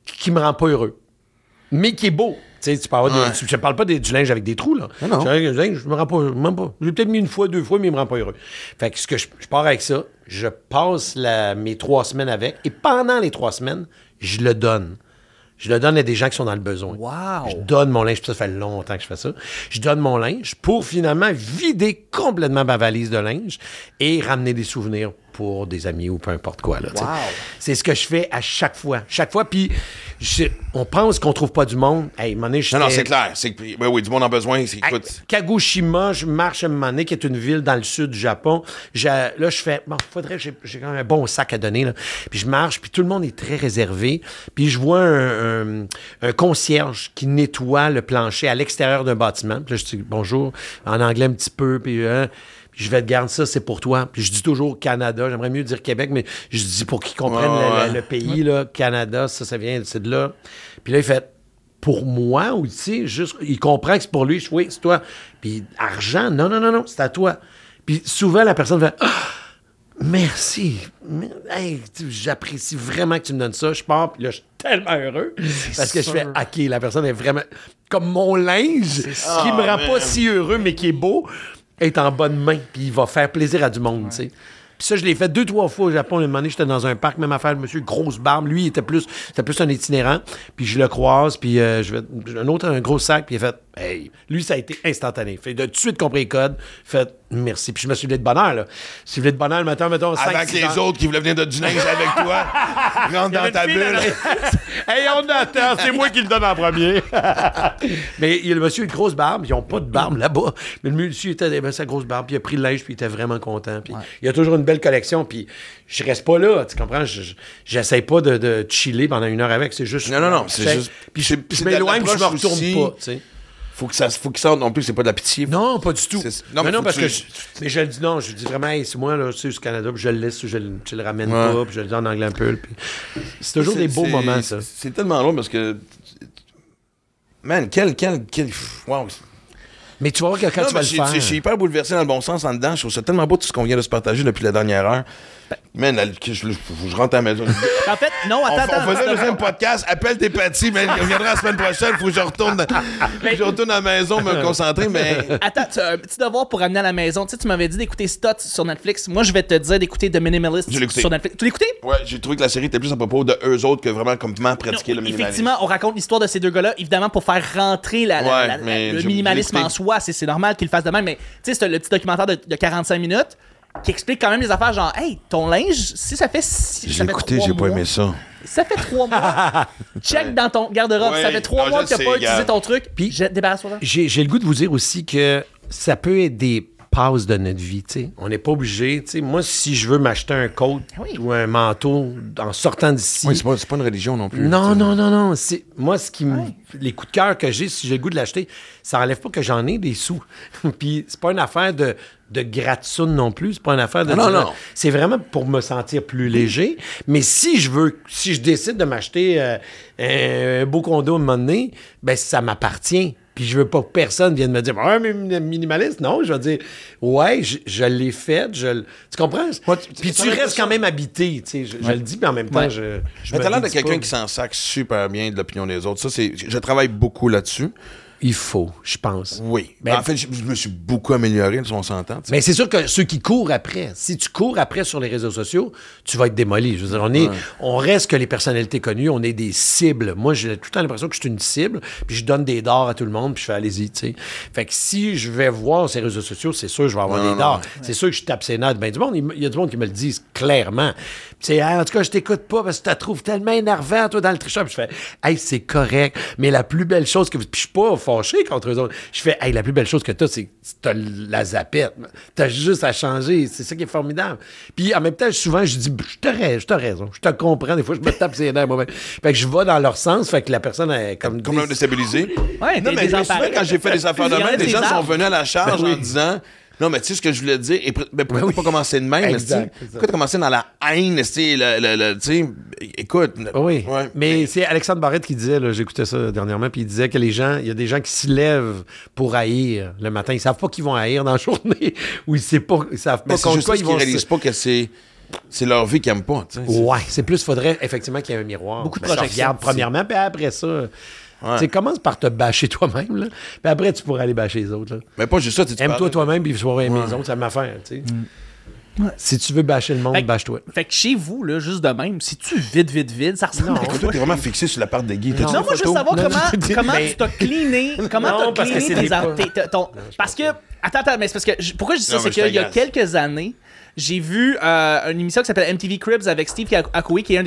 qui me rend pas heureux, mais qui est beau. Tu sais, tu parles je parle pas du linge avec des trous, là. Non. Le linge, je me rends pas, même pas. J'ai peut-être mis une fois, 2 fois, mais il me rend pas heureux. Fait que ce que je pars avec ça, je passe mes 3 semaines avec, et pendant les 3 semaines, je le donne. Je le donne à des gens qui sont dans le besoin. Wow! Je donne mon linge, puis ça fait longtemps que je fais ça. Je donne mon linge pour finalement vider complètement ma valise de linge et ramener des souvenirs pour des amis ou peu importe quoi. Là, wow. C'est ce que je fais à chaque fois. Puis on pense qu'on trouve pas du monde. Hey, non, c'est clair. Oui, du monde en besoin. Écoute. Kagoshima, je marche à un moment donné, qui est une ville dans le sud du Japon. Là, je fais, j'ai quand même un bon sac à donner. Là. Puis je marche, puis tout le monde est très réservé. Puis je vois un concierge qui nettoie le plancher à l'extérieur d'un bâtiment. Puis là, je dis bonjour, en anglais un petit peu, puis je vais te garder ça, c'est pour toi. Puis je dis toujours Canada, j'aimerais mieux dire Québec, mais je dis pour qu'ils comprennent le pays, là, Canada, ça vient, c'est de là. Puis là, il fait, pour moi, ou tu sais, juste, il comprend que c'est pour lui, je dis, oui, c'est toi. Puis argent, non, c'est à toi. Puis souvent, la personne fait, merci. Hey, j'apprécie vraiment que tu me donnes ça. Je pars, puis là, je suis tellement heureux. Parce que je fais, OK, la personne est vraiment comme mon linge, qui me rend pas si heureux, mais qui est beau, est en bonne main, puis il va faire plaisir à du monde, tu sais. Puis ça, je l'ai fait 2-3 fois au Japon. À un moment donné, j'étais dans un parc, même affaire, le monsieur, grosse barbe. Lui, c'était plus un itinérant. Puis je le croise, puis un gros sac, puis il a fait, hey, lui, ça a été instantané. Fait de tout de suite compris les codes, fait merci. Puis je me suis levé de bonheur, là. Je suis levé de bonheur le matin, mettons, 5 avec les autres qui voulaient venir de du linge avec toi, rentre dans ta bulle. Hey, on attend, c'est moi qui le donne en premier. Mais le monsieur a une grosse barbe, ils n'ont pas de barbe là-bas. Mais le monsieur avait sa grosse barbe, puis il a pris le linge, puis il était vraiment content. Puis il y a toujours une belle collection, puis je reste pas là, tu comprends? J'essaie pas de chiller pendant 1 heure avec, c'est juste... Non, c'est juste... Puis je m'éloigne, puis je me retourne pas, tu sais. Faut qu'il sorte non plus, c'est pas de la pitié. Non, pas du tout. Non, parce que mais je le dis non, je dis vraiment, hey, c'est moi, là, tu sais, au Canada, puis je le laisse, je le ramène pas, puis je le dis en anglais un peu. Puis c'est toujours des beaux moments, ça. C'est tellement long parce que. Man, quel. Wow. Mais tu vas voir que quand tu vas le faire. Je suis hyper bouleversé dans le bon sens en dedans. Je trouve ça tellement beau tout ce qu'on vient de se partager depuis la dernière heure. Man, je rentre à la maison. En fait, non, attends. On faisait le deuxième podcast. Appelle tes pâtis, mais il reviendra la semaine prochaine. Faut que je retourne à la maison, me concentrer. Mais attends, tu as un petit devoir pour ramener à la maison. Tu sais, tu m'avais dit d'écouter Stott sur Netflix. Moi, je vais te dire d'écouter The Minimalist sur Netflix. Tu l'as écouté? Ouais, j'ai trouvé que la série était plus à propos de eux autres que vraiment comment pratiquer le minimalisme. Effectivement, on raconte l'histoire de ces 2 gars-là, évidemment, pour faire rentrer le minimalisme en soi. C'est normal qu'ils le fassent de même, mais tu sais, c'est le petit documentaire de 45 minutes qui explique quand même les affaires, genre, hey, ton linge, si ça fait. J'ai écouté, j'ai pas aimé ça. Ça fait 3 mois. Check dans ton garde-robe. Ça fait 3 mois que t'as pas utilisé ton truc. Puis, débarrasse-toi. J'ai le goût de vous dire aussi que ça peut être des passes de notre vie, tu sais. On n'est pas obligé, tu sais. Moi, si je veux m'acheter un coat ou un manteau en sortant d'ici... Oui, c'est pas une religion non plus. Non. Moi, les coups de cœur que j'ai, si j'ai le goût de l'acheter, ça enlève pas que j'en ai des sous. Puis c'est pas une affaire de gratitude non plus. C'est pas une affaire de... Non. C'est vraiment pour me sentir plus léger. Mais si je décide de m'acheter un beau condo à un moment donné, ben ça m'appartient. Puis je veux pas que personne vienne me dire « Ah, mais minimaliste, non. » Je vais dire « Ouais, je l'ai fait. Tu comprends? Puis tu restes quand même habité. Tu sais, je le dis, mais en même temps, je mais t'as l'air de quelqu'un qui s'en sac super bien de l'opinion des autres. Ça, je travaille beaucoup là-dessus. Il faut, je pense. Oui. Ben, en fait, je me suis beaucoup amélioré, si on s'entend. Mais c'est sûr que ceux qui courent après, si tu cours après sur les réseaux sociaux, tu vas être démoli. Je veux dire, on reste que les personnalités connues, on est des cibles. Moi, j'ai tout le temps l'impression que je suis une cible, puis je donne des dards à tout le monde, puis je fais allez-y, tu sais. Fait que si je vais voir ces réseaux sociaux, c'est sûr que je vais avoir des dards. C'est sûr que je tape ses notes. Ben, il y a du monde qui me le disent clairement. Puis en tout cas, je t'écoute pas parce que tu la trouves tellement énervant, toi, dans le tricheur. Puis je fais, hey, c'est correct, mais la plus belle chose que... Puis je suis pas fâché contre eux autres. Je fais, hey, la plus belle chose que t'as, c'est que t'as la zapette. T'as juste à changer. C'est ça qui est formidable. Puis en même temps, souvent, je dis, t'as raison. Je te comprends. Des fois, je me tape ses nerfs moi-même. Fait que je vais dans leur sens. Fait que la personne est comme déstabilisée. Ouais, non, mais souvent, quand j'ai fait des affaires de même, les gens sont venus à la charge en disant... Non, mais tu sais ce que je voulais dire. Pourquoi pas commencer de même? Exact. Pourquoi t'as commencé dans la haine? Tu sais, écoute. Oui. Ouais, mais c'est Alexandre Barrette qui disait, là, j'écoutais ça dernièrement, puis il disait que il y a des gens qui se lèvent pour haïr le matin. Ils savent pas qu'ils vont haïr dans la journée, ou ils savent pas contre quoi ils vont. Ils réalisent pas que c'est. c'est leur vie qu'ils aiment pas. Tu sais. Ouais, c'est plus, faudrait effectivement qu'il y ait un miroir. Beaucoup de Ben, projections. regarde premièrement, puis après ça, tu sais, commence par te bâcher toi-même, là. Puis après, tu pourras aller bâcher les autres, là. Mais pas juste ça. Tu Aime-toi parlais- toi-même, puis tu vas aimer les autres, c'est la même affaire, tu sais. Si tu veux bâcher le monde, Fait que- bâche-toi. Fait que chez vous, là, juste de même, si tu vide, ça ressemble à Écoute, toi, t'es vraiment fixé sur la part de Guy. T'as-tu Non, des moi, je veux photos? savoir Non, comment mais- tu t'as cleané. Comment Non, t'as parce que cleané c'est des pas- parce que. Attends, mais c'est parce que. Pourquoi je dis ça? Non, C'est mais je qu'il y a t'agace. quelques années, j'ai vu une émission qui s'appelle MTV Cribs avec Steve Aoki, qui est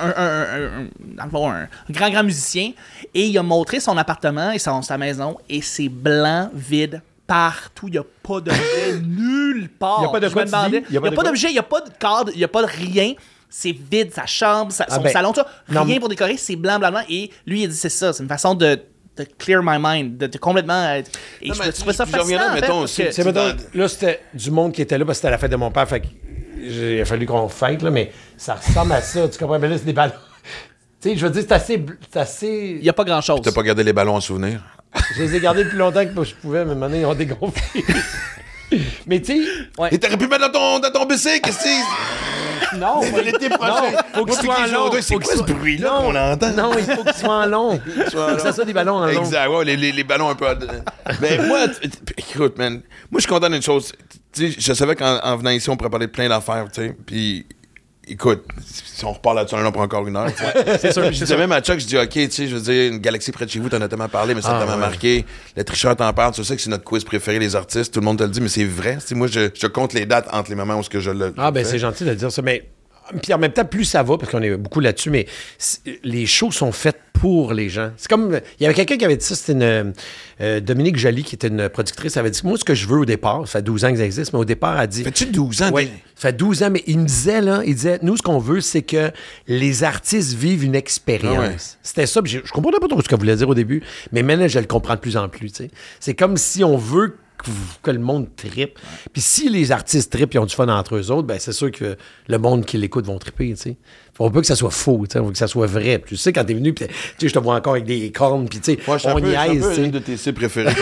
un grand musicien. Et il a montré son appartement et sa maison, et c'est blanc, vide. Partout, il n'y a pas d'objet nulle part. Il y a pas de Je quoi, me tu demandais, dis? il n'y a pas d'objet, il n'y a pas de cadre, il n'y a pas de rien. C'est vide, sa chambre, son ben, salon, tout ça. non, Rien mais- pour décorer, c'est blanc. Et lui, il a dit c'est ça, c'est une façon de clear my mind, de complètement. Et Non, je mais trouvais ça je fascinant. reviendrai, en fait, mettons, parce aussi, que- tu C'est, mettons, dans- là, c'était du monde qui était là parce que c'était la fête de mon père. Fait que il a fallu qu'on fête, là, mais ça ressemble à ça. Tu comprends? Mais là, c'est des ballons. Tu sais, je veux dire, c'est assez. Il n'y a pas grand-chose. T'as pas gardé les ballons en souvenir? Je les ai gardés plus longtemps que je pouvais, mais maintenant, ils ont dégonflé. Mais tu sais, Et t'aurais pu mettre dans ton bicycle, qu'est-ce que c'est? non, L'été prochain. faut qu'il soit en long. C'est quoi ce bruit-là qu'on entend? Non, il faut qu'ils soient en long. Soit Que ça soit des ballons en long. Exact, ouais, les ballons un peu. Ben, moi, écoute, man, moi, je suis content d'une chose. Tu sais, je savais qu'en venant ici, on pourrait parler de plein d'affaires, tu sais. Puis, écoute, si on reparle là-dessus, on en a pour encore une heure. C'est sûr. Je disais même à Chuck, je dis, OK, tu sais, je veux dire, une galaxie près de chez vous, t'en as tellement parlé, mais ça t'a tellement marqué. Le tricheur t'en parle, tu sais que c'est notre quiz préféré, les artistes, tout le monde te le dit, mais c'est vrai. Tu sais, moi, je compte les dates entre les moments où ce que je le. Ah, ben fais. c'est gentil de dire ça, mais. Puis en même temps, plus ça va, parce qu'on est beaucoup là-dessus, mais les shows sont faits pour les gens. C'est comme. Il y avait quelqu'un qui avait dit ça, c'était une. Dominique Joly, qui était une productrice, elle avait dit moi, ce que je veux au départ, ça fait 12 ans que ça existe, mais au départ, elle a dit. Fais-tu 12 ans? Oui, ça fait 12 ans, mais il me disait, là, nous, ce qu'on veut, c'est que les artistes vivent une expérience. Ah ouais. C'était ça, puis je comprenais pas trop ce qu'elle voulait dire au début, mais maintenant, je le comprends de plus en plus, tu sais. C'est comme si on veut que le monde trippe. Puis si les artistes trippent et ont du fun entre eux autres, ben c'est sûr que le monde qui l'écoute vont tripper, tu sais. Faut pas que ça soit faux, tu sais, faut que ça soit vrai. Puis tu sais, quand t'es venu, puis tu sais, je te vois encore avec des cornes, puis tu sais, Moi, je suis on un peu, niaise, tu sais. une de tes cibles préférées.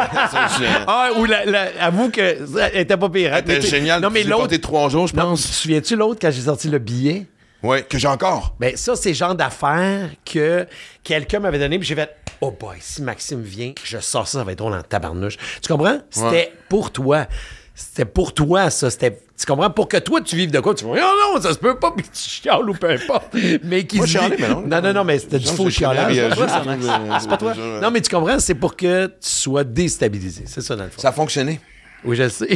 Ah, ou avoue que elle était pas pire. hein. Mais C'était tu sais, génial. Non, mais J'ai l'autre... porté 3 jours, je Non, pense. te souviens-tu l'autre quand j'ai sorti le billet? Oui, que j'ai encore. Ben ça, c'est le genre d'affaires que quelqu'un m'avait donné, puis j'ai fait « Oh boy, si Maxime vient, je sors ça, ça va être drôle en tabarnouche. » Tu comprends? C'était pour toi. C'était pour toi, ça. C'était, tu comprends? Pour que toi, tu vives de quoi? Tu vas dire « Oh non, ça se peut pas, puis tu chiales ou peu importe. » Mais qui Moi, se chialer, dit... mais non. Non, mais c'était du faux chialage. C'est pas toi. Non, mais tu comprends? C'est pour que tu sois déstabilisé. C'est ça, dans le fond. Ça a fonctionné. Oui, je le sais.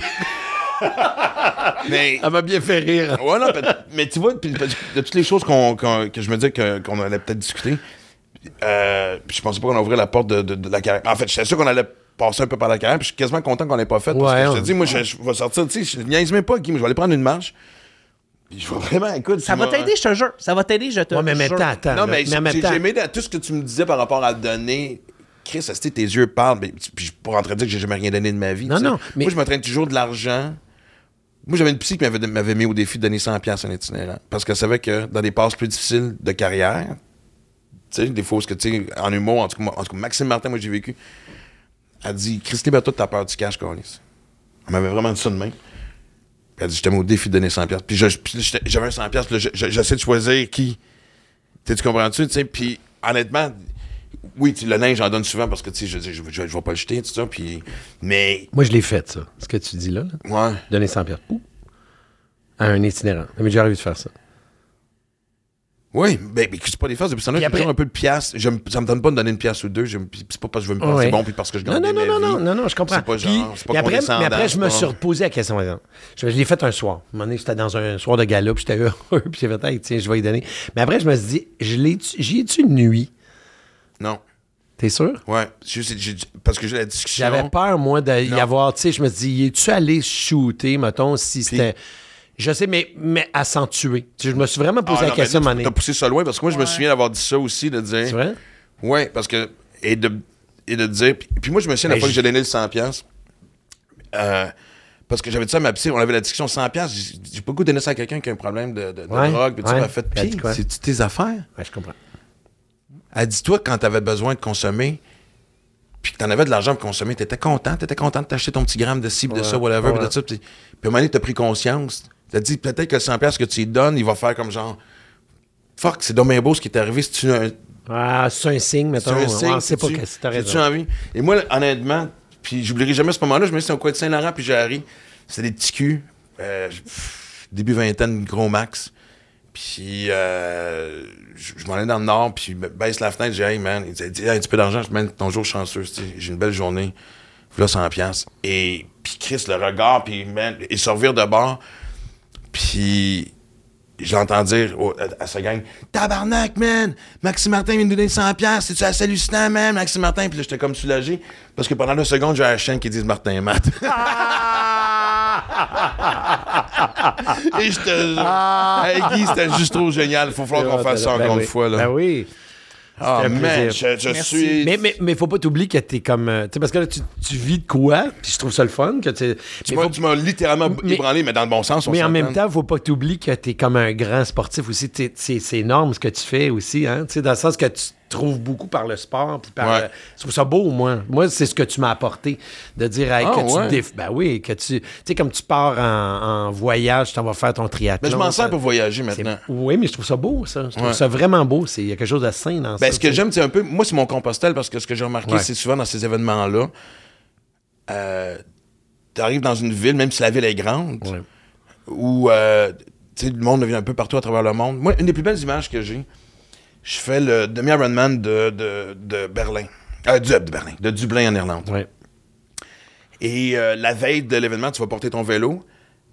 Mais. Elle m'a bien fait rire. Ouais, non, mais tu vois, de toutes les choses que je me disais qu'on allait peut-être discuter, puis je pensais pas qu'on ouvrait la porte de la carrière. En fait, j'étais sûr qu'on allait passer un peu par la carrière, puis je suis quasiment content qu'on l'ait pas fait. Parce que je te dis, moi, je vais sortir, tu sais, je niaise même pas, Guy, mais je vais aller prendre une marche. Puis je vais vraiment, écoute. Ça va t'aider, je te jure. Ça va t'aider, je te Ouais, mais en même jure. temps, attends. Non, là. mais en même temps... j'ai aimé tout ce que tu me disais par rapport à donner. Chris, esti, tes yeux parlent, mais, puis je suis pas en train de dire que j'ai jamais rien donné de ma vie. Non, tu sais. non, mais- Moi, je m'entraîne toujours de l'argent. Moi, j'avais une psy qui m'avait mis au défi de donner 100$ à un itinérant. Parce qu'elle savait que dans des passes plus difficiles de carrière, tu sais, des fois, tu sais, en humour, en tout cas, Maxime Martin, moi, j'ai vécu. Elle dit, Chris, libère-toi de ta peur du cash, Carlis. Elle m'avait vraiment dit ça de même. Puis elle dit, je te mets au défi de donner 100$. Puis j'avais un 100$, puis là, j'essaie de choisir qui. Tu comprends-tu? Tu sais, puis honnêtement, oui, le linge, j'en donne souvent parce que, tu sais, je vais pas le jeter, tout ça. Puis, mais, Moi, je l'ai fait, ça. Ce que tu dis là. ouais. Donner 100 piastres. À un itinérant. Mais j'ai arrivé de faire ça. Oui, ben, c'est pas des farces. Depuis ça, j'ai après- toujours un peu de pièce. Ça me donne pas de donner une pièce ou deux. C'est pas parce que je veux me penser Ouais. bon puis parce que je gagne Non, ma vie. non, je comprends. C'est pas genre, c'est pas mais après, condescendant, mais après, je me c'est suis pas- reposé la question, par exemple. Je l'ai fait un soir. À un moment donné, j'étais dans un soir de gala, puis j'étais heureux, puis j'ai fait, hey, tiens, je vais y donner. Mais après, je me suis dit, j'y ai-tu une nuit? Non. T'es sûr? Ouais. Parce que j'ai la discussion. J'avais peur, moi, d'y Non. avoir, tu sais, je me suis dit, es-tu allé shooter, mettons, si c'était... Je sais, mais à s'en tuer. Tu sais, je me suis vraiment posé Ah, la non, question à un mais moment t'as donné. poussé ça loin parce que moi, je me souviens d'avoir dit ça aussi, de dire. C'est vrai? Ouais, parce que. Et de dire. Puis moi, je me souviens la Ben, fois que j'ai donné le 100$. Parce que j'avais dit ça à ma psy, on avait la discussion 100$. J'ai pas le goût de donner ça à quelqu'un qui a un problème de Ouais, drogue. Puis tu sais, ouais. elle a fait. Elle a dit Puis, quoi? c'est-tu tes affaires? Ouais, je comprends. Elle dit, toi, quand t'avais besoin de consommer, puis que t'en avais de l'argent pour consommer, t'étais content de t'acheter ton petit gramme de ci, de ça, whatever, puis de ça. Puis à un moment donné, t'as pris conscience. T'as dit, peut-être que le 100$ que tu lui donnes, il va faire comme genre, fuck, c'est dommage beau ce qui est arrivé. C'est-tu c'est un signe, mettons. un signe? C'est pas que t'as J'ai-tu raison. envie? Et moi, honnêtement, puis j'oublierai jamais ce moment-là, je me suis dit, au coin de Saint-Laurent, puis Jarry, c'était des petits culs, début vingtaine, gros max. Puis je m'en allais dans le nord, puis je baisse la fenêtre, j'ai hey man, il dit, un petit peu d'argent, je dis, man, ton jour chanceux, j'ai une belle journée, voilà 100$. Et puis Chris, le regard, puis man, il se revire de bord, puis j'entends dire à sa gang, tabarnak, man, Maxime Martin vient de nous donner 100$, c'est-tu assez hallucinant, man, Maxime Martin? Puis là, j'étais comme soulagé, parce que pendant 2 secondes, j'ai la chaîne qui dit Martin et Matt. Et je te jure, hey Guy, c'était juste trop génial. Il faut falloir qu'on fasse ça encore une fois. Là. Ben oui. Ah, un man, plaisir. je suis... Mais faut pas t'oublier que t'es comme... tu sais, parce que là, tu vis de quoi, puis je trouve ça le fun. Que Tu m'as littéralement ébranlé, mais dans le bon sens. Mais en même temps, faut pas t'oublier que t'es comme un grand sportif aussi. C'est énorme ce que tu fais aussi, hein? Tu sais, dans le sens que tu trouves beaucoup par le sport. Puis par, Ouais. je trouve ça beau, moi. Moi, c'est ce que tu m'as apporté. De dire hey, que tu... Ben oui, que tu... Tu sais, comme tu pars en voyage, tu t'en vas faire ton triathlon. Mais je m'en sers pour voyager maintenant. Oui, mais je trouve ça beau, ça. Je trouve ça vraiment beau. Il y a quelque chose de sain dans ça. Ben, ce que j'aime, c'est un peu... Moi, c'est mon Compostelle, parce que ce que j'ai remarqué, c'est souvent dans ces événements-là, t'arrives dans une ville, même si la ville est grande, où tu sais, le monde devient un peu partout à travers le monde. Moi, une des plus belles images que j'ai, je fais le demi-Ironman de Berlin. De Dublin en Irlande. Ouais. Et la veille de l'événement, tu vas porter ton vélo.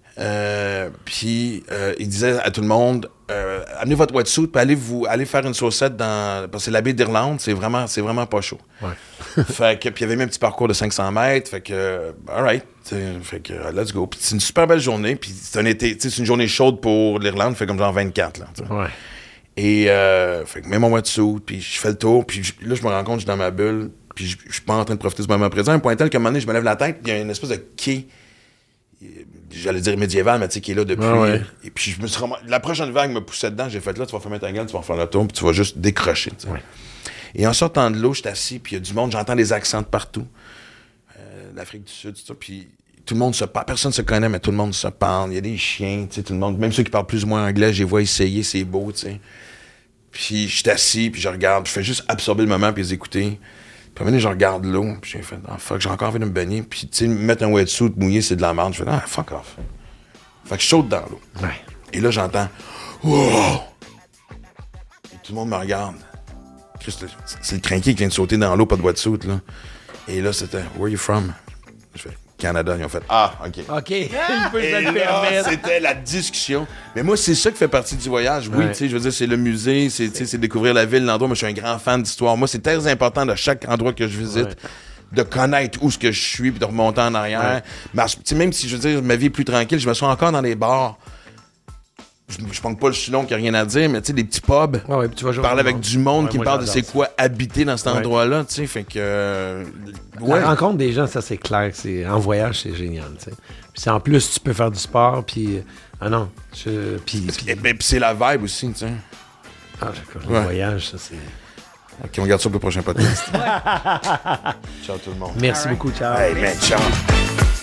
Puis il disait à tout le monde, amenez votre wetsuit, puis allez faire une saucette parce que c'est la baie d'Irlande, c'est vraiment pas chaud. Ouais. Fait que puis il y avait même un petit parcours de 500 mètres, fait que all right, fait que let's go. Puis c'est une super belle journée, puis c'est un été, c'est une journée chaude pour l'Irlande, fait comme genre 24 là. T'sais. Ouais. Et fait que mets mon wetsuit, puis je fais le tour, puis là je me rends compte que je suis dans ma bulle, puis je suis pas en train de profiter du moment présent. À un point tel qu'à un moment donné, je me lève la tête, il y a une espèce de quai, j'allais dire médiéval, mais tu sais, qui est là depuis. Ouais. Et puis je me suis la prochaine vague me poussait dedans, j'ai fait là, tu vas fermer ta gueule, tu vas faire le tour, puis tu vas juste décrocher. Ouais. Et en sortant de l'eau, je suis assis, puis il y a du monde, j'entends des accents de partout. L'Afrique du Sud, tout ça, puis tout le monde se parle. Personne se connaît, mais tout le monde se parle. Il y a des chiens, tu sais, tout le monde. Même ceux qui parlent plus ou moins anglais, je les vois essayer, c'est beau, tu sais. Puis je suis assis, puis je regarde, je fais juste absorber le moment, puis les écouter. Puis à un moment donné, je regarde l'eau, puis j'ai fait, fuck, j'ai encore envie de me baigner. Puis tu sais, mettre un wetsuit mouillé, c'est de la merde. Je fais, fuck off. Fait que je saute dans l'eau. Ouais. Et là, j'entends, wow! Et tout le monde me regarde. Christ, c'est le crinqué qui vient de sauter dans l'eau, pas de wetsuit, là. Et là, c'était, where are you from? Je fais, Canada. Ils ont fait, OK. OK. Il peut Et se le là, permettre. c'était la discussion. Mais moi, c'est ça qui fait partie du voyage. Oui, tu sais, je veux dire, c'est le musée, c'est découvrir la ville, l'endroit. Moi, je suis un grand fan d'histoire. Moi, c'est très important de chaque endroit que je visite, de connaître où ce que je suis, puis de remonter en arrière. Mais, tu sais, même si, je veux dire, ma vie est plus tranquille, je me sens encore dans les bars. Je pogne pas le chulon qui a rien à dire, mais tu sais, des petits pubs. Ouais, puis tu vas jouer parler avec du monde qui moi, me parle de j'adore c'est ça. quoi habiter dans cet endroit-là, tu sais, fait que... La rencontre des gens, ça c'est clair. En voyage, c'est génial. T'sais. Puis en plus, tu peux faire du sport. Puis puis c'est la vibe aussi, tu sais. le voyage, ça c'est. OK, on garde ça pour le prochain podcast. Ciao tout le monde. Merci beaucoup, ciao. Hey, man, ciao.